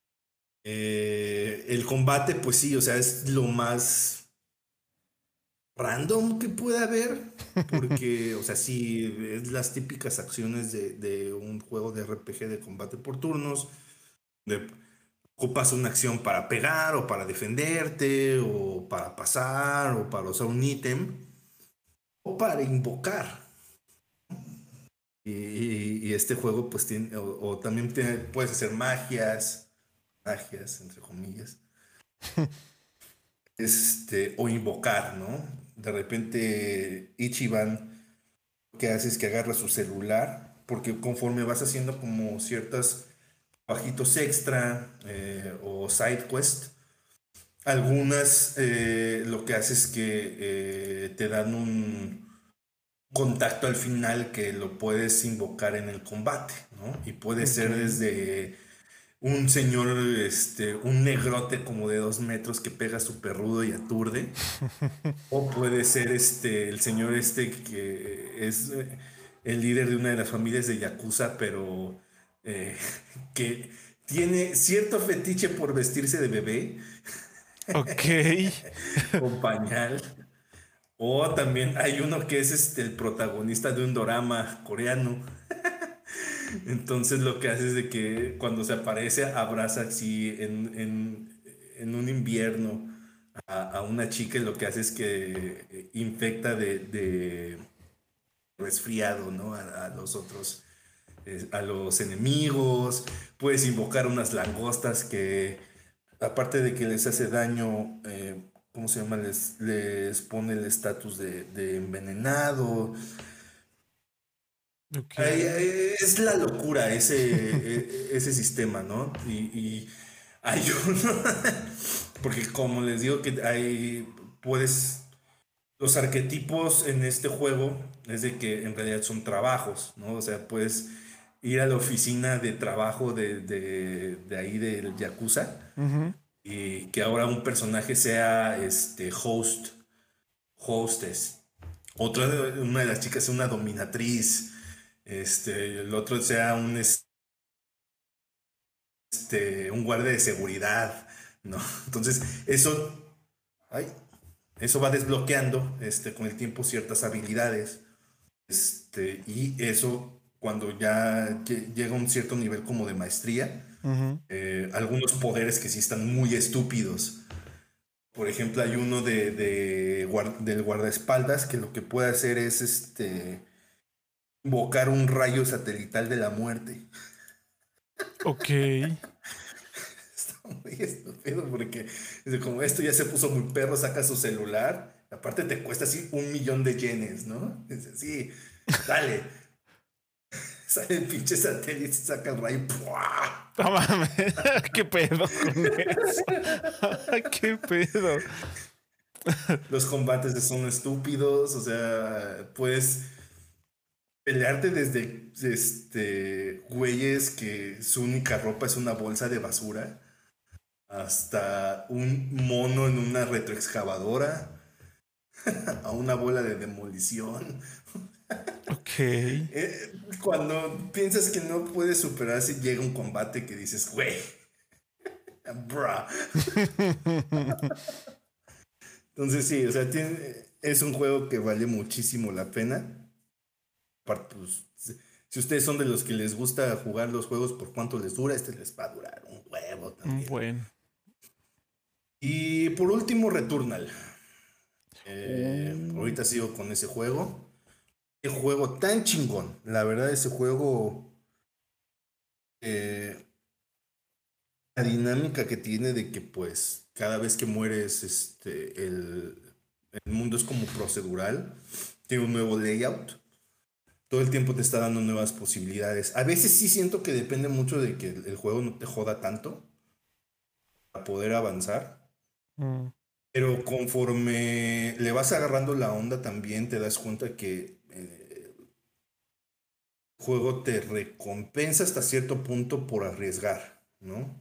El combate, pues sí, o sea, es lo más random que pueda haber, porque, o sea, sí, es las típicas acciones de un juego de RPG de combate por turnos, de ocupas una acción para pegar o para defenderte o para pasar o para usar un ítem o para invocar. Y este juego pues tiene, o también puedes hacer magias, entre comillas, o invocar, ¿no? De repente Ichiban lo que hace es que agarra su celular, porque conforme vas haciendo como ciertas bajitos extra o side quest, algunas lo que hace es que te dan contacto al final que lo puedes invocar en el combate, ¿no? Y puede ser Ok. desde un señor, un negrote como de 2 metros que pega súper rudo y aturde, o puede ser el señor que es el líder de una de las familias de Yakuza, pero eh, que tiene cierto fetiche por vestirse de bebé Ok. con pañal. O también hay uno que es el protagonista de un dorama coreano. Entonces lo que hace es de que cuando se aparece abraza así en un invierno a una chica y lo que hace es que infecta de resfriado, ¿no? A los otros, a los enemigos. Puedes invocar unas langostas que, aparte de que les hace daño, ¿cómo se llama? Les pone el estatus de envenenado. Ok. Es la locura ese sistema, ¿no? Y hay uno, porque como les digo que puedes, los arquetipos en este juego es de que en realidad son trabajos, ¿no? O sea, puedes ir a la oficina de trabajo de ahí del Yakuza Ujú. y que ahora un personaje sea hostess. Una de las chicas sea una dominatriz. El otro sea un guardia de seguridad, ¿no? Entonces, ay, eso va desbloqueando, con el tiempo ciertas habilidades, y eso cuando ya llega a un cierto nivel como de maestría, Ujú. algunos poderes que sí están muy estúpidos. Por ejemplo, hay uno del guardaespaldas que lo que puede hacer es invocar un rayo satelital de la muerte. Ok. Está muy estúpido porque como esto ya se puso muy perro, saca su celular, aparte te cuesta así 1 millón de yenes, ¿no? Dice, sí, dale, sale el pinche satélite, saca el rayo, ¡pua! No mames. ¿Qué pedo con eso? ¿Qué pedo? Los combates son estúpidos, o sea, puedes pelearte desde güeyes que su única ropa es una bolsa de basura hasta un mono en una retroexcavadora, a una bola de demolición. Ok. Cuando piensas que no puedes superarse, llega un combate que dices, güey, bruh. Entonces sí, o sea, es un juego que vale muchísimo la pena. Aparte, pues, si ustedes son de los que les gusta jugar los juegos por cuánto les dura, este les va a durar un huevo también. Bueno. Y por último, Returnal. Uh, Ahorita sigo con ese juego. Qué juego tan chingón. La verdad, ese juego, eh, la dinámica que tiene de que pues cada vez que mueres, el mundo es como procedural, tiene un nuevo layout, todo el tiempo te está dando nuevas posibilidades. A veces sí siento que depende mucho de que el juego no te joda tanto para poder avanzar, mm, pero conforme le vas agarrando la onda también te das cuenta que el juego te recompensa hasta cierto punto por arriesgar, ¿no?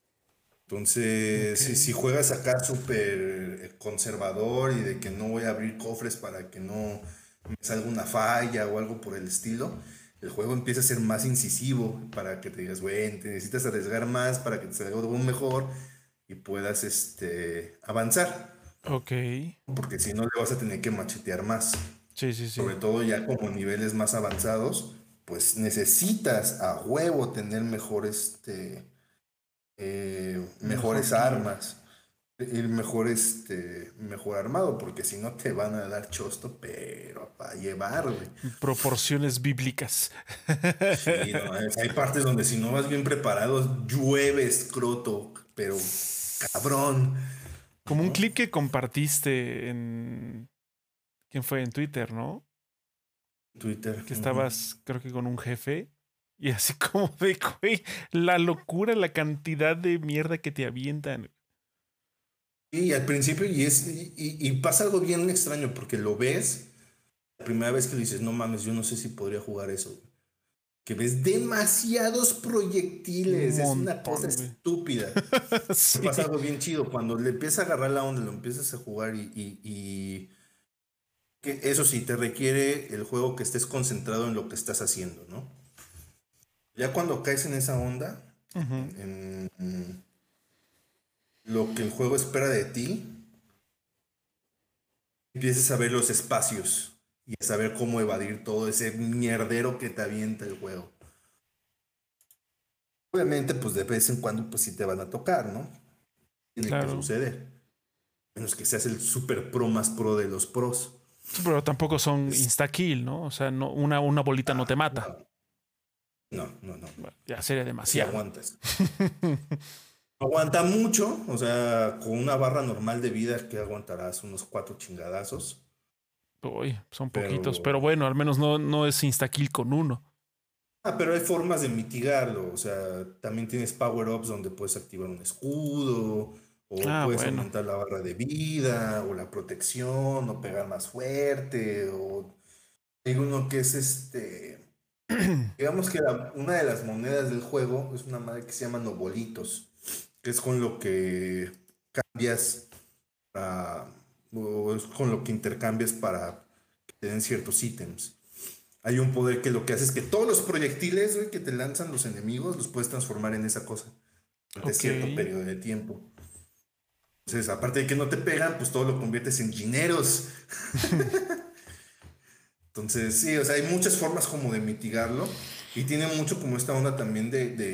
ok. Entonces, si juegas acá súper conservador y de que no voy a abrir cofres para que no me salga una falla o algo por el estilo, el juego empieza a ser más incisivo para que te digas, güey, te necesitas arriesgar más para que te salga algo mejor y puedas avanzar, Ok. porque si no le vas a tener que machetear más. Sí, sí, Sobre sí. todo ya como niveles más avanzados, pues necesitas a huevo tener Mejor mejores gear. armas, ir mejor, mejor armado, porque si no te van a dar chosto, pero para llevar, güey. Proporciones bíblicas. Sí, no, hay partes donde si no vas bien preparado, llueve escroto, pero cabrón, Como un ¿no? clip que compartiste en... ¿Quién fue? En Twitter, ¿no? Twitter. Que Ujú. estabas, creo que con un jefe. Y así como de, güey, la locura, la cantidad de mierda que te avientan. Y al principio, y pasa algo bien extraño, porque lo ves. La primera vez que lo dices, no mames, yo no sé si podría jugar eso. Que ves demasiados Un proyectiles, es una cosa montón, güey. estúpida. Me Sí, pasa algo bien chido, cuando le empiezas a agarrar la onda, lo empiezas a jugar y que eso sí, te requiere el juego que estés concentrado en lo que estás haciendo, ¿no? Ya cuando caes en esa onda, ujú, en lo que el juego espera de ti, empiezas a ver los espacios y a saber cómo evadir todo ese mierdero que te avienta el juego. Obviamente, pues de vez en cuando, pues sí te van a tocar, ¿no? Tiene que claro. suceder. Menos que seas el super pro más pro de los pros. Sí, pero tampoco son Es- insta-kill, ¿no? O sea, no, una bolita no te mata. no, no. Bueno, ya sería Así demasiado. aguantas. Aguanta mucho, o sea, con una barra normal de vida que aguantarás unos 4 chingadazos. Uy, son poquitos, pero Pero, bueno, al menos no es insta-kill con uno. pero hay formas de mitigarlo. O sea, también tienes power-ups donde puedes activar un escudo, o Ah, puedes bueno. aumentar la barra de vida, o la protección, o pegar más fuerte, o hay uno que es digamos que una de las monedas del juego es una madre que se llama nobolitos, que es con lo que cambias, ah, o es con lo que intercambias para que te den ciertos ítems. Hay un poder que lo que hace es que todos los proyectiles, güey, que te lanzan los enemigos los puedes transformar en esa cosa durante Ok. cierto periodo de tiempo. Entonces, aparte de que no te pegan, pues todo lo conviertes en gineros. Entonces, sí, o sea, hay muchas formas como de mitigarlo y tiene mucho como esta onda también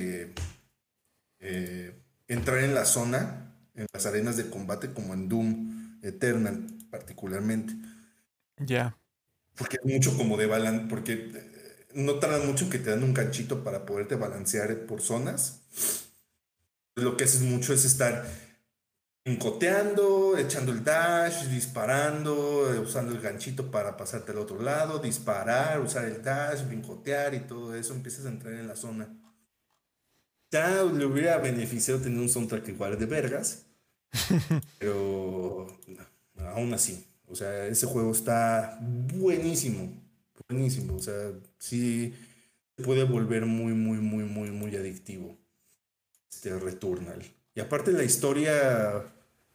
de entrar en la zona, en las arenas de combate, como en Doom Eternal particularmente. Ya. Porque es mucho como de balance, porque no tardan mucho que te dan un ganchito para poderte balancear por zonas. Lo que haces mucho es estar encoteando, echando el dash, disparando, usando el ganchito para pasarte al otro lado, disparar, usar el dash, brincotear y todo eso. Empiezas a entrar en la zona. Ya le hubiera beneficiado tener un soundtrack igual de vergas, pero aún así, o sea, ese juego está buenísimo, buenísimo, o sea, sí se puede volver muy adictivo, Returnal. Y aparte la historia,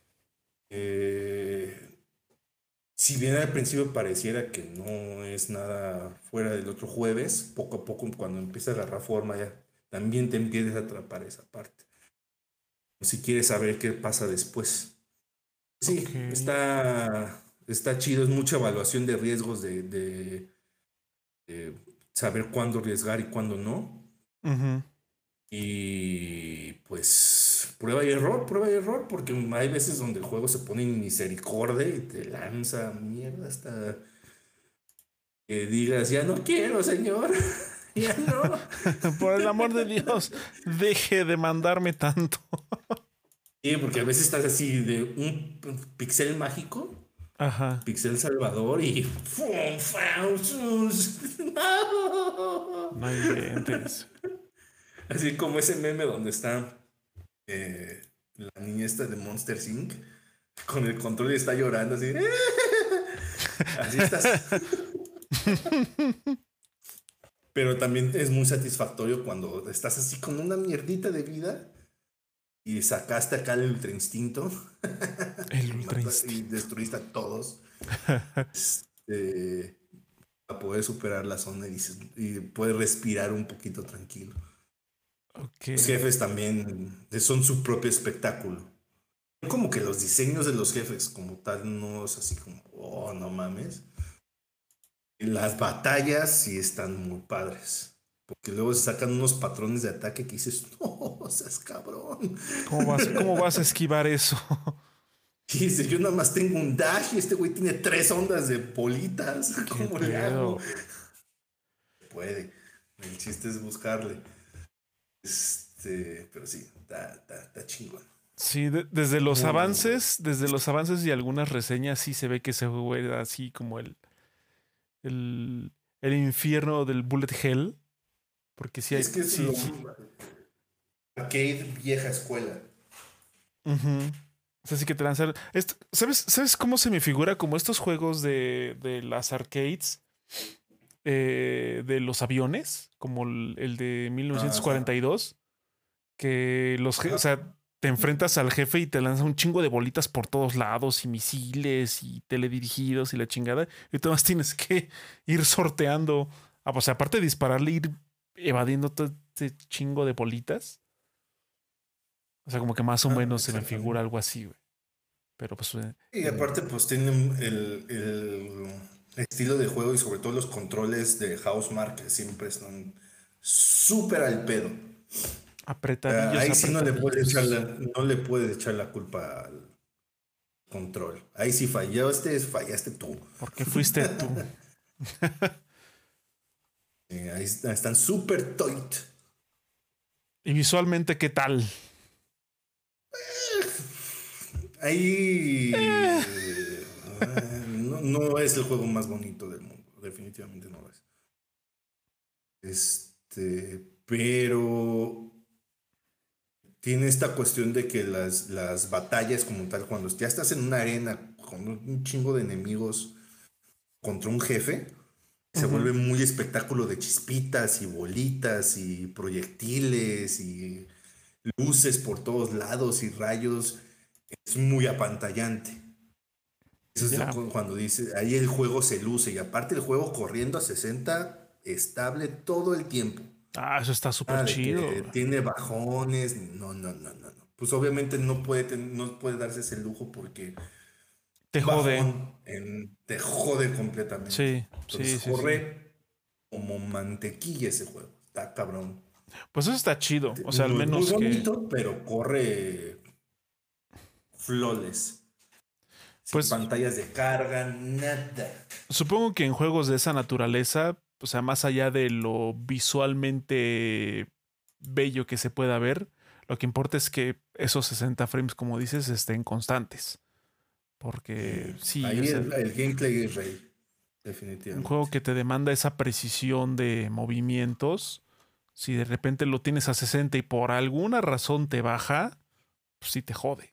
eh, si bien al principio pareciera que no es nada fuera del otro jueves, poco a poco cuando empieza a agarrar forma ya también te empiezas a atrapar esa parte. Si quieres saber qué pasa después. Ok. Sí, está chido, es mucha evaluación de riesgos de saber cuándo arriesgar y cuándo no. Ujú. Y pues prueba y error, porque hay veces donde el juego se pone en misericordia y te lanza mierda hasta que digas, ya no quiero, señor, ya no. Por el amor de Dios, deje de mandarme tanto. Sí, porque a veces estás así de un pixel mágico. Ajá. Pixel Salvador y ¡fum! ¡fam! ¡sus! ¡No! No inventes. Así como ese meme donde está la niña esta de Monster Inc. Con el control y está llorando así. Así estás. Pero también es muy satisfactorio cuando estás así con una mierdita de vida y sacaste acá el ultra instinto El ultra y instinto. destruiste a todos. eh, para poder superar la zona y puedes respirar un poquito tranquilo. Ok. Los jefes también son su propio espectáculo. Como que los diseños de los jefes como tal no es así como, oh, no mames. Las batallas sí están muy padres. Porque luego se sacan unos patrones de ataque que dices, no, seas cabrón. Cómo vas a esquivar eso? Y dice, yo nada más tengo un dash y este güey tiene 3 ondas de bolitas. ¿Qué ¿Cómo le hago? pedo? Puede. El chiste es buscarle. Pero sí, está chingón. Sí, Muy bueno. desde los avances y algunas reseñas sí se ve que se juega así como el, el infierno del Bullet Hell. Porque sí Y es hay, que es sí, lo sí. arcade vieja escuela. Ujú. sea, sí que te lanzan. ¿Sabes cómo se me figura? Como estos juegos de las arcades de los aviones, como el de Ajá, 1942, que o ajá. sea, te enfrentas al jefe y te lanza un chingo de bolitas por todos lados y misiles y teledirigidos y la chingada. Y tú más tienes que ir sorteando. O sea, aparte de dispararle, ir evadiendo todo este chingo de bolitas. O sea, como que más o Ajá, menos se me figura exactamente. algo así, güey. Pero pues Y aparte, pues tienen el estilo de juego y sobre todo los controles de Housemarque que siempre están súper al pedo. apretadillos, Ahí sí apretadillos. no le puedes echar la culpa al control. Ahí sí fallaste tú. ¿Por qué fuiste tú? Están súper tight. Y visualmente, ¿qué tal? Ahí Eh, no es el juego más bonito del mundo. Definitivamente no lo es. Pero tiene esta cuestión de que las batallas como tal, cuando ya estás en una arena con un chingo de enemigos contra un jefe, se ujú. vuelve muy espectáculo de chispitas y bolitas y proyectiles y luces por todos lados y rayos. Es muy apantallante. Eso es Ya. cuando dice, ahí el juego se luce y aparte el juego corriendo a 60 estable todo el tiempo. Eso está súper Ah, de chido, que güey. tiene bajones, no. Pues obviamente no puede darse ese lujo porque Te un jode. te jode completamente. Sí, Entonces sí, sí, sí. corre como mantequilla ese juego. Está cabrón. Pues eso está chido. O sea, al No es muy menos que. bonito, pero corre flawless. Sin Pues pantallas de carga, nada. supongo que en juegos de esa naturaleza, o sea, más allá de lo visualmente bello que se pueda ver, lo que importa es que esos 60 frames, como dices, estén constantes. Porque sí, o Ahí sea, el gameplay es rey, un definitivamente. juego que te demanda esa precisión de movimientos, si de repente lo tienes a 60 y por alguna razón te baja, pues sí te jode.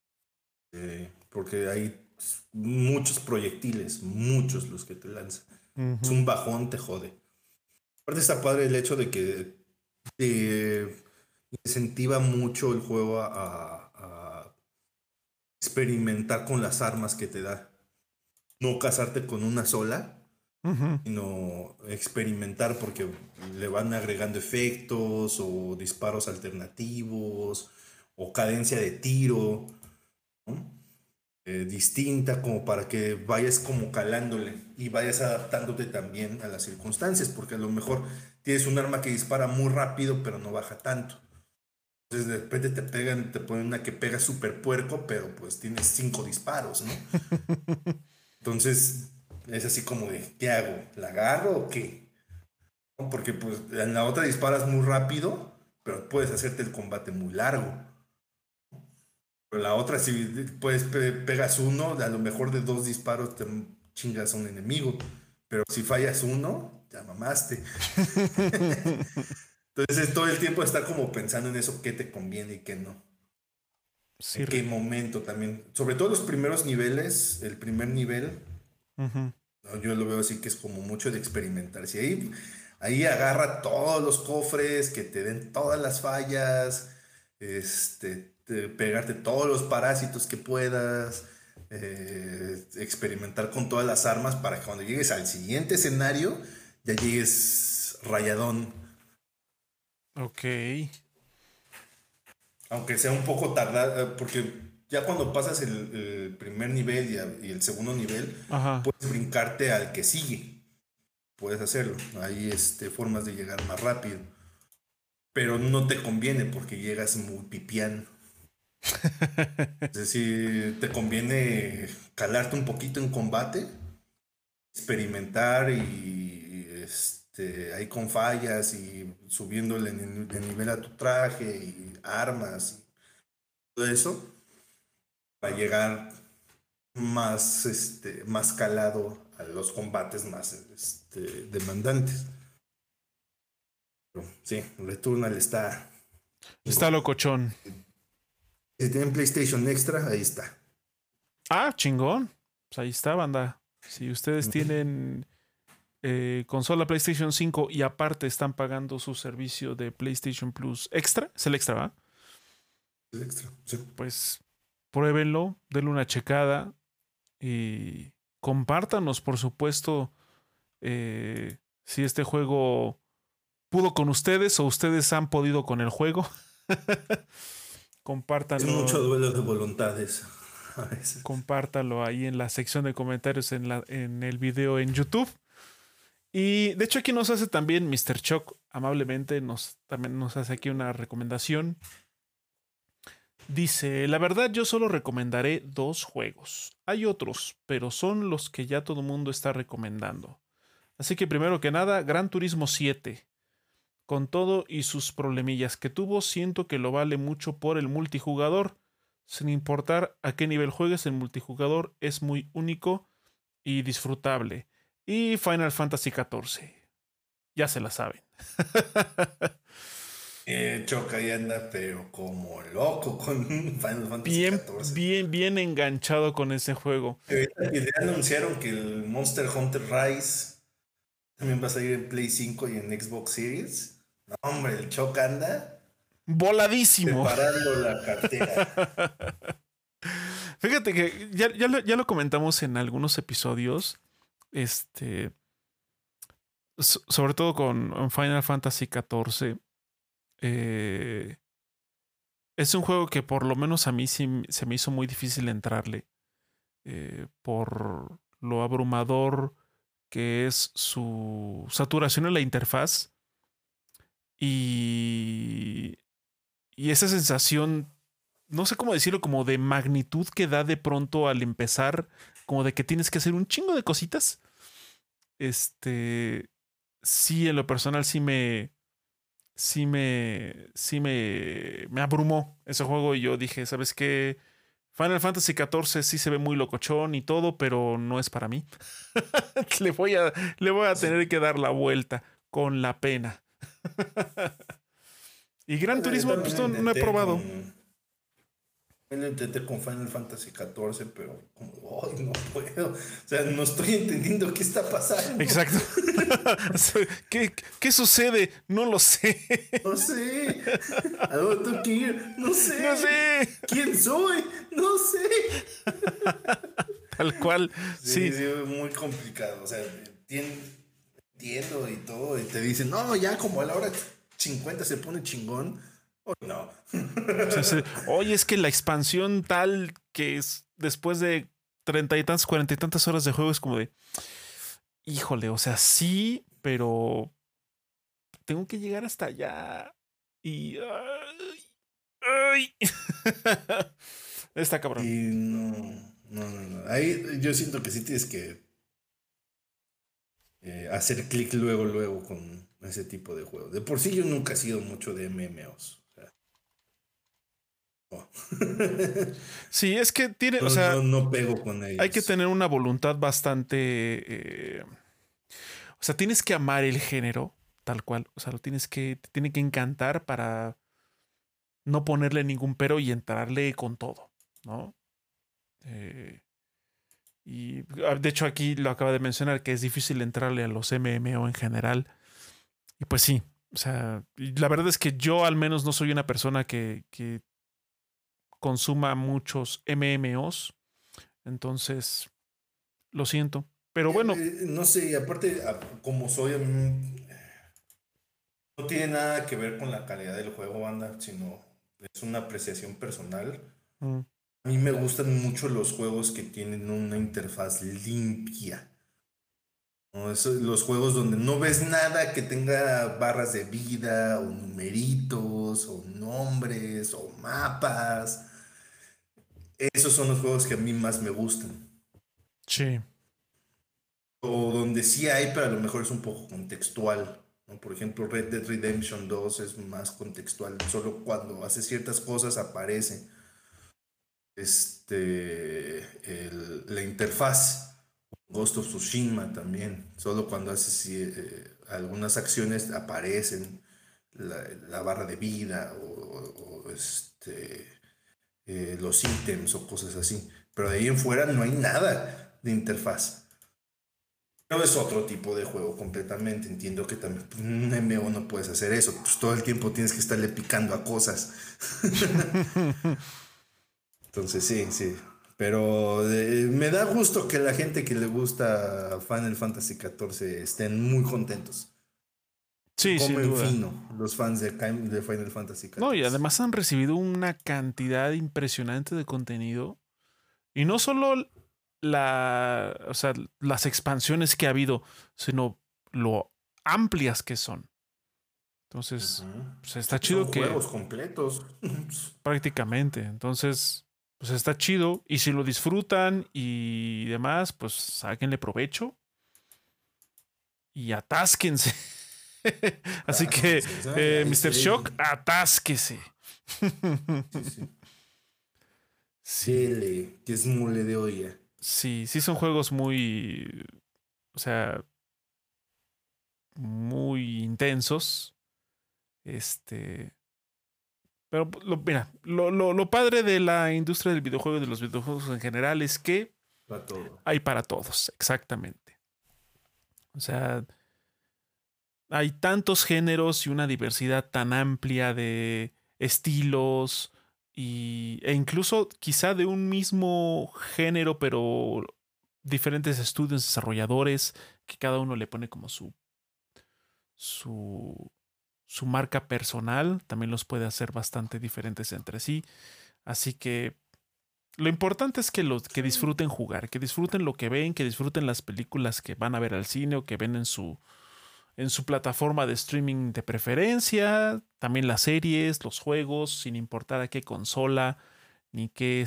Porque hay muchos proyectiles, muchos los que te lanzan. Es Ujú. un bajón, te jode. Aparte está padre el hecho de que te incentiva mucho el juego a experimentar con las armas que te da. No casarte con una sola, Ujú. sino experimentar porque le van agregando efectos o disparos alternativos o cadencia de tiro, ¿no? Distinta como para que vayas como calándole y vayas adaptándote también a las circunstancias, porque a lo mejor tienes un arma que dispara muy rápido pero no baja tanto. Entonces de repente te ponen una que pega súper puerco, pero pues tienes 5 disparos, ¿no? Entonces es así como de, ¿qué hago? ¿La agarro o qué? ¿No? Porque pues en la otra disparas muy rápido, pero puedes hacerte el combate muy largo. Pero la otra, si pues pegas uno, a lo mejor de 2 disparos te chingas a un enemigo. Pero si fallas uno, ya mamaste. Entonces es todo el tiempo estar como pensando en eso, qué te conviene y qué no. Sí, En qué momento también. Sobre todo los primeros niveles, el primer nivel, ujú. ¿no? Yo lo veo así que es como mucho de experimentar. Si ahí agarra todos los cofres, que te den todas las fallas, pegarte todos los parásitos que puedas, experimentar con todas las armas para que cuando llegues al siguiente escenario ya llegues rayadón. Ok. Aunque sea un poco tardado, porque ya cuando pasas el primer nivel y el segundo nivel, Ajá. puedes brincarte al que sigue. Puedes hacerlo. Hay formas de llegar más rápido. Pero no te conviene porque llegas muy pipián. Es decir, te conviene calarte un poquito en combate, experimentar y ahí con fallas y subiéndole de nivel a tu traje y armas y todo eso para llegar más calado a los combates más demandantes. Pero sí, Returnal está Está chingón. locochón. Si tienen PlayStation Extra, ahí está. Ah, chingón. Pues ahí está, banda. Si ustedes tienen consola PlayStation 5 y aparte están pagando su servicio de PlayStation Plus Extra, es el extra, ¿va? El Extra, sí. Pues pruébenlo, denle una checada y compártanos, por supuesto, si este juego pudo con ustedes o ustedes han podido con el juego. Es mucho Compártanlo, duelo de voluntades a veces. compártalo ahí en la sección de comentarios en el video en YouTube. Y de hecho aquí nos hace también Mr. Choc amablemente, también nos hace aquí una recomendación. Dice, la verdad yo solo recomendaré 2 juegos. Hay otros, pero son los que ya todo el mundo está recomendando. Así que primero que nada, Gran Turismo 7. Con todo y sus problemillas que tuvo, siento que lo vale mucho por el multijugador. Sin importar a qué nivel juegues, el multijugador es muy único y disfrutable. Y Final Fantasy XIV. Ya se la saben. Choca y anda, pero como loco con Final Fantasy Bien, XIV. bien, bien enganchado con ese juego. Ahorita que ya anunciaron que el Monster Hunter Rise también va a salir en Play 5 y en Xbox Series. No, hombre, el Choc anda Voladísimo. preparando la cartera. Fíjate que ya lo comentamos en algunos episodios. Este. Sobre todo con Final Fantasy XIV. eh, es un juego que por lo menos a mí sí se me hizo muy difícil entrarle. Por lo abrumador que es su saturación en la interfaz. Y, y esa sensación, no sé cómo decirlo, como de magnitud que da de pronto al empezar, como de que tienes que hacer un chingo de cositas. Este, sí, en lo personal me abrumó ese juego y yo dije, ¿sabes qué? Final Fantasy XIV sí se ve muy locochón y todo, pero no es para mí. le, voy a, le voy a tener que dar la vuelta con la pena. Y Gran Bueno, yo Turismo, también pues no he probado. lo intenté con Final Fantasy XIV, pero como, ay, no puedo. O sea, no estoy entendiendo qué está pasando. Exacto. ¿Qué sucede? No lo sé. No sé. ¿A dónde tengo que ir? No No sé. sé. ¿Quién soy? No sé. Tal cual. Sí, Sí, sí, muy complicado. O sea, entiendo y todo. Y te dicen, no, ya como a la hora 50 se pone chingón. Oh, no. sí, sí. Oye, es que la expansión tal que es después de 30 y tantas, 40 y tantas horas de juego es como de, híjole, o sea, sí, pero tengo que llegar hasta allá. Y... ay. Está cabrón. Y no. Ahí yo siento que sí tienes que hacer clic luego con ese tipo de juegos. De por sí yo nunca he sido mucho de MMOs. O sea, no. Sí, es que tiene, o No, sea, no pego con hay que ellos. tener una voluntad bastante... o sea, tienes que amar el género, tal cual. O sea, te tiene que encantar para no ponerle ningún pero y entrarle con todo, ¿no? Eh, y de hecho aquí lo acaba de mencionar que es difícil entrarle a los MMO en general. Y pues sí, o sea, la verdad es que yo al menos no soy una persona que consuma muchos MMOs. Entonces, lo siento. Pero bueno, No sé, y aparte, como soy, no tiene nada que ver con la calidad del juego, banda, sino es una apreciación personal. mm, A mí me gustan mucho los juegos que tienen una interfaz limpia. ¿No? Los juegos donde no ves nada que tenga barras de vida o numeritos o nombres o mapas. Esos son los juegos que a mí más me gustan. sí. O donde sí hay, pero a lo mejor es un poco contextual, ¿no? Por ejemplo, Red Dead Redemption 2 es más contextual. Solo cuando hace ciertas cosas aparece la interfaz. Ghost of Tsushima también. Solo cuando haces algunas acciones aparecen la barra de vida o los ítems o cosas así. Pero de ahí en fuera no hay nada de interfaz. Pero es otro tipo de juego completamente. Entiendo que también pues, en un MMO no puedes hacer eso. Pues todo el tiempo tienes que estarle picando a cosas. Entonces sí, sí. Pero me da gusto que la gente que le gusta Final Fantasy XIV estén muy contentos. Sí, sin Comen duda. fino los fans de Final Fantasy No, y XIV. además han recibido una cantidad impresionante de contenido. Y no solo o sea, las expansiones que ha habido, sino lo amplias que son. Ujú. Entonces, pues Sí, está son chido que juegos completos. prácticamente. Entonces, pues está chido. Y si lo disfrutan y demás, pues sáquenle provecho y atásquense. Así que, Entonces, ay, Mr. Shock, sí, atásquese. sí, sí. Sí, Dele, que es mole de olla. sí, sí son juegos muy, o sea, muy intensos. Este, pero mira, lo padre de la industria del videojuego y de los videojuegos en general es que Para todo. hay para todos, exactamente. O sea, hay tantos géneros y una diversidad tan amplia de estilos e incluso quizá de un mismo género, pero diferentes estudios desarrolladores que cada uno le pone como su, su marca personal, también los puede hacer bastante diferentes entre sí. Así que lo importante es que los que Sí. disfruten jugar, que disfruten lo que ven, que disfruten las películas que van a ver al cine o que ven en su plataforma de streaming de preferencia, también las series, los juegos, sin importar a qué consola, ni qué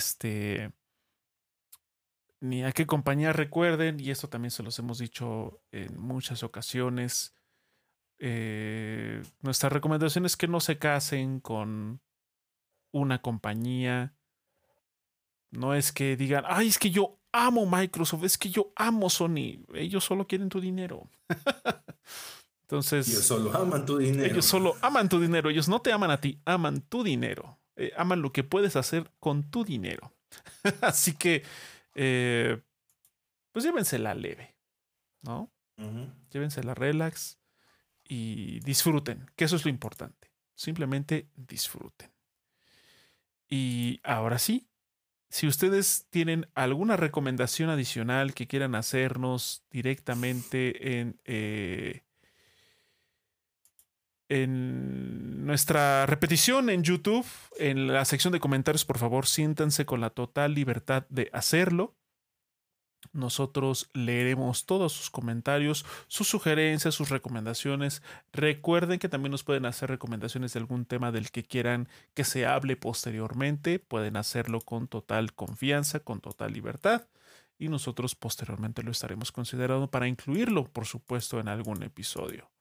ni a qué compañía recuerden, y esto también se los hemos dicho en muchas ocasiones. Nuestra recomendación es que no se casen con una compañía. No es que digan, ay, es que yo amo Microsoft, es que yo amo Sony. Ellos solo quieren tu dinero. Ellos Entonces, solo aman tu dinero. ellos solo aman tu dinero. Ellos no te aman a ti, aman tu dinero. Aman lo que puedes hacer con tu dinero. Así que, eh, pues llévensela leve, ¿no? Ujú. Llévensela relax y disfruten, que eso es lo importante. Simplemente disfruten. Y ahora sí, si ustedes tienen alguna recomendación adicional que quieran hacernos directamente en nuestra repetición en YouTube, en la sección de comentarios, por favor, siéntanse con la total libertad de hacerlo. Nosotros leeremos todos sus comentarios, sus sugerencias, sus recomendaciones. Recuerden que también nos pueden hacer recomendaciones de algún tema del que quieran que se hable posteriormente. Pueden hacerlo con total confianza, con total libertad. Y nosotros posteriormente lo estaremos considerando para incluirlo, por supuesto, en algún episodio.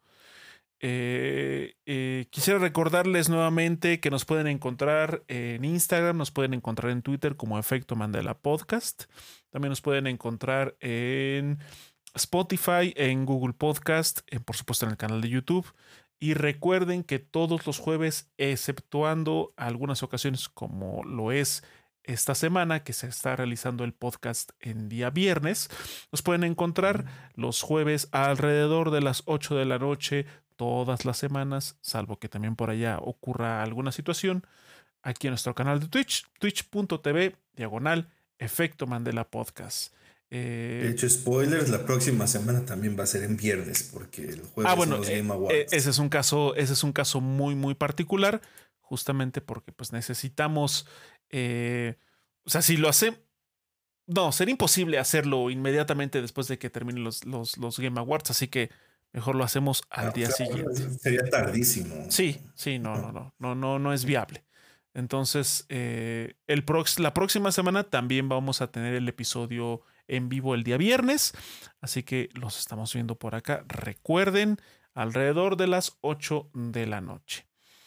Quisiera recordarles nuevamente que nos pueden encontrar en Instagram, nos pueden encontrar en Twitter como Efecto Mandela Podcast. También nos pueden encontrar en Spotify, en Google Podcast, por supuesto en el canal de YouTube. Y recuerden que todos los jueves, exceptuando algunas ocasiones como lo es esta semana, que se está realizando el podcast en día viernes, nos pueden encontrar los jueves alrededor de las 8 de la noche todas las semanas, salvo que también por allá ocurra alguna situación, aquí en nuestro canal de Twitch, twitch.tv/Efecto Mandela Podcast. De hecho, spoilers, la próxima semana también va a ser en viernes, porque el jueves son Bueno, los Game Awards. ese es un caso muy, muy particular, justamente porque pues necesitamos, o sea, si lo hace, no, sería imposible hacerlo inmediatamente después de que terminen los Game Awards, así que mejor lo hacemos al día Claro, siguiente. sería tardísimo. Sí, sí, no es viable. Entonces, la próxima semana también vamos a tener el episodio en vivo el día viernes, así que los estamos viendo por acá. Recuerden, alrededor de las 8 de la noche.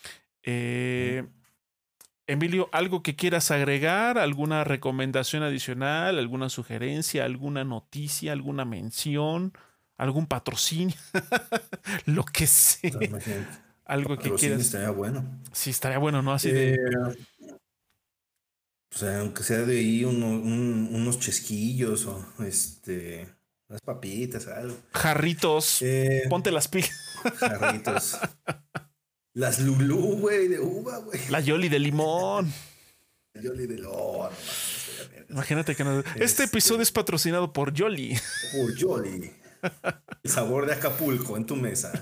Emilio, ¿algo que quieras agregar? ¿Alguna recomendación adicional? ¿Alguna sugerencia? ¿Alguna noticia? ¿Alguna mención? ¿Algún patrocinio? Lo que sea. Imagínate, Algo que patrocinio quieras. estaría bueno. Sí, estaría bueno, ¿no? Así Eh, de. O sea, aunque sea de ahí unos chesquillos o unas papitas, algo. Jarritos. Eh, Ponte las pilas. Jarritos. Las Lulú, güey, de uva, güey. La Yoli de limón. Yoli de no mames, voy a verga. Imagínate que no. Este episodio es patrocinado por Yoli. Por Yoli. El sabor de Acapulco en tu mesa.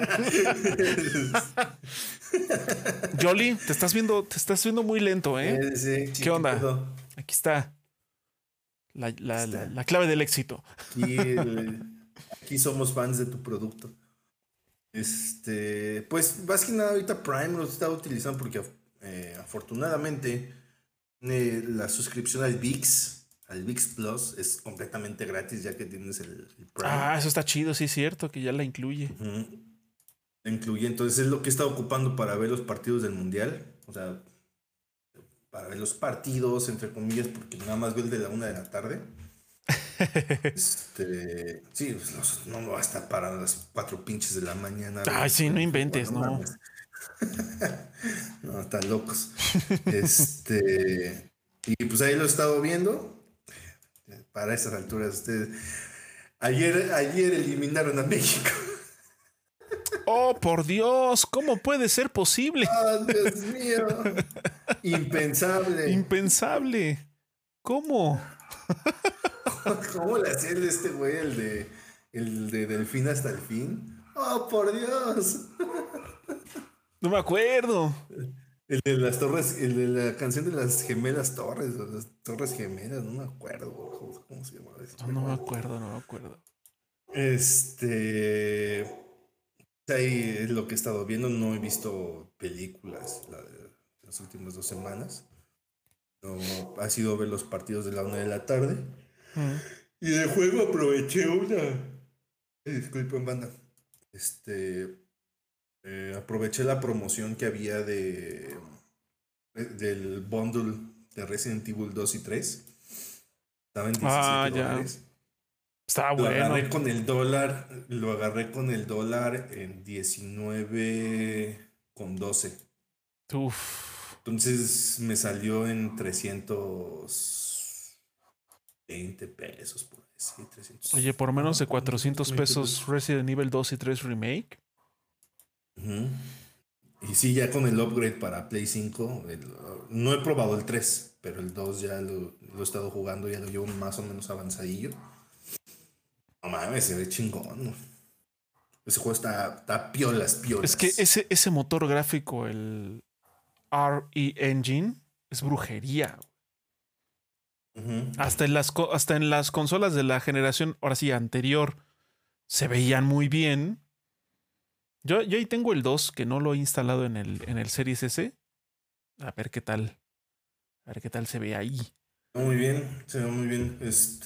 Yoli, te estás viendo muy lento, ¿eh? Sí, ¿Qué onda? chiquito. Aquí está. La clave del éxito. Aquí, aquí somos fans de tu producto. Pues más que nada ahorita Prime lo está utilizando porque afortunadamente la suscripción al VIX Plus es completamente gratis ya que tienes el Prime. Ah, eso está chido, sí es cierto, que ya la incluye. La incluye, entonces es lo que está ocupando para ver los partidos del Mundial. O sea, para ver los partidos, entre comillas, porque nada más veo el de la 1 de la tarde. Sí, pues no va a estar para las 4 pinches de la mañana. Ay, sí, no inventes, Bueno, no. mames. No, están locos. Y pues ahí lo he estado viendo. Para esas alturas, ayer eliminaron a México. Oh, por Dios, ¿cómo puede ser posible? ¡Oh, Dios mío! Impensable. Impensable. ¿Cómo? ¿Cómo le hacía este güey, el de Delfín hasta el fin? ¡Oh, por Dios! No me acuerdo. El de las torres, el de la canción de las gemelas torres, o las torres gemelas, no me acuerdo, ¿cómo se llamaba esto? No me acuerdo. Ahí es lo que he estado viendo, no he visto películas las últimas 2 semanas. No, ha sido ver los partidos de la 1 de la tarde. Y de juego aproveché disculpen, banda. Aproveché la promoción que había del bundle de Resident Evil 2 y 3. Estaba en $17. Está Lo bueno. Lo agarré con el dólar en 19,12. Uf. Entonces me salió en 320 pesos, por ahí, sí, 300. Oye, por menos de 400 pesos Resident Evil 2 y 3 Remake. Y sí, ya con el upgrade para Play 5, no he probado el 3, pero el 2 ya lo he estado jugando, ya lo llevo más o menos avanzadillo. No mames, se ve chingón, ¿no? Ese juego está piolas. Es que ese motor gráfico, el RE Engine, es brujería. Hasta en las consolas de la generación, ahora sí, anterior, se veían muy bien. Yo ahí tengo el 2, que no lo he instalado en el Series S. A ver qué tal. A ver qué tal se ve ahí. Muy bien, se ve muy bien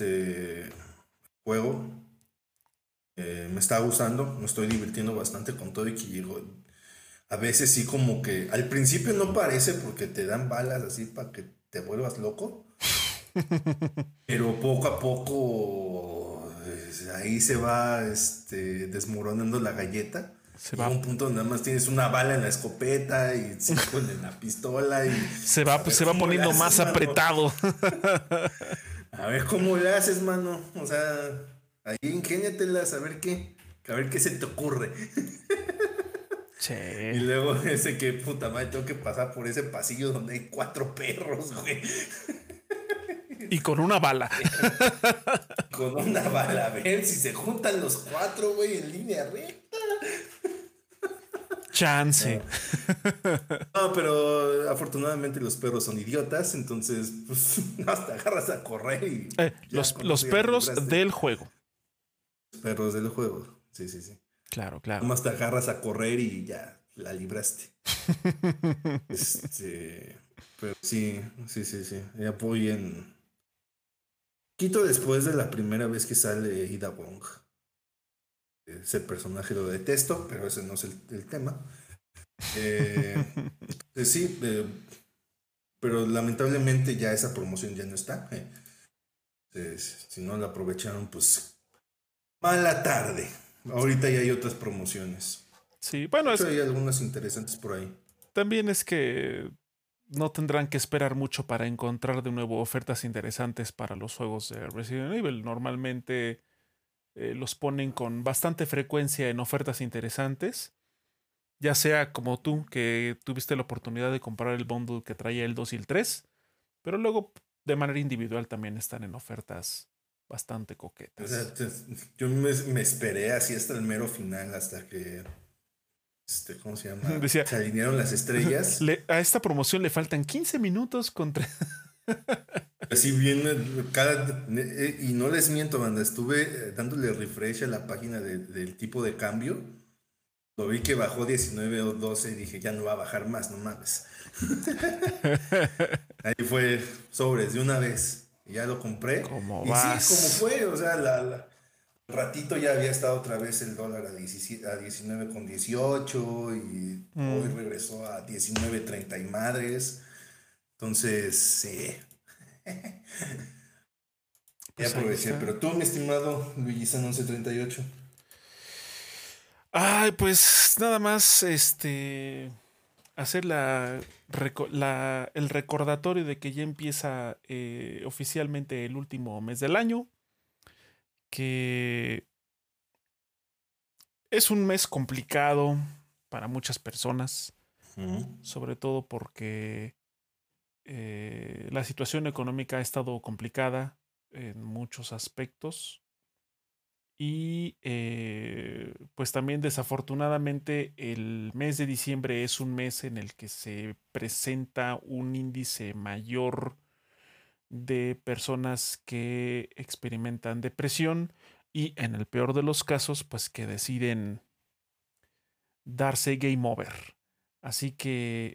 juego. Me está gustando, me estoy divirtiendo bastante con todo y que llegó. A veces sí como que al principio no parece porque te dan balas así para que te vuelvas loco. Pero poco a poco ahí se va desmoronando la galleta. Llega un punto donde nada más tienes una bala en la escopeta y 5 en la pistola y se va poniendo más apretado. A ver cómo le haces, mano. O sea, ahí ingéniatelas a ver qué se te ocurre. Sí. Y luego ese que puta madre, tengo que pasar por ese pasillo donde hay 4 perros, güey. Y con una bala. Con una bala, a ver si se juntan los 4, güey, en línea recta. Chance. No, pero afortunadamente los perros son idiotas, entonces pues hasta agarras a correr y los perros del juego. Los perros del juego, sí. Claro. Nomás te agarras a correr y ya la libraste. Pero sí. Ya voy en Quito después de la primera vez que sale Ida Wong. Ese personaje lo detesto, pero ese no es el tema. Sí, pero lamentablemente ya esa promoción ya no está. Si no la aprovecharon, pues mala tarde. Ahorita ya hay otras promociones. Sí, bueno, hay algunas interesantes por ahí. También es que no tendrán que esperar mucho para encontrar de nuevo ofertas interesantes para los juegos de Resident Evil. Normalmente los ponen con bastante frecuencia en ofertas interesantes, ya sea como tú, que tuviste la oportunidad de comprar el bundle que traía el 2 y el 3, pero luego de manera individual también están en ofertas bastante O sea, coquetas. yo me esperé así hasta el mero final, hasta que, ¿cómo se llama? Decía, Se alinearon las estrellas. a esta promoción le faltan 15 minutos contra... Así bien, y no les miento, banda, estuve dándole refresh a la página del tipo de cambio. Lo vi que bajó 19 o 12 y dije, ya no va a bajar más, no mames. Ahí fue sobres de una vez. Y ya lo compré. ¿Cómo Y sí, como vas? fue, o sea, ratito ya había estado otra vez el dólar a 17 a 19,18 y hoy Mm, regresó a 19,30 y madres. Entonces, sí, ya pues ahí aproveché. está. Pero tú, mi estimado Luigi San 1138. Ay, pues nada más, hacer el recordatorio de que ya empieza oficialmente el último mes del año, que es un mes complicado para muchas personas, Ujú. sobre todo porque la situación económica ha estado complicada en muchos aspectos. Y pues también desafortunadamente el mes de diciembre es un mes en el que se presenta un índice mayor de personas que experimentan depresión y en el peor de los casos pues que deciden darse game over. Así que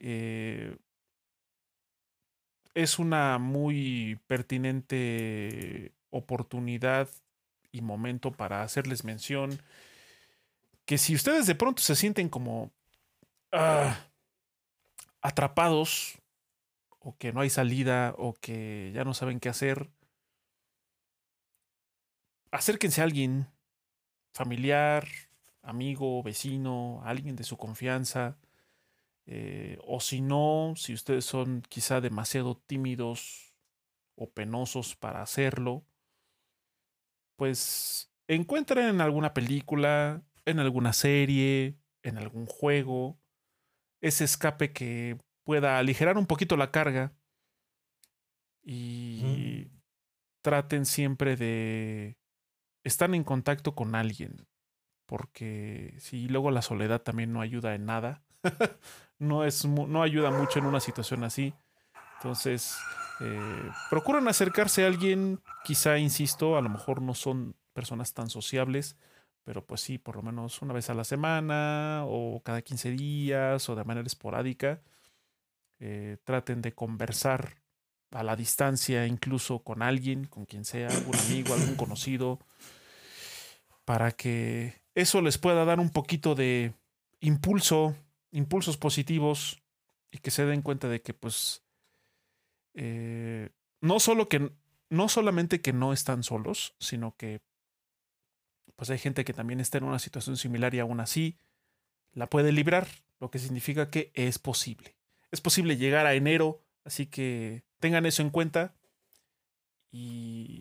es una muy pertinente oportunidad y momento para hacerles mención que si ustedes de pronto se sienten como ah, atrapados o que no hay salida o que ya no saben qué hacer, acérquense a alguien familiar, amigo, vecino, alguien de su confianza. O si no, si ustedes son quizá demasiado tímidos o penosos para hacerlo, pues encuentren en alguna película, en alguna serie, en algún juego, ese escape que pueda aligerar un poquito la carga Ujú. y traten siempre de estar en contacto con alguien, porque si luego la soledad también no ayuda en nada, no ayuda mucho en una situación así. Entonces, procuran acercarse a alguien, quizá, insisto, a lo mejor no son personas tan sociables, pero pues sí, por lo menos una vez a la semana o cada 15 días o de manera esporádica, traten de conversar a la distancia, incluso con alguien, con quien sea, algún amigo, algún conocido, para que eso les pueda dar un poquito de impulso, impulsos positivos y que se den cuenta de que pues eh, no solo que no solamente que no están solos, sino que pues hay gente que también está en una situación similar y aún así la puede librar, lo que significa que es posible. Es posible llegar a enero, así que tengan eso en cuenta y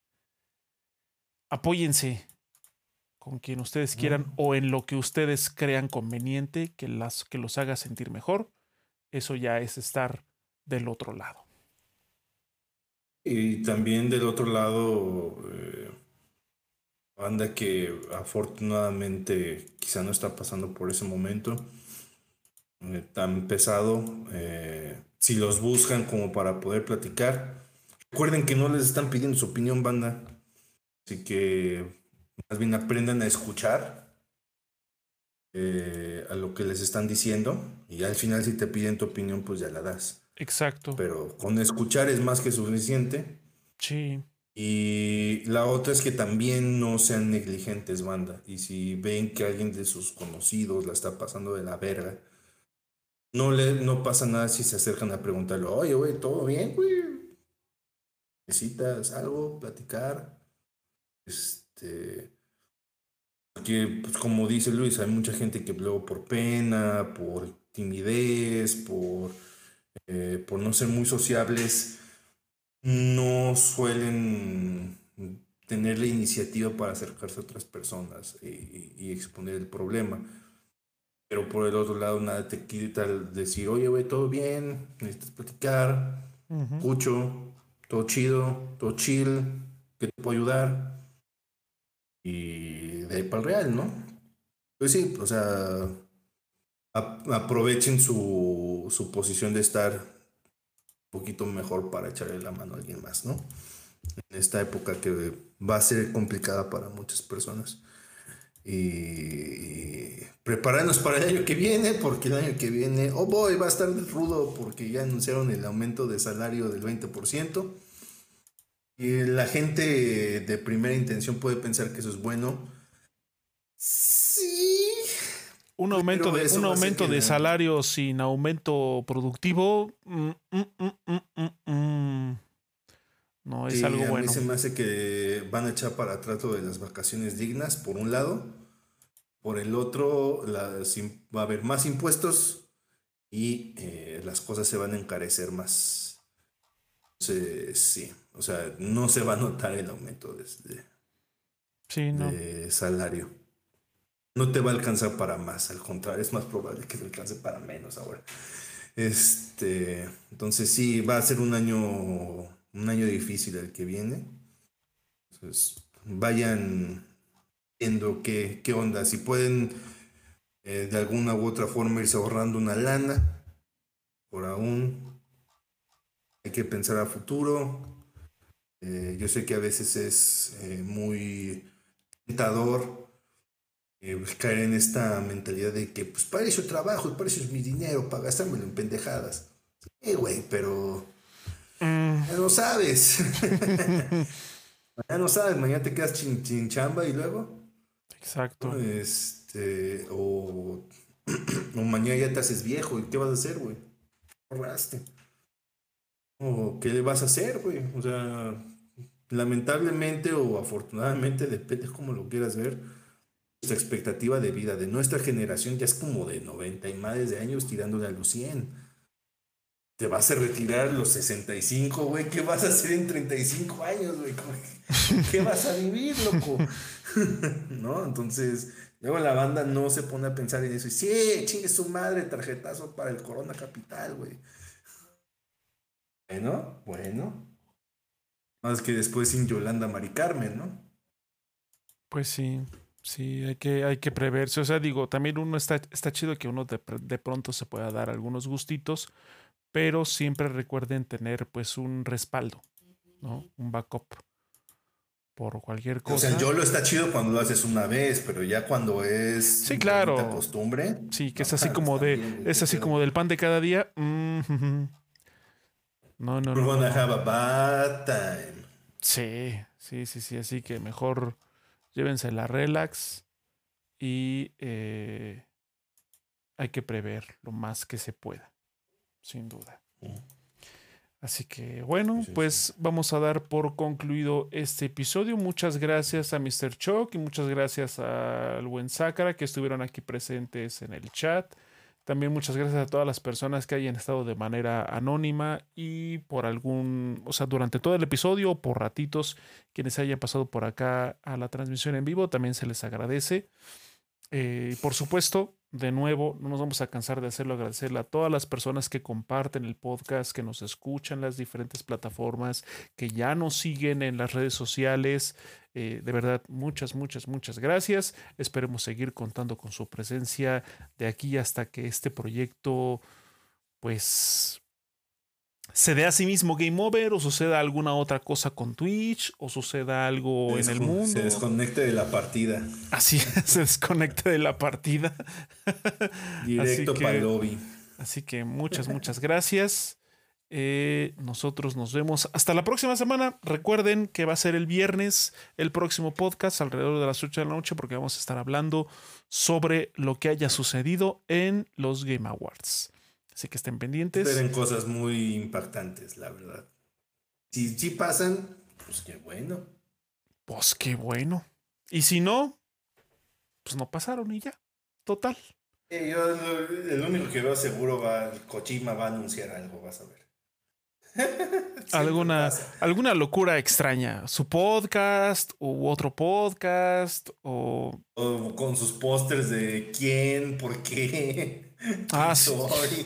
apóyense con quien ustedes Ujú. quieran o en lo que ustedes crean conveniente que los haga sentir mejor. Eso ya es estar del otro lado. Y también del otro lado, banda que afortunadamente quizá no está pasando por ese momento tan pesado. Si los buscan como para poder platicar, recuerden que no les están pidiendo su opinión, banda. Así que más bien aprendan a escuchar a lo que les están diciendo. Y al final, si te piden tu opinión, pues ya la das. Exacto. Pero con escuchar es más que suficiente. Sí, Y la otra es que también no sean negligentes, banda. Y si ven que alguien de sus conocidos la está pasando de la verga, no pasa nada si se acercan a preguntarle, oye, güey, ¿todo bien, güey? ¿Necesitas algo? ¿Platicar? Este, porque, pues, como dice Luis, hay mucha gente que luego por pena, por timidez, por por no ser muy sociables, no suelen tener la iniciativa para acercarse a otras personas y exponer el problema. Pero por el otro lado, nada te quita el decir, oye, güey, todo bien, necesitas platicar, Ujú. escucho, todo chido, todo chill, ¿qué te puedo ayudar? Y de ahí para el real, ¿no? Pues sí, o sea, aprovechen su posición de estar un poquito mejor para echarle la mano a alguien más, ¿no? En esta época que va a ser complicada para muchas personas. Y prepararnos para el año que viene, porque el año que viene, oh boy, va a estar rudo porque ya anunciaron el aumento de salario del 20%. Y la gente de primera intención puede pensar que eso es bueno. Sí, pero Un eso va a hacer aumento que de la... salario sin aumento productivo. No es Sí, algo a mí bueno. se me hace que van a echar para atrás lo de las vacaciones dignas, por un lado. Por el otro, va a haber más impuestos y las cosas se van a encarecer más. Entonces, sí, o sea, no se va a notar el aumento Sí, no. de salario. No te va a alcanzar para más, al contrario, es más probable que te alcance para menos ahora. Entonces sí, va a ser un año difícil el que viene. Entonces, vayan viendo qué onda, si pueden de alguna u otra forma irse ahorrando una lana, por aún hay que pensar a futuro. Yo sé que a veces es muy tentador pues, caer en esta mentalidad de que pues para eso trabajo, para eso es mi dinero, para gastármelo en pendejadas. Güey, pero Mm. ya no sabes. Ya no sabes, mañana te quedas sin chamba y luego, ¿no? Exacto. O mañana ya te haces viejo y ¿qué vas a hacer, güey? Ahorraste. ¿O qué le vas a hacer, güey? O sea, lamentablemente o afortunadamente, depende cómo lo quieras ver, nuestra expectativa de vida de nuestra generación ya es como de 90 y más de años tirándole a los 100. Te vas a retirar a los 65, güey. ¿Qué vas a hacer en 35 años, güey? ¿Con qué vas a vivir, loco? ¿No? Entonces, luego la banda no se pone a pensar en eso. Y sí, chingue su madre, tarjetazo para el Corona Capital, güey. Bueno, bueno. Más que después sin Yolanda Mari Carmen, ¿no? Pues sí, sí, hay que preverse. O sea, digo, también está chido que uno de pronto se pueda dar algunos gustitos, pero siempre recuerden tener pues un respaldo, ¿no? Un backup por cualquier O sea, el cosa. YOLO está chido cuando lo haces una vez, pero ya cuando es Sí, bonita claro. costumbre, Sí, que no es así mames, como también, güey, es qué así pedo. como del pan de cada día. No, no, We're no, no, gonna have no. a bad time. Sí, sí, sí, sí. Así que mejor llévense la relax y hay que prever lo más que se pueda, sin duda. Así que Sí, bueno, sí, sí. pues vamos a dar por concluido este episodio. Muchas gracias a Mr. Choc y muchas gracias al buen Sakara que estuvieron aquí presentes en el chat. También muchas gracias a todas las personas que hayan estado de manera anónima y por o sea, durante todo el episodio o por ratitos, quienes hayan pasado por acá a la transmisión en vivo, también se les agradece. Por supuesto, de nuevo, no nos vamos a cansar de hacerlo, agradecerle a todas las personas que comparten el podcast, que nos escuchan en las diferentes plataformas, que ya nos siguen en las redes sociales. De verdad, muchas, muchas, muchas gracias. Esperemos seguir contando con su presencia de aquí hasta que este proyecto, pues, se dé a sí mismo game over o suceda alguna otra cosa con Twitch o suceda algo en el Se mundo. desconecte de la partida. Así se desconecte de la partida. Así Directo para el que, lobby. así que muchas, muchas gracias. Nosotros nos vemos hasta la próxima semana. Recuerden que va a ser el viernes el próximo podcast alrededor de las 8 de la noche porque vamos a estar hablando sobre lo que haya sucedido en los Game Awards. Así que estén pendientes. Esperen cosas muy impactantes, la verdad. Si pasan, pues qué bueno. Pues qué bueno. Y si no, pues no pasaron y ya. Total. El único que veo seguro Kojima va a anunciar algo, vas a ver. Siempre pasa. Alguna locura extraña. Su podcast u otro podcast o... O con sus pósters de quién, por qué, quién Sí. soy.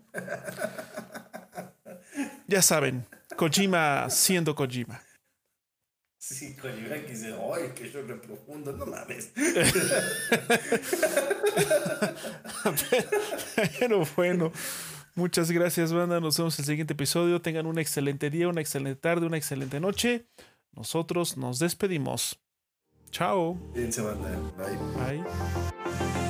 Ya saben, Kojima siendo Kojima. Sí, Kojima que dice, ¡ay, qué show re profundo! No mames. Pero bueno, muchas gracias, banda. Nos vemos en el siguiente episodio. Tengan un excelente día, una excelente tarde, una excelente noche. Nosotros nos despedimos. Chao. Bien, se banda. Bye. Bye.